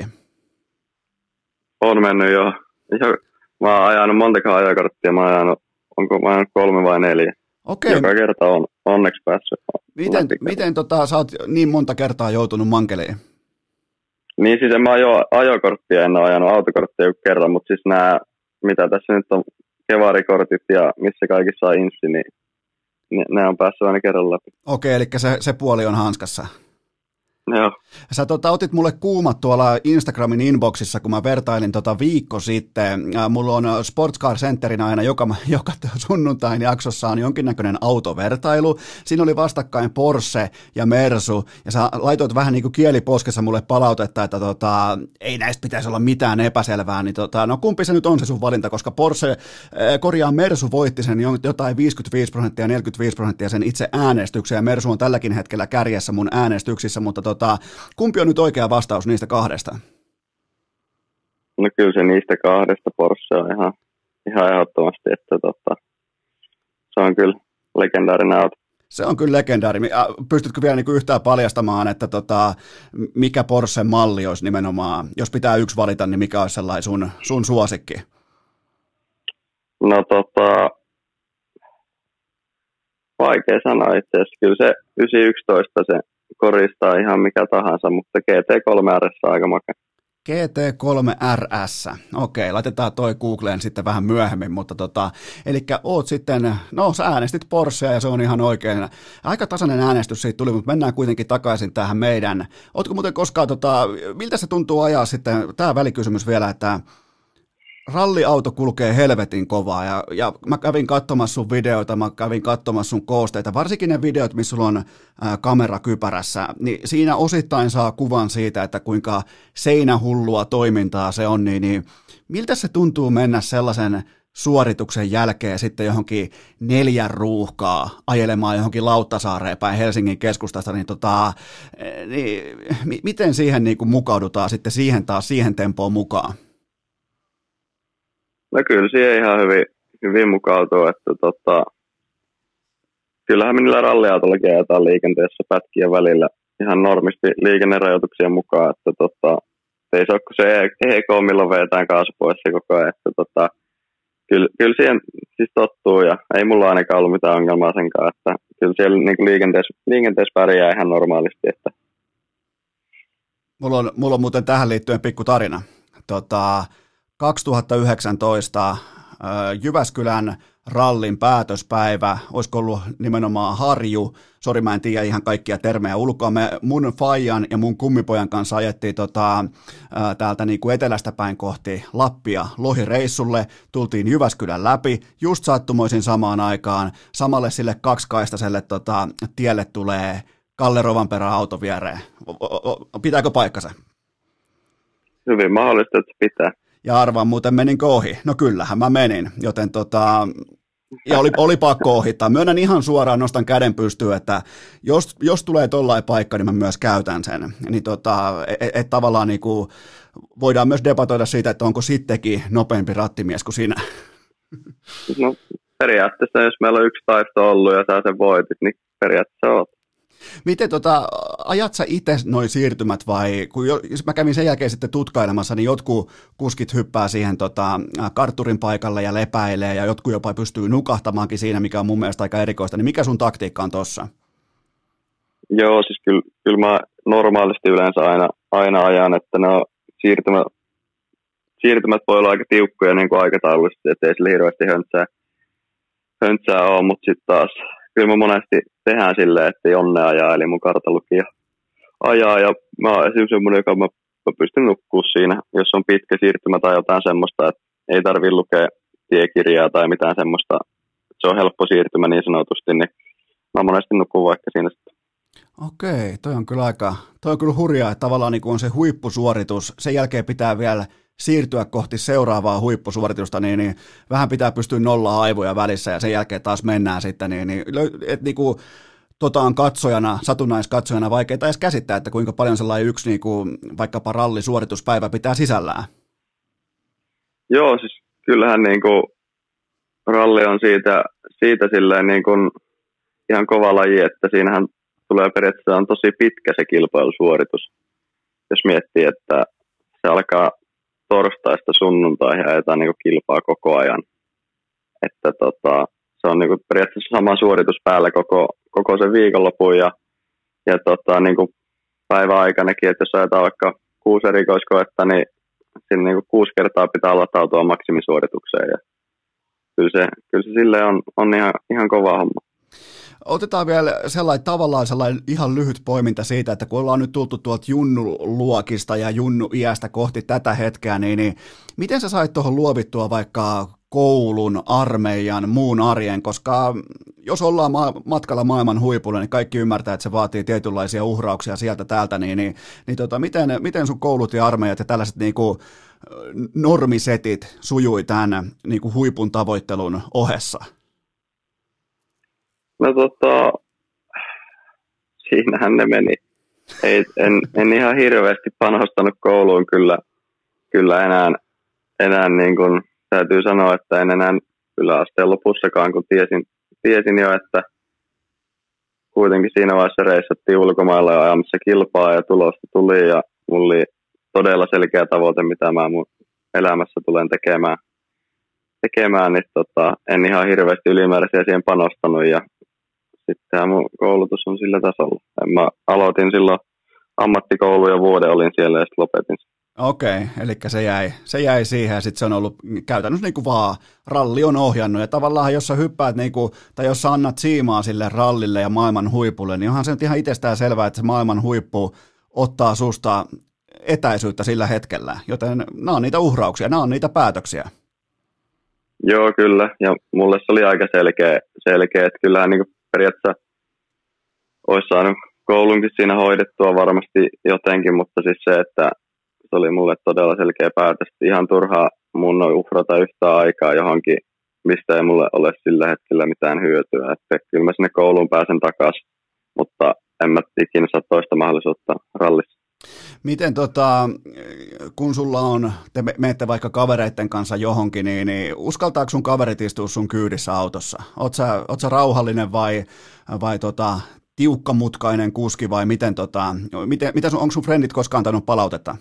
On mennyt jo. Mä oon ajanut montakaan ajokorttia, mä oon ajanut onko vain kolme vai neljä. Okei. Joka kerta on onneksi päässyt. Miten, miten tota, sä oot niin monta kertaa joutunut mankeliin? Niin siis en mä ajo, ajokorttia, en ole ajanut autokorttia kerran, mutta siis nämä, mitä tässä nyt on, kevarikortit ja missä kaikissa on inssi, niin ne, ne on päässyt aina kerran läpi. Okei, eli se, se puoli on hanskassa. Joo. Sä tota, otit mulle kuumat tuolla Instagramin inboxissa, kun mä vertailin tota viikko sitten. Ja mulla on Sports Car Centerin aina joka, joka sunnuntain jaksossa on jonkinnäköinen autovertailu. Siinä oli vastakkain Porsche ja Mersu, ja sä laitoit vähän niin kuin kieliposkessa mulle palautetta, että tota, ei näistä pitäisi olla mitään epäselvää. Niin tota, no kumpi se nyt on se sun valinta, koska Porsche, äh, korjaa Mersu voitti sen jotain viisikymmentäviisi prosenttia ja neljäkymmentäviisi prosenttia sen itse äänestyksen, ja Mersu on tälläkin hetkellä kärjessä mun äänestyksissä, mutta tota, Tota, kumpi on nyt oikea vastaus niistä kahdesta? No kyllä se niistä kahdesta Porsche on ihan, ihan ehdottomasti, että tota, se on kyllä legendaarinen auto. Se on kyllä legendaari. Pystytkö vielä niin yhtään paljastamaan, että tota, mikä Porsche-malli olisi nimenomaan, jos pitää yksi valita, niin mikä olisi sellainen sun, sun suosikki? No tota, vaikea sanoa itse asiassa. Kyllä se yhdeksänsataayksitoista se koristaa ihan mikä tahansa, mutta G T kolme R S on aika makea. G T kolme R S, okei, laitetaan toi Googleen sitten vähän myöhemmin, mutta tota, elikkä oot sitten, no sä äänestit Porschea ja se on ihan oikein, aika tasainen äänestys siitä tuli, mutta mennään kuitenkin takaisin tähän meidän, ootko muuten koskaan, tota, miltä se tuntuu ajaa sitten, tää välikysymys vielä, että ralliauto kulkee helvetin kovaa ja, ja mä kävin katsomassa sun videoita, mä kävin katsomassa sun koosteita, varsinkin ne videot, missä sulla on ää, kamera kypärässä, niin siinä osittain saa kuvan siitä, että kuinka seinähullua toimintaa se on, niin, niin miltä se tuntuu mennä sellaisen suorituksen jälkeen sitten johonkin neljän ruuhkaa ajelemaan johonkin Lauttasaareen päin Helsingin keskustasta, niin, tota, niin m- miten siihen niin kuin mukaudutaan sitten siihen taas siihen tempoon mukaan? No kyllä siihen ihan hyvin, hyvin mukautuu, että tota, kyllähän me niillä ralliautollakin ajetaan liikenteessä pätkien välillä ihan normisti liikennerajoituksien mukaan, että tota, ei se ole kuin se E K, milloin vetään kaasu pois se koko ajan, että tota, kyllä, kyllä siihen siis tottuu ja ei mulla ainakaan ollut mitään ongelmaa senkaan, että kyllä siellä niin kuin liikenteessä, liikenteessä pärjää ihan normaalisti. Että. Mulla on, mulla on muuten tähän liittyen pikku tarina. Tota, kaksituhattayhdeksäntoista Jyväskylän rallin päätöspäivä, olisiko ollut nimenomaan Harju, sori mä en tiedä ihan kaikkia termejä ulkoa, me mun faijan ja mun kummipojan kanssa ajettiin tota, ää, täältä niin kuin etelästä päin kohti Lappia lohireissulle, tultiin Jyväskylän läpi, just sattumoisin samaan aikaan, samalle sille kaksikaistaiselle tota, tielle tulee Kalle Rovanperän auto viereen. Pitääkö paikkansa? Hyvin mahdollista, että se pitää. Ja arvaan muuten meninkö ohi? No kyllähän mä menin, joten tota, ja oli, oli pakko ohittaa. Myönnän ihan suoraan, nostan käden pystyyn, että jos, jos tulee tollain paikka, niin mä myös käytän sen. Niin tota, et, et tavallaan niinku, voidaan myös debatoida siitä, että onko sittenkin nopeampi rattimies kuin sinä. No periaatteessa, jos meillä on yksi taifto ollut ja sä sen voitit, niin periaatteessa oot. Miten tota, ajat sä itse noi siirtymät vai, kun jo, jos mä kävin sen jälkeen sitten tutkailemassa, niin jotkut kuskit hyppää siihen tota, kartturin paikalle ja lepäilee ja jotkut jopa pystyy nukahtamaankin siinä, mikä on mun mielestä aika erikoista, niin mikä sun taktiikka on tossa? Joo, siis kyllä, kyllä mä normaalisti yleensä aina, aina ajan, että ne on siirtymä, siirtymät voi olla aika tiukkoja niin kuin aikataulullisesti, ettei sillä hirveästi höntsää, höntsää ole, mutta sitten taas kyllä mä monesti tehdään silleen, että Jonne ajaa, eli mun kartalukija ajaa, ja mä oon esimerkiksi semmoinen, joka mä, mä pystyn nukkuu siinä, jos on pitkä siirtymä tai jotain semmoista, että ei tarvitse lukea tiekirjaa tai mitään semmoista, se on helppo siirtymä niin sanotusti, niin mä monesti nukkuu vaikka siinä sitten. Okei, toi on kyllä aika, toi on kyllä hurjaa, että tavallaan niin on se huippusuoritus, sen jälkeen pitää vielä siirtyä kohti seuraavaa huippusuoritusta, niin, niin vähän pitää pystyä nollaa aivoja välissä ja sen jälkeen taas mennään sitten, niin, niin että niin kuin, tota on katsojana, satunnaiskatsojana vaikeaa edes käsittää, että kuinka paljon sellainen yksi niin kuin, vaikkapa rallisuorituspäivä pitää sisällään. Joo, siis kyllähän niin kuin, ralli on siitä, siitä silleen niin kuin, ihan kova laji, että siinähän tulee periaatteessa on tosi pitkä se kilpailusuoritus, jos miettii, että se alkaa torstaista sunnuntaihin ja ajetaan niin kilpaa koko ajan. Että tota, se on niin periaatteessa sama suoritus päällä koko, koko sen viikonlopun ja, ja tota, niin päiväaikanakin, että jos ajetaan vaikka kuusi erikoiskoetta, niin siinä niin kuusi kertaa pitää latautua maksimisuoritukseen. Ja kyllä se, kyllä se silleen on, on ihan, ihan kova homma. Otetaan vielä sellainen tavallaan sellainen ihan lyhyt poiminta siitä, että kun ollaan nyt tultu tuolta junnuluokista ja junnu-iästä kohti tätä hetkeä, niin, niin miten sä sait tuohon luovittua vaikka koulun, armeijan, muun arjen, koska jos ollaan ma- matkalla maailman huipulle, niin kaikki ymmärtää, että se vaatii tietynlaisia uhrauksia sieltä täältä, niin, niin, niin tota, miten, miten sun koulut ja armeijat ja tällaiset niin kuin normisetit sujui tämän niin kuin huipun tavoittelun ohessa? No tota, siinähän ne meni. Ei, en, en ihan hirveästi panostanut kouluun kyllä, kyllä enää, enää niin kuin, täytyy sanoa, että en enää yläasteen lopussakaan, kun tiesin, tiesin jo, että kuitenkin siinä vaiheessa reissattiin ulkomailla ja ajamassa kilpaa ja tulosta tuli ja mulla oli todella selkeä tavoite, mitä mä mun elämässä tulen tekemään, tekemään niin tota, en ihan hirveästi ylimääräisiä siihen panostanut ja sitten mun koulutus on sillä tasolla. Mä aloitin silloin ammattikoulu ja vuoden olin siellä ja sitten lopetin. Okei, eli se jäi, se jäi siihen ja sitten se on ollut käytännössä niin kuin vaan ralli on ohjannut ja tavallaan jos sä hyppäät niin kuin, tai jos sä annat siimaa sille rallille ja maailman huipulle, niin onhan se nyt ihan itsestään selvää, että se maailman huippu ottaa susta etäisyyttä sillä hetkellä, joten nämä on niitä uhrauksia, nämä on niitä päätöksiä. Joo, kyllä, ja mulle se oli aika selkeä, selkeä että kyllähän niin kuin periaatteessa olisi saanut koulunkin siinä hoidettua varmasti jotenkin, mutta siis se, että se oli mulle todella selkeä päätös. Ihan turhaa mun on uhrata yhtään aikaa johonkin, mistä ei mulle ole sillä hetkellä mitään hyötyä. Että kyllä mä sinne kouluun pääsen takaisin, mutta en mä ikinä saa toista mahdollisuutta rallissa. Miten tota, kun sulla on, te menette vaikka kavereiden kanssa johonkin, niin, niin uskaltaako sun kaverit istua sun kyydissä autossa? Oot sä, oot sä rauhallinen vai, vai tota, tiukkamutkainen kuski vai miten, tota, miten, miten sun, onko sun frendit koskaan antanut palautetta?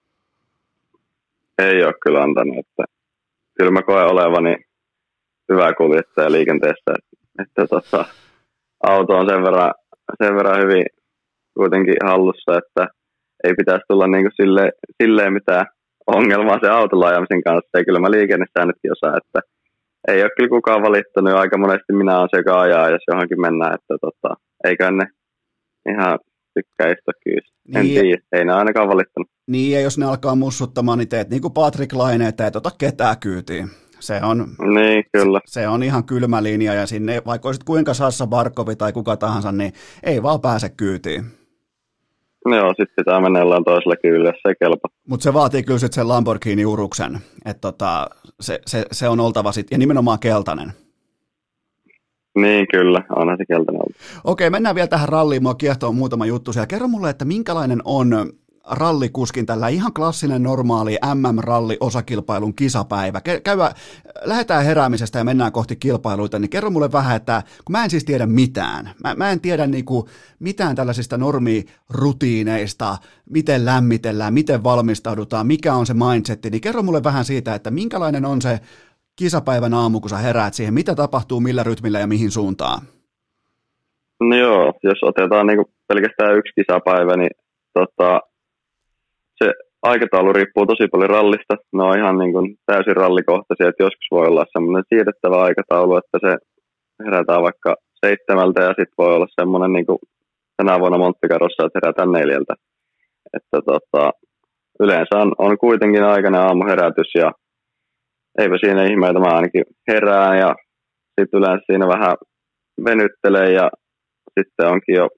Ei ole kyllä antanut, että kyllä mä koen olevani hyvä kuljettaja liikenteessä, että, että tota, auto on sen verran, sen verran hyvin kuitenkin hallussa, että ei pitäisi tulla niin kuin sille, silleen mitään ongelmaa se autolla ajamisen kanssa. Ja kyllä mä liikennesäännötkin osaan, että ei ole kyllä kukaan valittanut, ja aika monesti minä olen se, joka ajaa, jos johonkin mennään, että tota, eikä ne ihan tykkää istua kyyssä. En Niin, tiedä, ei ne ainakaan valittanut. niin, ja jos ne alkaa mussuttamaan, niin teet niin kuin Patrick Laine, että et ota ketään kyytiin. Se on, Niin, kyllä. se on ihan kylmä linja, ja sinne, vaikka olisit kuinka Sassa Barkovi tai kuka tahansa, niin ei vaan pääse kyytiin. Joo, sitten pitää mennä jollain toisella kyydillä, jos se kelpaa. Mutta se vaatii kyllä sit sen Lamborghini-uruksen, että tota, se, se, se on oltava sitten, ja nimenomaan keltainen. Niin, kyllä, onhan se keltainen ollut. Okei, mennään vielä tähän ralliin, mua kiehtoo muutama juttu siellä. Kerro mulle, että minkälainen on rallikuskin tällä ihan klassinen normaali M M-ralli-osakilpailun kisapäivä. Käydä, lähdetään heräämisestä ja mennään kohti kilpailuita, niin kerro mulle vähän, että kun mä en siis tiedä mitään. Mä, mä en tiedä niinku mitään tällaisista normirutiineista, miten lämmitellään, miten valmistaudutaan, mikä on se mindsetti, niin kerro mulle vähän siitä, että minkälainen on se kisapäivän aamu, kun sä heräät siihen, mitä tapahtuu, millä rytmillä ja mihin suuntaan? No joo, jos otetaan niinku pelkästään yksi kisapäivä, niin tota, se aikataulu riippuu tosi paljon rallista. Ne on ihan niin kuin täysin rallikohtaisia, että joskus voi olla semmoinen siirrettävä aikataulu, että se herätään vaikka seitsemältä ja sitten voi olla semmoinen niin kuin tänä vuonna Monte Carlossa, että herätään neljältä. Että tota, yleensä on, on kuitenkin aikainen aamuherätys ja eipä siinä ihmeitä, mä ainakin herään ja sitten yleensä siinä vähän venyttelee ja sitten onkin jo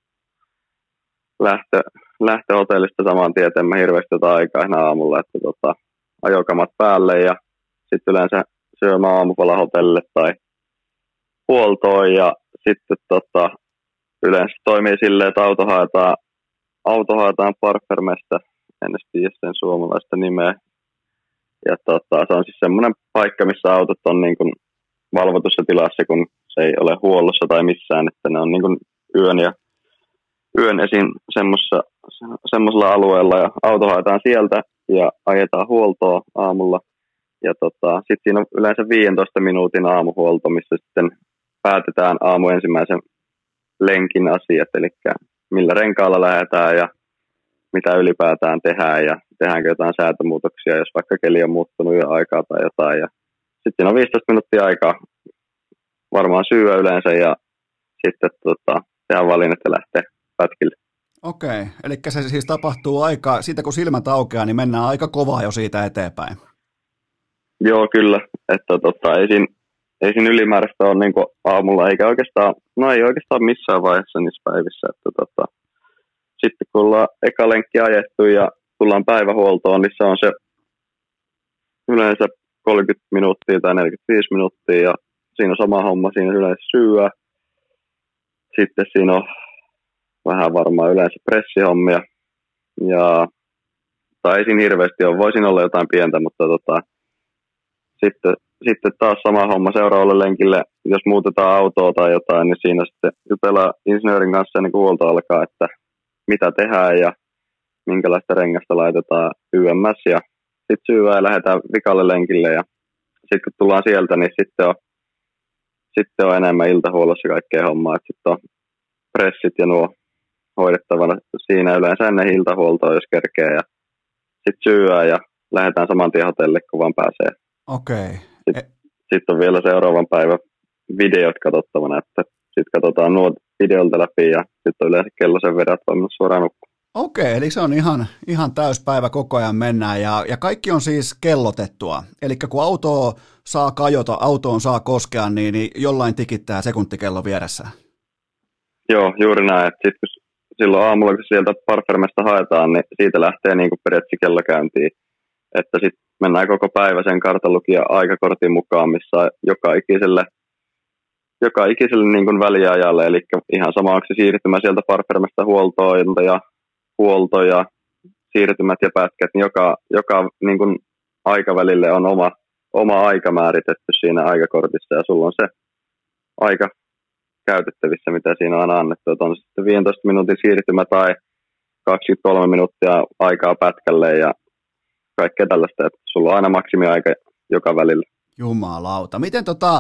lähtö, lähtö hotellista saman tien, mä hirveästi jotain aikaa ihan aamulla, että tota, ajokamat päälle ja sitten yleensä syömään aamupala hotellille tai huoltoon ja sitten tota, yleensä toimii silleen, että auto haetaan, auto haetaan Parkfermestä, en edes tiedä sen suomalaista nimeä. Ja tota, se on siis semmoinen paikka, missä autot on niin kuin valvotussa tilassa, kun se ei ole huollossa tai missään, että ne on niin kuin yön ja yön esim. semmoisella alueella ja auto haetaan sieltä ja ajetaan huoltoa aamulla. Ja tota, sitten siinä on yleensä viidentoista minuutin aamuhuolto, missä sitten päätetään aamu ensimmäisen lenkin asiat, eli millä renkaalla lähdetään ja mitä ylipäätään tehdään ja tehdäänkö jotain säätömuutoksia, jos vaikka keli on muuttunut jo aikaa tai jotain. Ja sitten siinä on viisitoista minuuttia aikaa varmaan syyä yleensä ja sitten tota, tehdään valinnat ja lähtee pätkille. Okei, eli se siis tapahtuu aika, siitä kun silmät aukeaa, niin mennään aika kovaa jo siitä eteenpäin. Joo, kyllä, että tota, ei siinä, ei siinä ylimääräistä ole niin kuin aamulla, eikä oikeastaan, no ei oikeastaan missään vaiheessa niissä päivissä, että tota, sitten kun ollaan eka lenkki ajettu ja tullaan päivähuoltoon, niin se on se yleensä kolmekymmentä minuuttia tai neljäkymmentäviisi minuuttia ja siinä on sama homma, siinä yleensä syyä. Sitten siinä on vähän varmaan yleensä pressihommia ja tai ei siinä hirveästi ole, voisin olla jotain pientä, mutta tota, sitten, sitten taas sama homma seuraavalle lenkille, jos muutetaan autoa tai jotain, niin siinä sitten jutellaan insinöörin kanssa ennen kuin huolto alkaa, että mitä tehdään ja minkälaista rengasta laitetaan Y M S ja sitten syyvää ja lähdetään vikalle lenkille ja sitten kun tullaan sieltä, niin sitten on, sitten on enemmän iltahuollossa kaikkea hommaa, että sitten on pressit ja nuo hoidettavana siinä yleensä ennen iltahuoltoa, jos kerkee ja sitten syyvää ja lähdetään saman tien hotellille, kun vaan pääsee. Okei. Sitten, e- sitten on vielä seuraavan päivän videot katsottavana, että sitten katsotaan nuo videolta läpi ja sitten on yleensä kello sen verran, että on suoraan nukkua. Okei, eli se on ihan, ihan täyspäivä, koko ajan mennään ja, ja kaikki on siis kellotettua. Eli kun autoa saa kajota, autoon saa koskea, niin, niin jollain tikittää sekuntikello vieressä. Joo, juuri näin. Että sit, kun silloin aamulla, kun sieltä Parkfermesta haetaan, niin siitä lähtee niin kuin periaatteessa kello käyntiin. Että sitten mennään koko päivä sen kartanlukijan aikakortin mukaan, missä joka ikiselle joka ikiselle niin kuin väliajalle, eli ihan sama onko se siirtymä sieltä Parkfermesta huoltoon ja huolto ja siirtymät ja pätkät, niin joka, joka niin kuin aikavälille on oma, oma aika määritetty siinä aikakortissa ja sulla on se aika käytettävissä, mitä siinä on annettu. Että on sitten viidentoista minuutin siirtymä tai kaksikymmentäkolme minuuttia aikaa pätkälle ja kaikkea tällaista, että sulla on aina maksimiaika joka välillä. Jumalauta. Miten tota,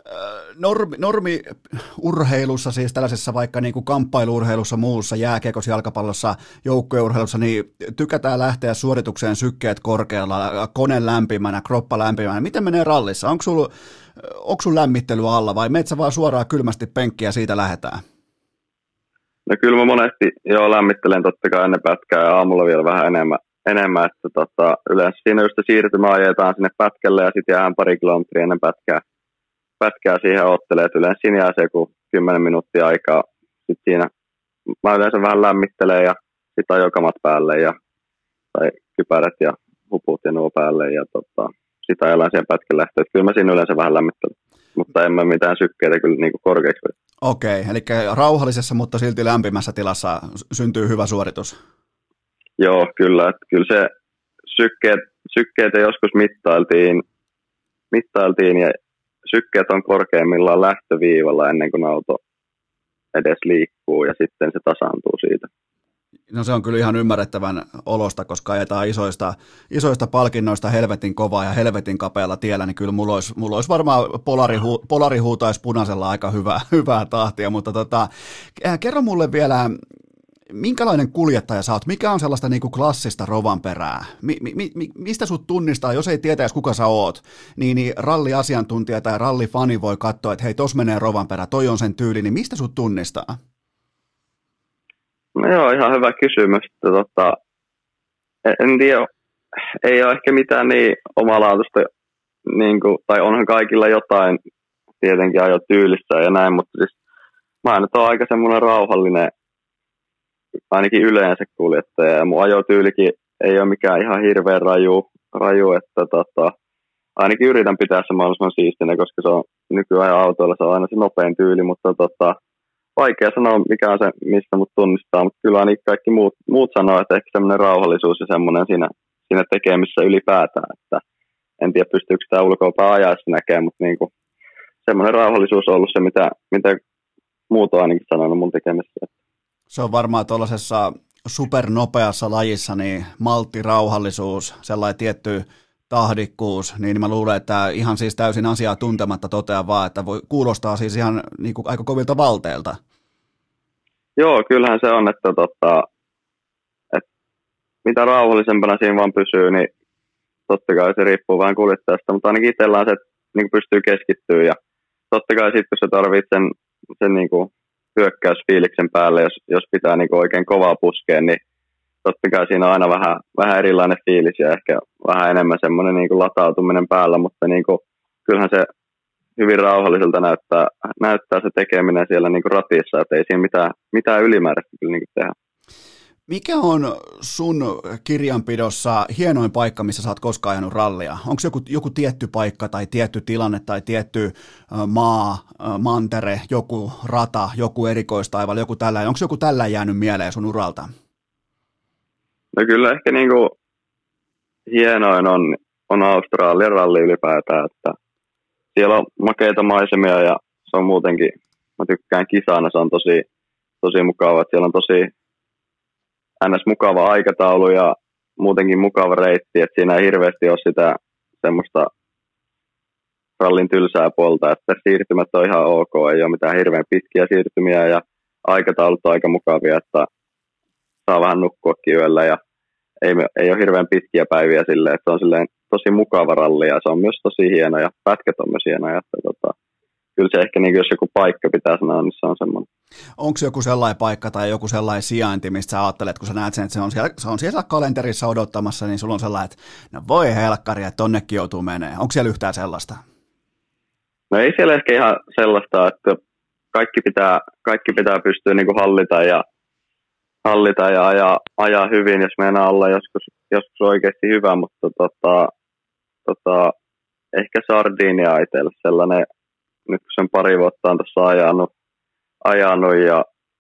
normi, normi urheilussa, siis tällaisessa vaikka niin kuin kamppailuurheilussa, muussa, jääkiekossa, jalkapallossa, joukkueurheilussa, niin tykätään lähteä suoritukseen sykkeet korkealla, kone lämpimänä, kroppa lämpimänä. Miten menee rallissa? Onko sulla onko sun lämmittely alla vai meet sä vaan suoraan kylmästi penkkiä ja siitä lähdetään? No kyllä mä monesti joo lämmittelen totta kai ennen pätkää ja aamulla vielä vähän enemmän, enemmän että tota, yleensä siinä just siirtymä ajetaan sinne pätkälle ja sitten jäähän pari kilometriä ennen pätkää, pätkää siihen ottelee, että yleensä siinä jää se joku kymmenen minuuttia aikaa. Sitten siinä mä yleensä vähän lämmittelen ja sitten ajokamat päälle ja tai kypärät ja huput ja nuo päälle ja tota, sitten ajellaan siihen pätkän lähtöön. Kyllä mä siinä yleensä vähän lämmittelen, mutta en mä mitään sykkeitä kyllä niin kuin korkeaksi vedä. Okei, eli rauhallisessa, mutta silti lämpimässä tilassa syntyy hyvä suoritus. Joo, kyllä. Että kyllä se sykkeet, sykkeitä joskus mittailtiin, mittailtiin ja sykkeet on korkeimmillaan lähtöviivalla ennen kuin auto edes liikkuu ja sitten se tasaantuu siitä. No se on kyllä ihan ymmärrettävän olosta, koska ajetaan isoista, isoista palkinnoista helvetin kovaa ja helvetin kapealla tiellä, niin kyllä mulla olisi, mulla olisi varmaan polari, hu, polari huutaisi punaisella aika hyvää, hyvää tahtia, mutta tota, kerro mulle vielä, minkälainen kuljettaja sä oot? Mikä on sellaista niin kuin klassista Rovanperää? Mi, mi, mi, mistä sut tunnistaa, jos ei tietäisi kuka sä oot, niin, niin ralliasiantuntija tai rallifani voi katsoa, että hei, tos menee Rovanperä, toi on sen tyyli, niin mistä sut tunnistaa? No joo, ihan hyvä kysymys. Tota, en tiedä, ei ole ehkä mitään niin omalaatuista, niin kuin, tai onhan kaikilla jotain tietenkin ajo tyylissä ja näin, mutta siis mä nyt oon aika semmoinen rauhallinen, ainakin yleensä kuljettaja, ja mun ajotyylikin ei ole mikään ihan hirveän raju, raju että tota, ainakin yritän pitää se mahdollisimman siistinä, koska se on nykyajan autoilla se on aina se nopein tyyli, mutta tota, vaikea sanoa, mikä on se, mistä mut tunnistaa, mutta kyllä ainakin kaikki muut, muut sanoo, että ehkä semmoinen rauhallisuus ja semmoinen siinä, siinä tekemisessä ylipäätään, että en tiedä pystyykö sitä ulkoapäin ajaessa näkemään, mutta niinku, semmoinen rauhallisuus on ollut se, mitä, mitä muut on ainakin sanonut mun tekemisessä. Se on varmaan tuollaisessa supernopeassa lajissa niin maltti, rauhallisuus, sellainen tietty tahdikkuus, niin mä luulen, että ihan siis täysin asiaa tuntematta totean vaan, että voi kuulostaa siis ihan niin kuin aika kovilta valteelta. Joo, kyllähän se on, että, tota, että mitä rauhallisempana siinä vaan pysyy, niin totta kai se riippuu vähän kuljettajasta, mutta ainakin itsellä on se, että niin pystyy keskittyä ja totta kai sitten, kun sä tarvitset sen, sen niin kuin hyökkäysfiiliksen päälle, jos, jos pitää niin kuin oikein kovaa puskea, niin totta kai siinä on aina vähän, vähän erilainen fiilis ja ehkä vähän enemmän semmoinen niin kuin latautuminen päällä, mutta niin kuin, kyllähän se hyvin rauhalliselta näyttää, näyttää se tekeminen siellä niin kuin ratissa, että ei siinä mitään, mitään ylimääräistä kyllä niin kuin tehdä. Mikä on sun kirjanpidossa hienoin paikka, missä sä oot koskaan ajanut rallia? Onko joku, joku tietty paikka tai tietty tilanne tai tietty maa, mantere, joku rata, joku erikoistaival, joku tällainen? Onko joku tällä jäänyt mieleen sun uralta? No kyllä ehkä niin kuin hienoin on, on Australian ralli ylipäätään, että siellä on makeita maisemia ja se on muutenkin, mä tykkään kisana, se on tosi, tosi mukava, että siellä on tosi ns. Mukava aikataulu ja muutenkin mukava reitti, että siinä ei hirveästi ole sitä semmoista rallin tylsää puolta, että siirtymät on ihan ok, ei ole mitään hirveän pitkiä siirtymiä ja aikataulut on aika mukavia, että saa vähän nukkuakin yöllä ja ei, ei ole hirveän pitkiä päiviä silleen, että se on silleen tosi mukava ralli ja se on myös tosi hieno ja pätkät on myös hienoja, että tota, kyllä se ehkä, niin jos joku paikka pitää sanoa, niin se on semmoinen. Onko joku sellainen paikka tai joku sellainen sijainti, mistä sä ajattelet, kun sä näet sen, että se on siellä, se on siellä kalenterissa odottamassa, niin sulla on sellainen, että no voi helkkari, että tonnekin joutuu menee. Onko siellä yhtään sellaista? No ei siellä ehkä ihan sellaista, että kaikki pitää, kaikki pitää pystyä niin kuin hallita ja, hallita ja ajaa, ajaa hyvin, jos meinaa olla joskus, joskus oikeasti hyvä, mutta tota, tota, ehkä Sardinia itselle sellainen, nyt kun sen pari vuotta on tuossa ajanut, ajanut ja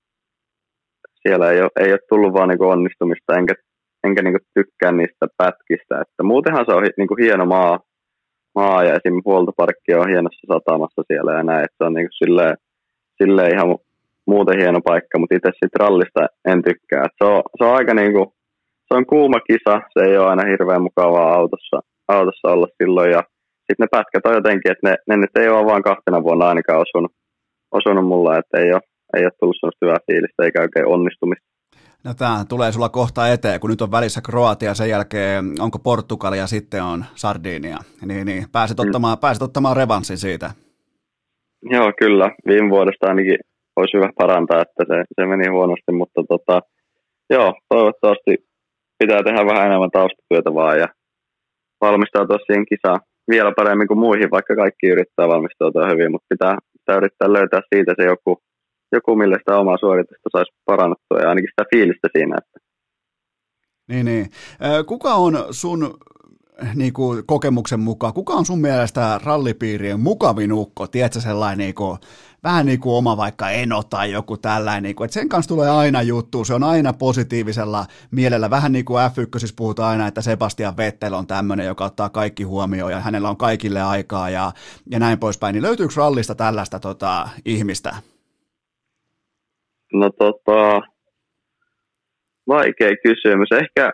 siellä ei ole, ei ole tullut vaan niinku onnistumista, enkä, enkä niinku tykkää niistä pätkistä. Että muutenhan se on niinku hieno maa, maa ja esimerkiksi huoltoparkki on hienossa satamassa siellä ja näin. Että se on niinku silleen, silleen ihan muuten hieno paikka, mutta itse sitten rallista en tykkää. Että se, on, se on aika niinku, se on kuuma kisa, se ei ole aina hirveän mukavaa autossa, autossa olla silloin ja sitten ne pätkät on jotenkin, että ne, ne nyt ei ole vaan kahtena vuonna ainakaan osunut, osunut mulla, että ei ole, ei ole tullut sellaista hyvää fiilistä eikä oikein onnistumista. No tämä tulee sulla kohta eteen, kun nyt on välissä Kroatia, sen jälkeen onko Portugalia ja sitten on Sardinia, niin, niin pääset, ottamaan, mm. pääset ottamaan revanssin siitä. Joo, kyllä. Viime vuodesta ainakin olisi hyvä parantaa, että se, se meni huonosti, mutta tota, joo, toivottavasti pitää tehdä vähän enemmän taustatyötä vaan ja valmistautua siihen kisaan vielä paremmin kuin muihin, vaikka kaikki yrittää valmistautua hyvin, mutta pitää, pitää yrittää löytää siitä se joku, joku millä sitä omaa suoritusta saisi parannettua ja ainakin sitä fiilistä siinä. Että. Niin, niin. Kuka on sun niin kuin kokemuksen mukaan, kuka on sun mielestä rallipiirien mukavin ukko, tiedätkö sellainen niin kuin, vähän niin kuin oma vaikka eno tai joku tällainen, niin kuin, että sen kanssa tulee aina juttu, se on aina positiivisella mielellä, vähän niin kuin F yksi puhutaan aina, että Sebastian Vettel on tämmöinen, joka ottaa kaikki huomioon ja hänellä on kaikille aikaa ja, ja näin poispäin, niin löytyykö rallista tällaista tota, ihmistä? No tota, vaikea kysymys, ehkä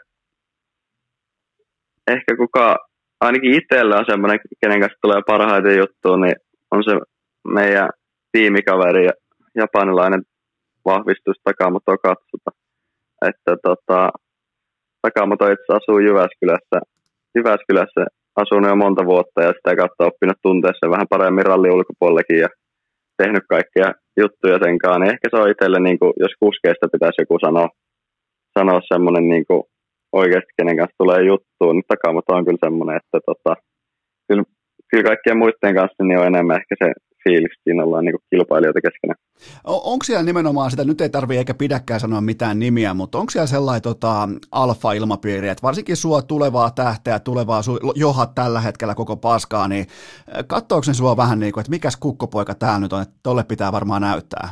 Ehkä kuka, ainakin itsellä on semmoinen, kenen kanssa tulee parhaiten juttuun, niin on se meidän tiimikaveri, japanilainen vahvistus Takamoto Katsuta. Että tota, Takamoto itse asuu Jyväskylässä, Jyväskylässä asunut jo monta vuotta ja sitä kautta oppinut tuntea sen vähän paremmin rallin ulkopuolellakin ja tehnyt kaikkia juttuja senkaan. Niin ehkä se on itselle, niin kuin, jos kuskeista pitäisi joku sanoa, sanoa semmoinen niin kuin, oikeasti kenen kanssa tulee juttuun, niin Takamoto on kyllä semmoinen, että tota, kyllä, kyllä kaikkien muiden kanssa niin on enemmän ehkä se fiilis, siinä ollaan niin kuin kilpailijoita keskenään. Onko siellä nimenomaan sitä, nyt ei tarvitse eikä pidäkään sanoa mitään nimiä, mutta onko siellä sellainen tota, alfa-ilmapiiri, että varsinkin sua tulevaa tähteä, tulevaa su- johat tällä hetkellä koko paskaa, niin katsoako ne sua vähän niin kuin, että mikäs kukkopoika täällä nyt on, että tolle pitää varmaan näyttää?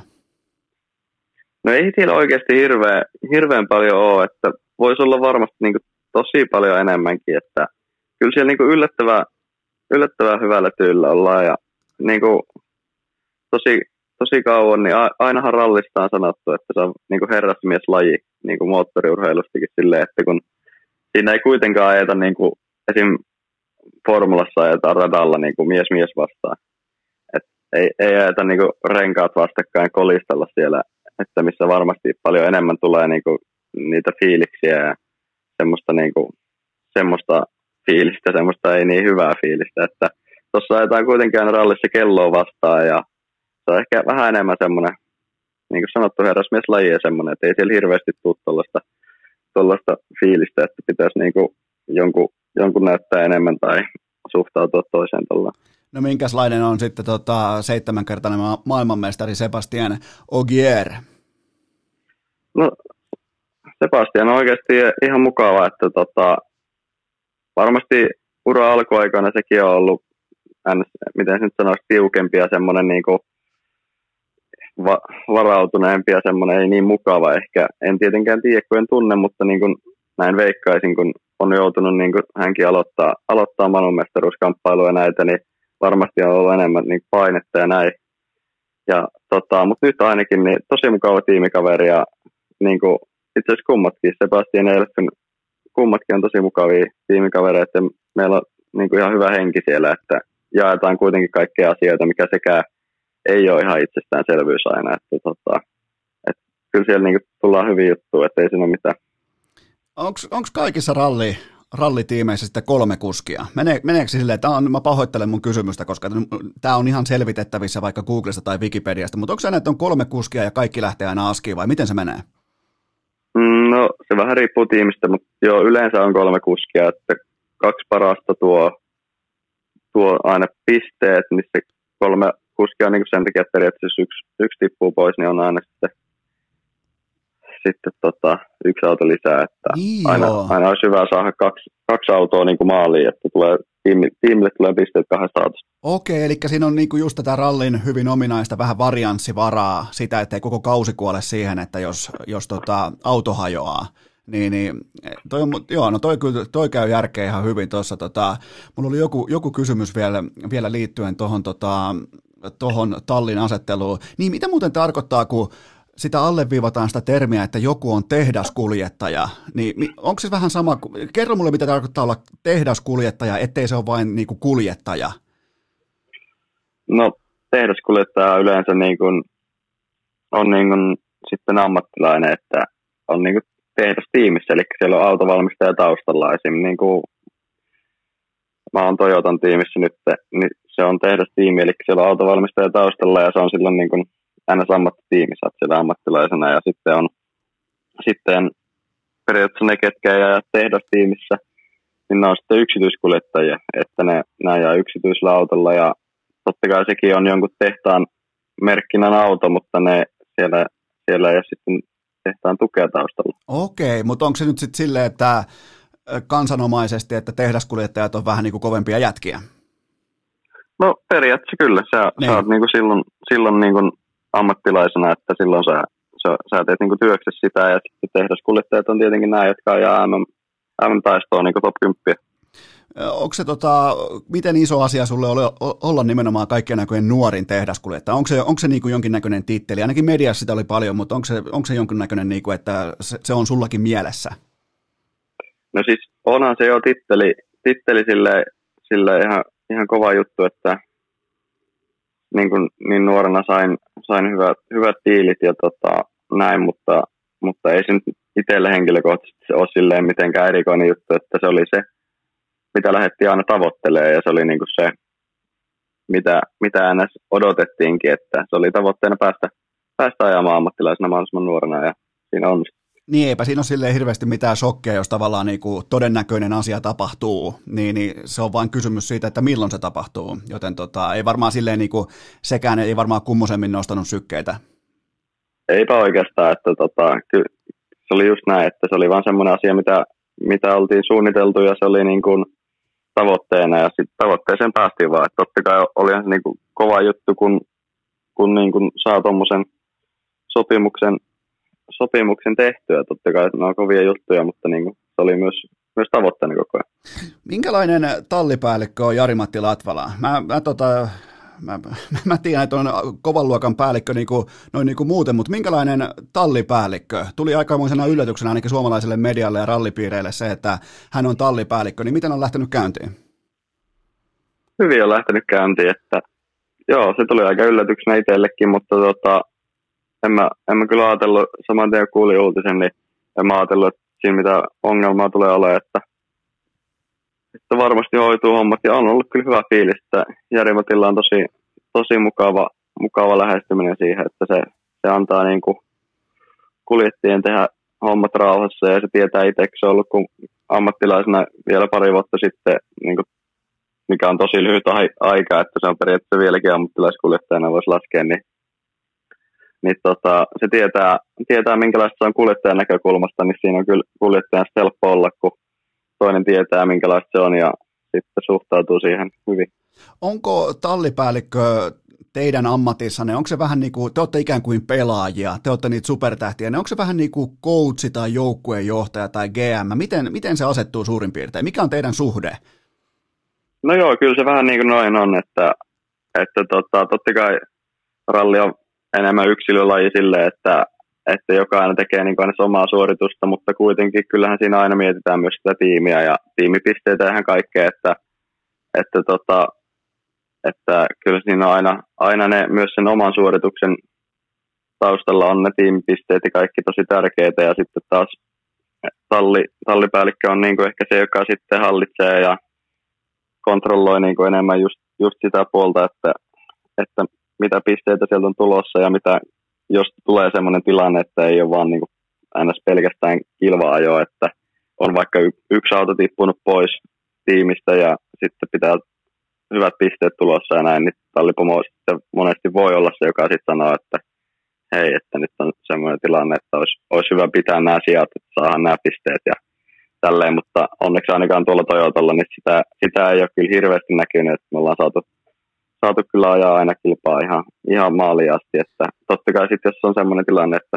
No ei siellä oikeasti hirveän, hirveän paljon ole, että voisi olla varmasti niin kuin tosi paljon enemmänkin, että kyllä siellä niin kuin yllättävän, yllättävän hyvällä tyylillä ollaan ja niin kuin tosi, tosi kauan, niin ainahan rallista on sanottu, että se on niin kuin herrasmieslaji niin kuin moottoriurheilustakin silleen, että kun siinä ei kuitenkaan ajeta niin kuin esim. Formulassa ajetaan radalla niin kuin mies mies vastaan, että ei, ei ajeta niin kuin renkaat vastakkain kolistella siellä, että missä varmasti paljon enemmän tulee niin kuin niitä fiiliksiä ja semmoista, niinku, semmoista fiilistä, semmoista ei niin hyvää fiilistä, että tuossa ajetaan kuitenkin aina rallissa kelloa vastaan ja se on ehkä vähän enemmän semmoinen, niin kuin sanottu herrasmieslaji ja semmoinen, että ei siellä hirveästi tule tuollaista fiilistä, että pitäisi niinku jonkun, jonkun näyttää enemmän tai suhtautua toiseen tuolla. No minkälainen on sitten tota, seitsemänkertainen ma- maailmanmestari Sebastian Ogier? No Sebastian on oikeasti ihan mukava, että tota, varmasti ura alkuaikana sekin on ollut, miten se nyt sanoisi, tiukempi ja semmoinen niin kuin va- varautuneempi ja semmoinen ei niin mukava ehkä. En tietenkään tiedä, kun en tunne, mutta niin kuin näin veikkaisin, kun on joutunut niin kuin hänkin aloittaa, aloittaa maailmanmestaruuskamppailuja ja näitä, niin varmasti on ollut enemmän niin painetta ja näin. Ja, tota, mutta nyt ainakin niin tosi mukava tiimikaveri ja niin kuin itse asiassa kummatkin, Sebastian ja Elfin, kummatkin on tosi mukavia tiimikavereita ja meillä on niin kuin ihan hyvä henki siellä, että jaetaan kuitenkin kaikkia asioita, mikä sekään ei ole ihan itsestäänselvyys aina, että, tota, että kyllä siellä niin kuin tullaan hyvin juttuun, että ei siinä ole mitään. Onko kaikissa ralli, rallitiimeissä sitten kolme kuskia? Mene, meneekö silleen, että on, mä pahoittelen mun kysymystä, koska tämä on ihan selvitettävissä vaikka Googlesta tai Wikipediasta, mutta onko se, että on kolme kuskia ja kaikki lähtee aina askiin vai miten se menee? No se vähän riippuu tiimistä, mutta joo, yleensä on kolme kuskia, että kaksi parasta tuo, tuo aina pisteet, missä kolme kuskia on niin sen takia, että periaatteessa jos yksi, yksi tippuu pois, niin on aina sitten, sitten tota, yksi auto lisää, että niin aina, aina olisi hyvä saada kaksi, kaksi autoa niin kuin maaliin, että tulee, tiimi, tiimille tulee pisteet kahdesta autosta. Okei, eli siinä on niinku just tätä rallin hyvin ominaista vähän varianssivaraa, sitä, ettei koko kausi kuole siihen, että jos, jos tota auto hajoaa. Niin, niin toi, joo, no toi, toi käy järkeä ihan hyvin tuossa. Tota, mulla oli joku, joku kysymys vielä, vielä liittyen tuohon tota, tohon tallin asetteluun. Niin mitä muuten tarkoittaa, kun sitä alleviivataan sitä termiä, että joku on tehdaskuljettaja, niin onko se vähän sama, kerro mulle mitä tarkoittaa olla tehdaskuljettaja, ettei se ole vain niin kuin kuljettaja? No tehdaskuljettaja yleensä niin kuin, on niin kuin, sitten ammattilainen, että on niin kuin tehdastiimissä, eli siellä on autovalmistaja taustalla esimerkiksi niin kuin mä oon Toyotan tiimissä nyt, niin se on tehdastiimi, eli siellä on autovalmistaja taustalla ja se on silloin niin kuin aina ammattitiimi, sä oot siellä ammattilaisena ja sitten on sitten periaatteessa ne, ketkä jää tehdastiimissä, niin ne on sitten yksityiskuljettajia, että ne, ne ajaa yksityisellä autolla ja totta kai sekin on jonkun tehtaan merkkinän auto, mutta ne siellä, siellä ei ole sitten tehtaan tukea taustalla. Okei, mutta onko se nyt sitten silleen, että kansanomaisesti, että tehdaskuljettajat on vähän niin kuin kovempia jätkiä? No periaatteessa kyllä. Sä, niin. sä oot niin kuin silloin, silloin niin kuin ammattilaisena, että silloin sä, sä, sä teet niin kuin työksessä sitä ja sitten tehdaskuljettajat on tietenkin nämä, jotka ajaa M M-taistoa niin kuin top kymmenen. Onko se tota, miten iso asia sulle oli olla nimenomaan kaikkien näköjen nuorin tehdaskuljettaja? Onko se, onko se niin kuin jonkinnäköinen titteli? Ainakin mediassa sitä oli paljon, mutta onko se, onko se jonkinnäköinen, niin kuin, että se, se on sullakin mielessä? No siis onhan se jo titteli, titteli sille, sille ihan, ihan kova juttu, että niin, kuin, niin nuorena sain, sain hyvät, hyvät diilit ja tota, näin, mutta, mutta ei se nyt itselle henkilökohtaisesti ole silleen mitenkään erikoinen juttu, että se oli se, mitä lähdettiin aina tavoittelemaan ja se oli niin kuin se, mitä, mitä aina odotettiinkin, että se oli tavoitteena päästä, päästä ajamaan ammattilaisena mahdollisimman nuorena ja siinä onnistui. Niin eipä siinä ole silleen hirveästi mitään shokkeja, jos tavallaan niin kuin todennäköinen asia tapahtuu, niin, niin se on vain kysymys siitä, että milloin se tapahtuu, joten tota, ei varmaan silleen niin kuin, sekään ei varmaan kummosemmin nostanut sykkeitä. Eipä oikeastaan, että tota, kyllä, se oli just näin, että se oli vaan semmoinen asia, mitä, mitä oltiin suunniteltu ja se oli niin kuin tavoitteena ja sitten tavoitteeseen päästiin vaan, että totta kai olihan se niin kuin kova juttu, kun, kun niin kuin saa tuommoisen sopimuksen sopimuksen tehtyä. Totta kai ne on kovia juttuja, mutta niin kuin, se oli myös, myös tavoitteena koko ajan. Minkälainen tallipäällikkö on Jari-Matti Latvala? Mä, mä, tota, mä, mä tiedän, että on kovan luokan päällikkö niin kuin, noin niin kuin muuten, mutta minkälainen tallipäällikkö? Tuli aikamoisena yllätyksenä ainakin suomalaiselle medialle ja rallipiireille se, että hän on tallipäällikkö, niin miten on lähtenyt käyntiin? Hyvin on lähtenyt käyntiin, että joo, se tuli aika yllätyksenä itsellekin, mutta tota, En mä, en mä kyllä ajatellut, saman tien kuulin uutisen, niin en mä ajatellut, että siinä mitä ongelmaa tulee olemaan, että, että varmasti hoituu hommat. Ja on ollut kyllä hyvä fiilis, että Jari-Matilla on tosi, tosi mukava, mukava lähestyminen siihen, että se, se antaa niin kuin kuljettajien tehdä hommat rauhassa ja se tietää itse, se on ollut kun ammattilaisena vielä pari vuotta sitten, niin kuin, mikä on tosi lyhyt aika, että se on periaatteessa vieläkin ammattilaiskuljettajana voisi laskea, niin niin tota, se tietää, tietää, minkälaista se on kuljettajan näkökulmasta, niin siinä on kyllä kuljettajan helppo olla, kun toinen tietää, minkälaista se on ja sitten suhtautuu siihen hyvin. Onko tallipäällikkö teidän ammatissanne, onko se vähän niin kuin, te olette ikään kuin pelaajia, te olette niitä supertähtiä, niin onko se vähän niin kuin coachi tai joukkueenjohtaja tai G M, miten, miten se asettuu suurin piirtein, mikä on teidän suhde? No joo, kyllä se vähän niin kuin noin on, että, että tota, totta kai ralli on enemmän yksilölaji silleen, että, että jokainen tekee niin aina omaa suoritusta, mutta kuitenkin kyllähän siinä aina mietitään myös sitä tiimiä ja tiimipisteitä ja ihan kaikkea, että, että, tota, että kyllä siinä on aina, aina ne, myös sen oman suorituksen taustalla on ne tiimipisteet ja kaikki tosi tärkeitä ja sitten taas talli, tallipäällikkö on niin kuin ehkä se, joka sitten hallitsee ja kontrolloi niin kuin enemmän just, just sitä puolta, että, että mitä pisteitä sieltä on tulossa ja mitä, jos tulee sellainen tilanne, että ei ole vaan niin kuin ns. Pelkästään kilva-ajoa, että on vaikka y- yksi auto tippunut pois tiimistä ja sitten pitää hyvät pisteet tulossa ja näin, niin tallipomo sitten monesti voi olla se, joka sitten sanoo, että hei, että nyt on sellainen tilanne, että olisi, olisi hyvä pitää nämä sijat, että saadaan nämä pisteet ja tälleen, mutta onneksi ainakaan tuolla Toyotalla, niin sitä, sitä ei ole kyllä hirveästi näkynyt, että me ollaan saatu saatu kyllä ajaa aina kilpaa ihan, ihan maaliin asti, että totta kai sitten jos on semmoinen tilanne, että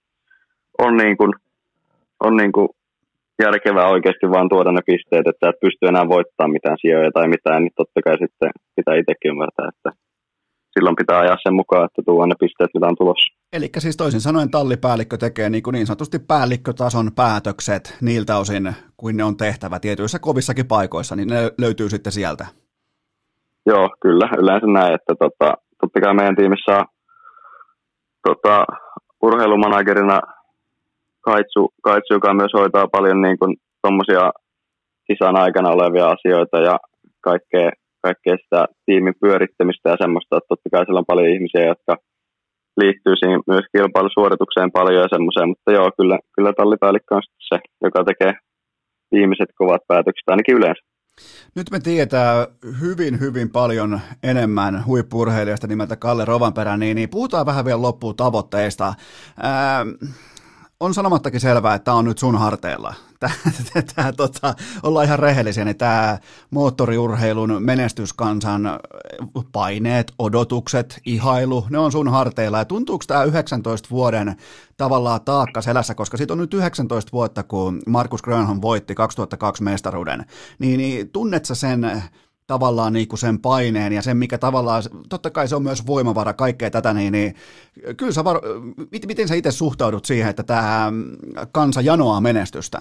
on niin kuin, on niin kuin järkevää oikeasti vaan tuoda ne pisteet, että et pysty enää voittamaan mitään sijoja tai mitään, niin totta kai sitten pitää itsekin ymmärtää, että silloin pitää ajaa sen mukaan, että tuo ne pisteet, mitä on tulossa. Eli siis toisin sanoen tallipäällikkö tekee niin, kuin niin sanotusti päällikkötason päätökset niiltä osin, kuin ne on tehtävä tietyissä kovissakin paikoissa, niin ne löytyy sitten sieltä. Joo, kyllä, yleensä näin, että tota, totta kai meidän tiimissä on tota, urheilumanagerina Kaitsu, Kaitsu, joka myös hoitaa paljon niin kuin tommosia kisan aikana olevia asioita ja kaikkea, kaikkea sitä tiimin pyörittämistä ja semmoista, että totta kai siellä on paljon ihmisiä, jotka liittyy siihen myös kilpailusuoritukseen paljon ja semmoiseen, mutta joo, kyllä, kyllä tallipäällikkö on se, joka tekee viimeiset kovat päätökset, ainakin yleensä. Nyt me tiedetään hyvin, hyvin paljon enemmän huippu-urheilijasta nimeltä Kalle Rovanperä, niin, niin puhutaan vähän vielä loppuun tavoitteista. Ää, on sanomattakin selvää, että tämä on nyt sun harteilla. Tää, tää, tota, ollaan ihan rehellisiä, niin tämä moottoriurheilun menestyskansan paineet, odotukset, ihailu, ne on sun harteilla. Ja tuntuuko tämä yhdeksäntoista vuoden tavallaan taakka selässä, koska siitä on nyt yhdeksäntoista vuotta, kun Markus Grönholm voitti kaksituhattakaksi mestaruuden, niin, niin tunnet sä sen tavallaan niin kuin sen paineen ja sen, mikä tavallaan, totta kai se on myös voimavara, kaikkea tätä, niin, niin kyllä sä, var, miten, miten sä itse suhtaudut siihen, että tämä kansa janoaa menestystä?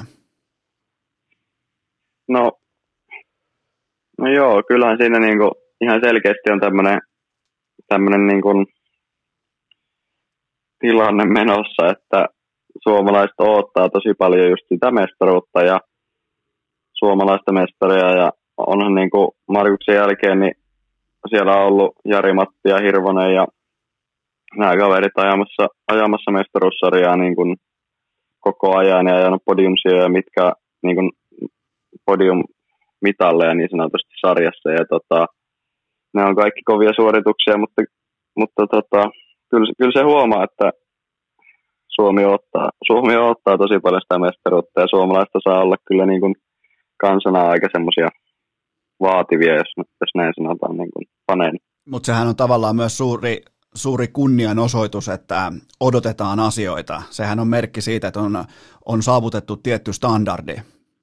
No, no joo, kyllähän siinä niinku ihan selkeästi on tämmöinen tämmönen niinku tilanne menossa, että suomalaiset odottaa tosi paljon just sitä mestaruutta ja suomalaista mestaria ja onhan niin kuin Markuksen jälkeen, niin siellä on ollut Jari-Matti ja Hirvonen ja nämä kaverit ajamassa, ajamassa mestaruussarjaa niin kuin koko ajan ja ajanut podiumsia, mitkä niin kuin podium-mitalleja niin sanotusti sarjassa. Ja tota, ne on kaikki kovia suorituksia, mutta, mutta tota, kyllä, kyllä se huomaa, että Suomi ottaa, Suomi ottaa tosi paljon sitä mestaruutta ja suomalaista saa olla kyllä niin kuin kansana aika semmoisia vaativia, jos, jos näin sanotaan, niin kuin paneeni. Mutta sehän on tavallaan myös suuri, suuri kunnianosoitus, että odotetaan asioita. Sehän on merkki siitä, että on, on saavutettu tietty standardi.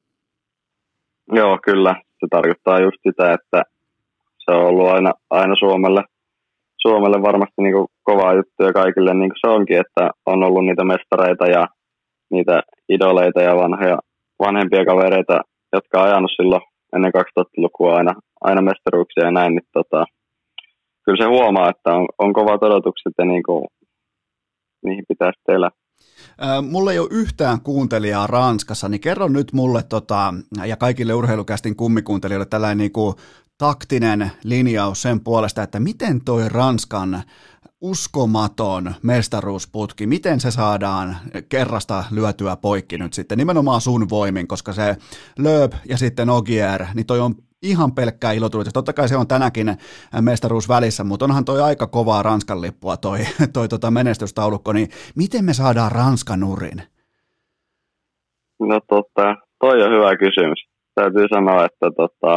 Joo, kyllä. Se tarkoittaa just sitä, että se on ollut aina, aina Suomelle, Suomelle varmasti niin kuin kovaa juttuja kaikille, niin kuin se onkin, että on ollut niitä mestareita ja niitä idoleita ja vanhoja, vanhempia kavereita, jotka on ajanut silloin ennen kaksituhattalukua aina, aina mestaruuksia ja näin, niin tota, kyllä se huomaa, että on, on kovat odotukset ja niin kuin, niihin pitäisi elää. Mulla ei ole yhtään kuuntelijaa Ranskassa, niin kerro nyt mulle tota, ja kaikille urheilukästin kummikuuntelijoille tällainen niin kuin taktinen linjaus sen puolesta, että miten toi Ranskan uskomaton mestaruusputki, miten se saadaan kerrasta lyötyä poikki nyt sitten, nimenomaan sun voimin, koska se Loeb ja sitten Ogier, niin toi on ihan pelkkää ilotulitus. Totta kai se on tänäkin mestaruus välissä, mutta onhan toi aika kovaa Ranskan lippua toi, toi tota menestystaulukko, niin miten me saadaan Ranska nurin? No tota, toi on hyvä kysymys. Täytyy sanoa, että tota,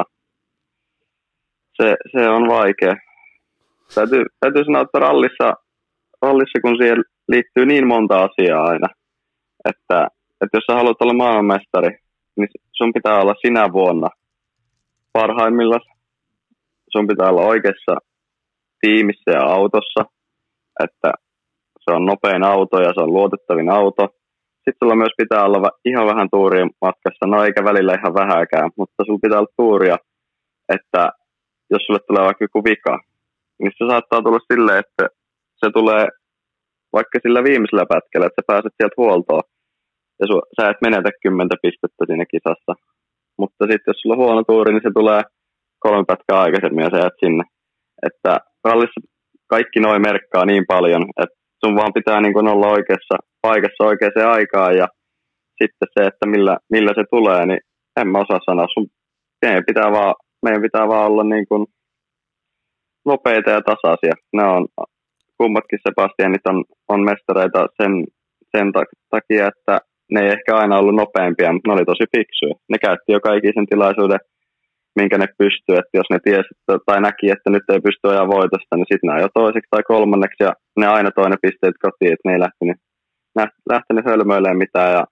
se, se on vaikea. Täytyy, täytyy sanoa, että rallissa, rallissa, kun siihen liittyy niin monta asiaa aina, että, että jos sä haluat olla maailmanmestari, niin sun pitää olla sinä vuonna parhaimmillaan. Sun pitää olla oikeassa tiimissä ja autossa, että se on nopein auto ja se on luotettavin auto. Sitten sulla myös pitää olla ihan vähän tuuria matkassa, no eikä välillä ihan vähääkään, mutta sulla pitää olla tuuria, että jos sulle tulee vaikka joku vika, niin se saattaa tulla silleen, että se tulee vaikka sillä viimeisellä pätkällä, että sä pääset sieltä huoltoon ja su, sä et menetä kymmentä pistettä siinä kisassa. Mutta sitten jos sulla on huono tuuri, niin se tulee kolme pätkää aikaisemmin ja sä jäät sinne. Että rallissa kaikki noin merkkaa niin paljon, että sun vaan pitää niin kuin olla oikeassa paikassa oikeaan aikaan ja sitten se, että millä, millä se tulee, niin en mä osaa sanoa. Sun, meidän, pitää vaan, meidän pitää vaan olla niin kuin nopeita ja tasaisia. Ne on kummatkin Sebastianit on, on mestareita sen, sen takia, että ne ei ehkä aina ollut nopeampia, mutta ne oli tosi fiksuja. Ne käytti jo kaikki sen tilaisuuden, minkä ne pystyy. Että jos ne tiesi tai näki, että nyt ei pysty ajaa voitosta, niin sitten ne ajoi toiseksi tai kolmanneksi ja ne aina toinen pisteet kotiin, että ne ei lähtenyt, lähtenyt hölmöilemään mitään. Ja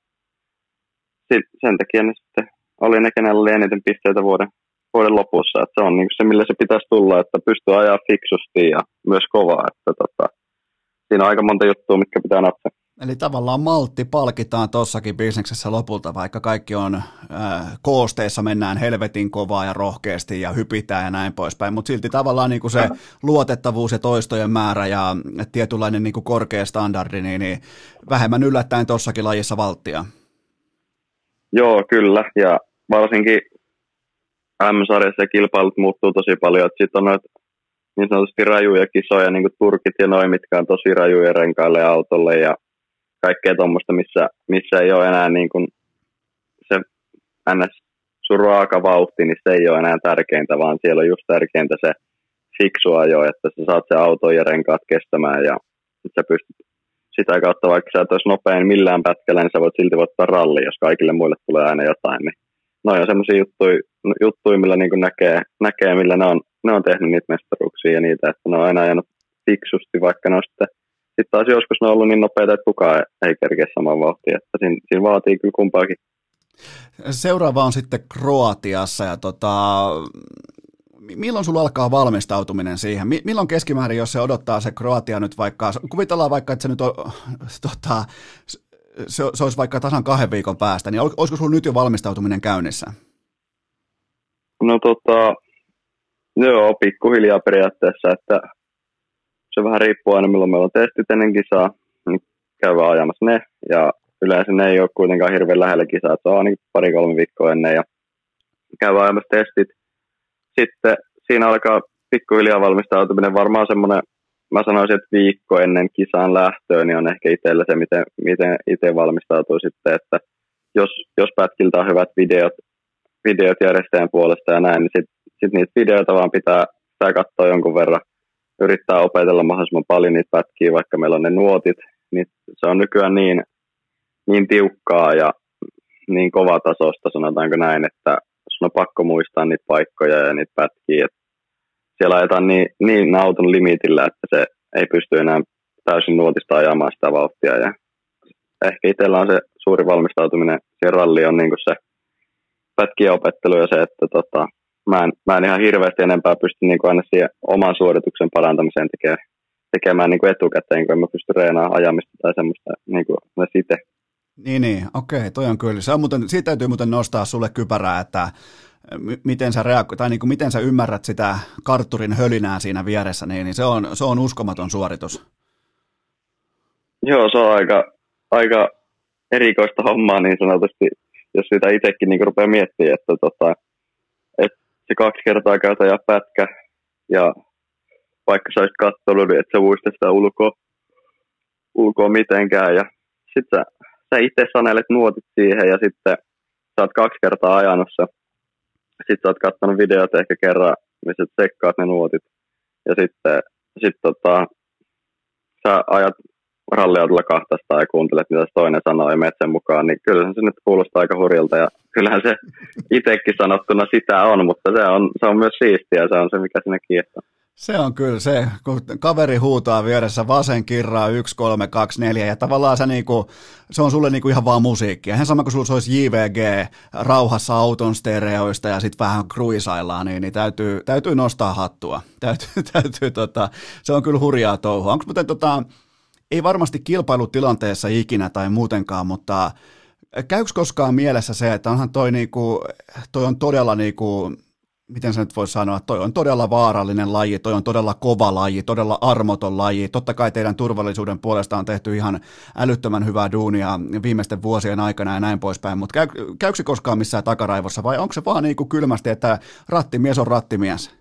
sen takia ne sitten oli ne, kenellä oli eniten pisteitä vuoden, vuoden lopussa. Että se on niin se, millä se pitäisi tulla, että pystyy ajaa fiksusti ja myös kovaa. Että tota, siinä on aika monta juttua, mitkä pitää napsia. Eli tavallaan maltti palkitaan tossakin bisneksessä lopulta, vaikka kaikki on äh, koosteessa, mennään helvetin kovaa ja rohkeasti ja hypitään ja näin poispäin, mutta silti tavallaan niin kuin se luotettavuus ja toistojen määrä ja tietynlainen niin kuin korkea standardi, niin, niin vähemmän yllättäen tossakin lajissa valttia. Joo, kyllä, ja varsinkin M-sarjassa kilpailut muuttuu tosi paljon, että sitten on noita niin sanotusti rajuja kisoja, niin kuin Turkit ja noin, mitkä on tosi rajuja renkaille ja autolle ja kaikkea tuommoista, missä, missä ei ole enää niin kuin se ns. Sun raaka vauhti, niin se ei ole enää tärkeintä, vaan siellä on just tärkeintä se fiksu ajo, että sä saat se auto ja renkaat kestämään ja sit sä pystyt sitä kautta, vaikka sä et olisi nopein millään pätkällä, niin sä voit silti voittaa ralli, jos kaikille muille tulee aina jotain. Niin noi on semmoisia juttuja, juttuja millä niin kuin näkee, näkee, millä ne on, ne on tehnyt niitä mestaruuksia ja niitä, että ne on aina ajanut fiksusti, vaikka ne on sitten Sitten taas joskus ne on ollut niin nopeita, että kukaan ei kerkeä saman vauhtiin, että siinä, siinä vaatii kyllä kumpaakin. Seuraava on sitten Kroatiassa, ja tota, milloin sulla alkaa valmistautuminen siihen? Milloin keskimäärin, jos se odottaa se Kroatia nyt vaikka, kuvitellaan vaikka, että se nyt on, tota, se, se olisi vaikka tasan kahden viikon päästä, niin olisiko sulla nyt jo valmistautuminen käynnissä? No tota, joo, pikkuhiljaa periaatteessa, että se vähän riippuu aina, milloin meillä on testit ennen kisaa, niin käydään ajamassa ne, ja yleensä ne ei ole kuitenkaan hirveän lähellä kisaa, että se on ainakin pari-kolme viikkoa ennen, ja käydään ajamassa testit. Sitten siinä alkaa pikkuhiljaa valmistautuminen, varmaan semmoinen, mä sanoisin, että viikko ennen kisaan lähtöä, niin on ehkä itsellä se, miten, miten itse valmistautuu sitten, että jos, jos pätkiltä on hyvät videot, videot järjestäjän puolesta ja näin, niin sitten sit niitä videoita vaan pitää, pitää katsoa jonkun verran, yrittää opetella mahdollisimman paljon niitä pätkiä, vaikka meillä on ne nuotit, niin se on nykyään niin, niin tiukkaa ja niin kovatasosta, sanotaanko näin, että sun on pakko muistaa niitä paikkoja ja niitä pätkiä, että siellä ajetaan niin, niin auton limitillä, että se ei pysty enää täysin nuotista ajamaan sitä vauhtia, ja ehkä itsellä on se suuri valmistautuminen siihen ralliin on niin kuin se pätkien opettelu ja se, että tota, Mä en, mä en ihan hirveästi enempää pysty niin kuin aina siihen oman suorituksen parantamiseen tekemään, tekemään niin kuin etukäteen, kun en mä pysty reenaamaan ajamista tai semmoista niin kuin itse. Niin, niin, okei, toi on kyllä. Se on muuten, siitä täytyy muuten nostaa sulle kypärää, että m- miten sä, reago- tai niin kuin miten sä ymmärrät sitä kartturin hölinää siinä vieressä, niin, niin se, on, se on uskomaton suoritus. Joo, se on aika, aika erikoista hommaa niin sanotusti, jos sitä itsekin niin kuin rupeaa miettimään, että tota, se kaksi kertaa käytä ja pätkä, ja vaikka sä olisit katsonut, niin et sä muista sitä ulkoa, ulkoa mitenkään, ja sit sä, sä itse sanelet nuotit siihen, ja sitten sä oot kaksi kertaa ajanut se, sit sä oot katsonut videot ehkä kerran, missä tsekkaat ne nuotit, ja sitten sit tota, sä ajat ralliautolla kahdestaan ja kuuntelet, mitä se toinen sanoo ja menet sen mukaan, niin kyllähän se nyt kuulostaa aika hurjalta ja kyllähän se itsekin sanottuna sitä on, mutta se on, se on myös siistiä, se on se, mikä sinne kiehtoo. Se on kyllä se, kun kaveri huutaa vieressä vasen kirraa yksi, kolme, kaksi, neljä ja tavallaan se, niinku, se on sulle niinku ihan vaan musiikkia. Ihan sama kuin sulla olisi J V G rauhassa auton stereoista ja sitten vähän kruisaillaan, niin, niin täytyy, täytyy nostaa hattua. Täytyy, täytyy, tota, se on kyllä hurjaa touhua. Onko muuten tota, ei varmasti kilpailutilanteessa ikinä tai muutenkaan, mutta käykö koskaan mielessä se, että onhan toi, niinku, toi on todella, niinku, miten sä nyt voisi sanoa, toi on todella vaarallinen laji, toi on todella kova laji, todella armoton laji. Totta kai teidän turvallisuuden puolesta on tehty ihan älyttömän hyvää duunia viimeisten vuosien aikana ja näin poispäin, mutta käy, käykö se koskaan missään takaraivossa vai onko se vaan niinku kylmästi, että rattimies on rattimies?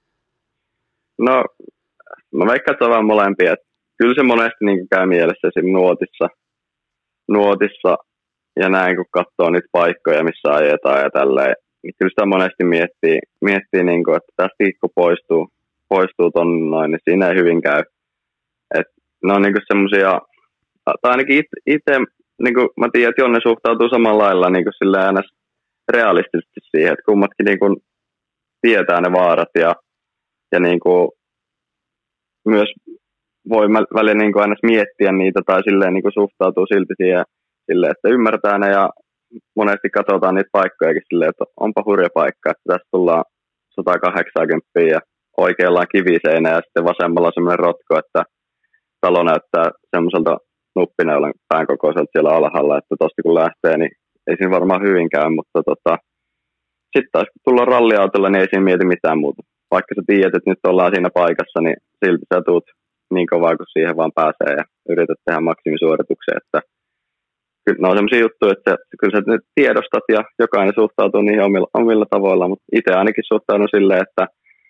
No, mä veikkaan, että on vaan molempia. Kyllä se monesti niin käy mielessä siinä nuotissa, nuotissa ja näin, kun katsoo niitä paikkoja, missä ajetaan ja tälleen. Niin kyllä sitä monesti miettii, miettii niin kuin, että tästä kun poistuu, poistuu tonne noin, niin siinä ei hyvin käy. Et ne on niin kuin semmosia, tai ainakin itse, niin kuin mä tiedän, että Jonne suhtautuu samalla lailla niin kuin silleen aina realistisesti siihen, että kummatkin niin kuin tietää ne vaarat ja, ja niin kuin myös voi välillä niin kuin aina miettiä niitä tai silleen niin kuin suhtautuu silti siihen, silleen, että ymmärtää ne ja monesti katsotaan niitä paikkojakin silleen, että onpa hurja paikka, että tässä tullaan sata kahdeksankymmentä ja oikealla on kiviseinä ja sitten vasemmalla on semmoinen rotko, että talo näyttää semmoiselta nuppineulan pään kokoiselta siellä alhaalla, että tosta kun lähtee, niin ei siinä varmaan hyvin käy, mutta tota, sitten taas kun tullaan ralliautolla, niin ei siinä mieti mitään muuta. Vaikka sä tiedät, että nyt ollaan siinä paikassa, niin silti sä tuut niin kovaa kuin siihen vaan pääsee ja yrität tehdä maksimisuorituksia. Että kyllä ne on sellaisia juttuja, että kyllä sä nyt tiedostat ja jokainen suhtautuu niihin omilla, omilla tavoilla, mutta itse ainakin suhtaudun silleen, että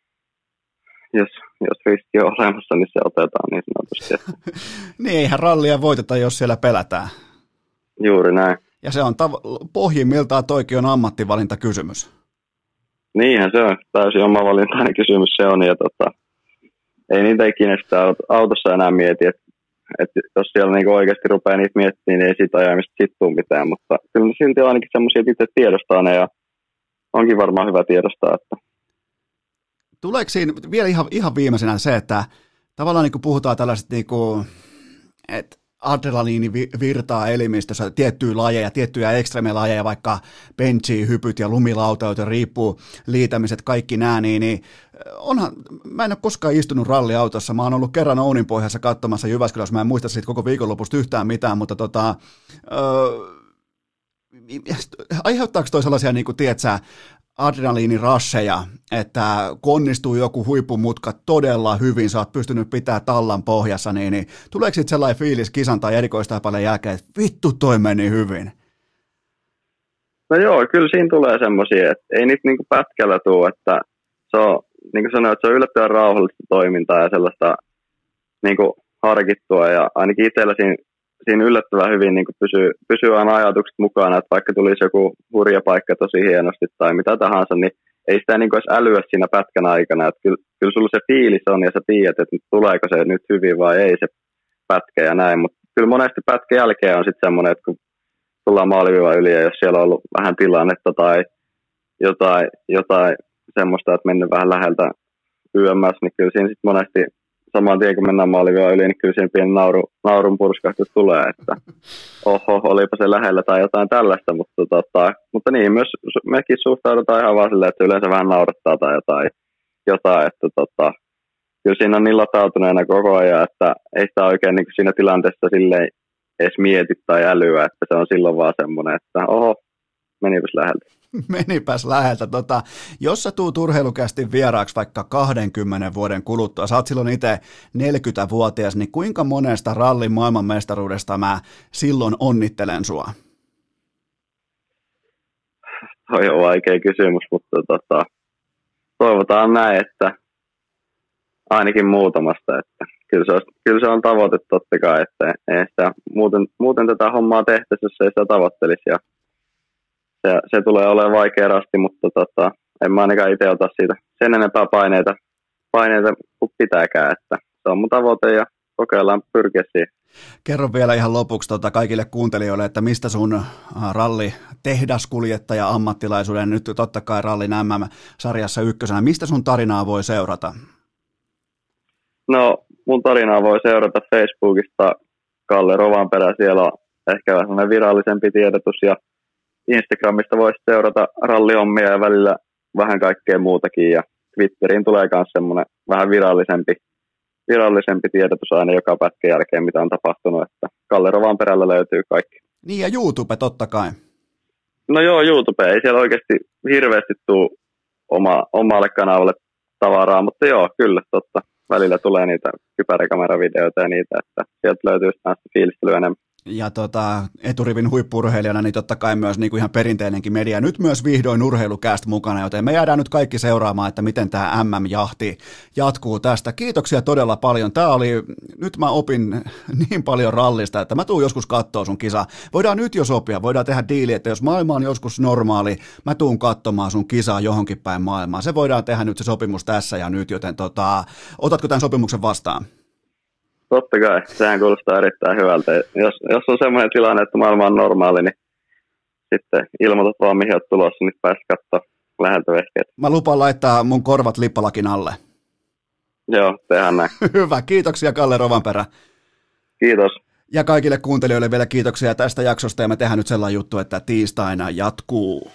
jos, jos riski on olemassa, niin se otetaan niin sanotusti. Niin eihän rallia voiteta, jos siellä pelätään. Juuri näin. Ja se on tav- pohjimmiltaan toikin on ammattivalintakysymys. Niinhän se on. Täysin oma valintainen kysymys se on. Ja tota, ei niitä ikinä sitä autossa enää mieti. Että et jos siellä niinku oikeasti rupeaa niitä miettimään, niin ei siitä ajamista sit tule mitään. Mutta kyllä silti on ainakin semmoisia, että itse tiedostaa ne ja onkin varmaan hyvä tiedostaa. Että tuleeko siinä vielä ihan, ihan viimeisenä se, että tavallaan niin kuin puhutaan tällaiset, niin kuin, että adrenaliini virtaa elimistössä, tiettyjä lajeja, tiettyjä ekstremilajeja, vaikka benchi, hypyt ja lumilautaut ja riippuu liitämiset, kaikki nämä, niin, niin onhan, mä en ole koskaan istunut ralliautossa, mä oon ollut kerran Ouninpohjassa katsomassa Jyväskylässä, mä en muista siitä koko viikonlopusta yhtään mitään, mutta tota, öö, aiheuttaako toi sellaisia, niin kuin tiedät sä, adrenaliinirasseja, että kun onnistuu joku huippumutka todella hyvin, sä oot pystynyt pitää tallan pohjassa, niin, niin tuleeko sitten sellainen fiilis kisan tai erikoistaipaleen jälkeen, että vittu toi meni hyvin? No joo, kyllä siinä tulee semmoisia, että ei niitä niinku pätkällä tule, että se on, niin kuin sanoin, että se on yllättävän rauhallista toimintaa ja sellaista niinku harkittua ja ainakin itsellä siinä, siinä yllättävän hyvin niin pysyy, pysyy aina ajatukset mukana, että vaikka tulisi joku hurja paikka tosi hienosti tai mitä tahansa, niin ei sitä niin edes älyä siinä pätkän aikana. Että kyllä, kyllä sulla se fiilis on ja sä tiedät, että tuleeko se nyt hyvin vai ei se pätkä ja näin. Mutta kyllä monesti pätkän jälkeen on sitten semmoinen, että kun tullaan maaliviivan yli ja jos siellä on ollut vähän tilannetta tai jotain, jotain semmoista, että mennyt vähän läheltä yömmässä, niin kyllä siinä sitten monesti samaan tien kun mennään maaliviivan yli, niin kyllä siinä pieni nauru, naurun purskahtus tulee, että oho, olipa se lähellä tai jotain tällaista, mutta, tota, mutta niin, myös mekin suhtaudutaan ihan vaan silleen, että yleensä vähän naurattaa tai jotain, jotain että tota, kyllä siinä on niin latautuneena koko ajan, että ei sitä oikein niin kuin siinä tilanteessa silleen edes mieti tai älyä, että se on silloin vaan semmoinen, että oho, menipäs läheltä. Menipäs läheltä. Tota, jos sä tuut urheilukästi vieraaksi vaikka kahdenkymmenen vuoden kuluttua, sä oot silloin itse neljäkymmentävuotias, niin kuinka monesta rallin maailmanmestaruudesta mä silloin onnittelen sua? Toi on vaikea kysymys, mutta tota, toivotaan näin, että ainakin muutamasta. Että kyllä, se on, kyllä se on tavoite totta kai, että ei sitä, muuten, muuten tätä hommaa tehtäisiin, jos ei sitä tavoittelisi. Ja Se, se tulee olemaan vaikea rasti, mutta tota, en mä ainakaan itse ota siitä sen enempää paineita, paineita kuin pitääkään, että se on mun tavoite ja kokeillaan pyrkiä siihen. Kerro vielä ihan lopuksi tota kaikille kuuntelijoille, että mistä sun ralli tehdaskuljettaja ammattilaisuuden, nyt totta kai rallin M M-sarjassa ykkösenä, mistä sun tarinaa voi seurata? No mun tarinaa voi seurata Facebookista, Kalle Rovanperä, siellä on ehkä vähän virallisempi tiedotus ja Instagramista voisi seurata ralliommia ja välillä vähän kaikkea muutakin ja Twitteriin tulee myös semmoinen vähän virallisempi, virallisempi tiedotus aina joka pätkän jälkeen, mitä on tapahtunut, että Kalle Rovanperällä löytyy kaikki. Niin ja YouTube totta kai. No joo, YouTube ei siellä oikeasti hirveästi tule oma, omalle kanavalle tavaraa, mutta joo, kyllä totta. Välillä tulee niitä kypäräkameravideoita ja niitä, että sieltä löytyy sitä fiilistelyä enemmän. Ja tota, eturivin huippu-urheilijana, niin totta kai myös niin kuin ihan perinteinenkin media. Nyt myös vihdoin urheilucast mukana, joten me jäädään nyt kaikki seuraamaan, että miten tämä M M-jahti jatkuu tästä. Kiitoksia todella paljon. Tämä oli, nyt mä opin niin paljon rallista, että mä tuun joskus kattoo sun kisa. Voidaan nyt jo sopia, voidaan tehdä diili, että jos maailma on joskus normaali, mä tuun katsomaan sun kisaa johonkin päin maailmaa. Se voidaan tehdä nyt se sopimus tässä ja nyt, joten tota, otatko tämän sopimuksen vastaan? Totta kai, sehän kuulostaa erittäin hyvältä. Jos, jos on sellainen tilanne, että maailma on normaali, niin sitten ilmoitat vaan mihin olet tulossa, niin pääset katsoa läheltä vehkeet. Mä lupaan laittaa mun korvat lippalakin alle. Joo, tehdään näin. Hyvä, kiitoksia Kalle Rovanperä. Kiitos. Ja kaikille kuuntelijoille vielä kiitoksia tästä jaksosta ja me tehdään nyt sellainen juttu, että tiistaina jatkuu.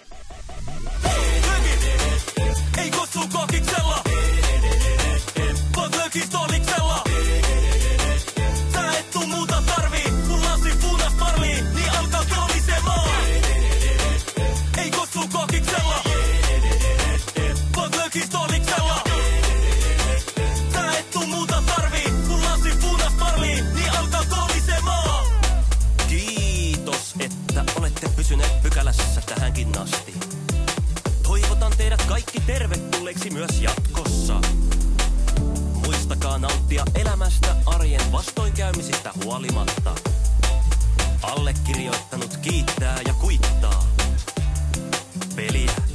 Ei kutsu kokiksella, vaan lökin toliksella. siis toliksella. Sä et tuu muuta tarvii, kun lasi punas parlii, niin alkaa kolisemaan. Kiitos, että olette pysyneet pykälässä tähänkin asti. Toivotan teidät kaikki tervetulleiksi myös jatkossa. Muistakaa nauttia elämästä arjen vastoinkäymisistä huolimatta. Allekirjoittanut kiittää ja kuittaa. Peliä.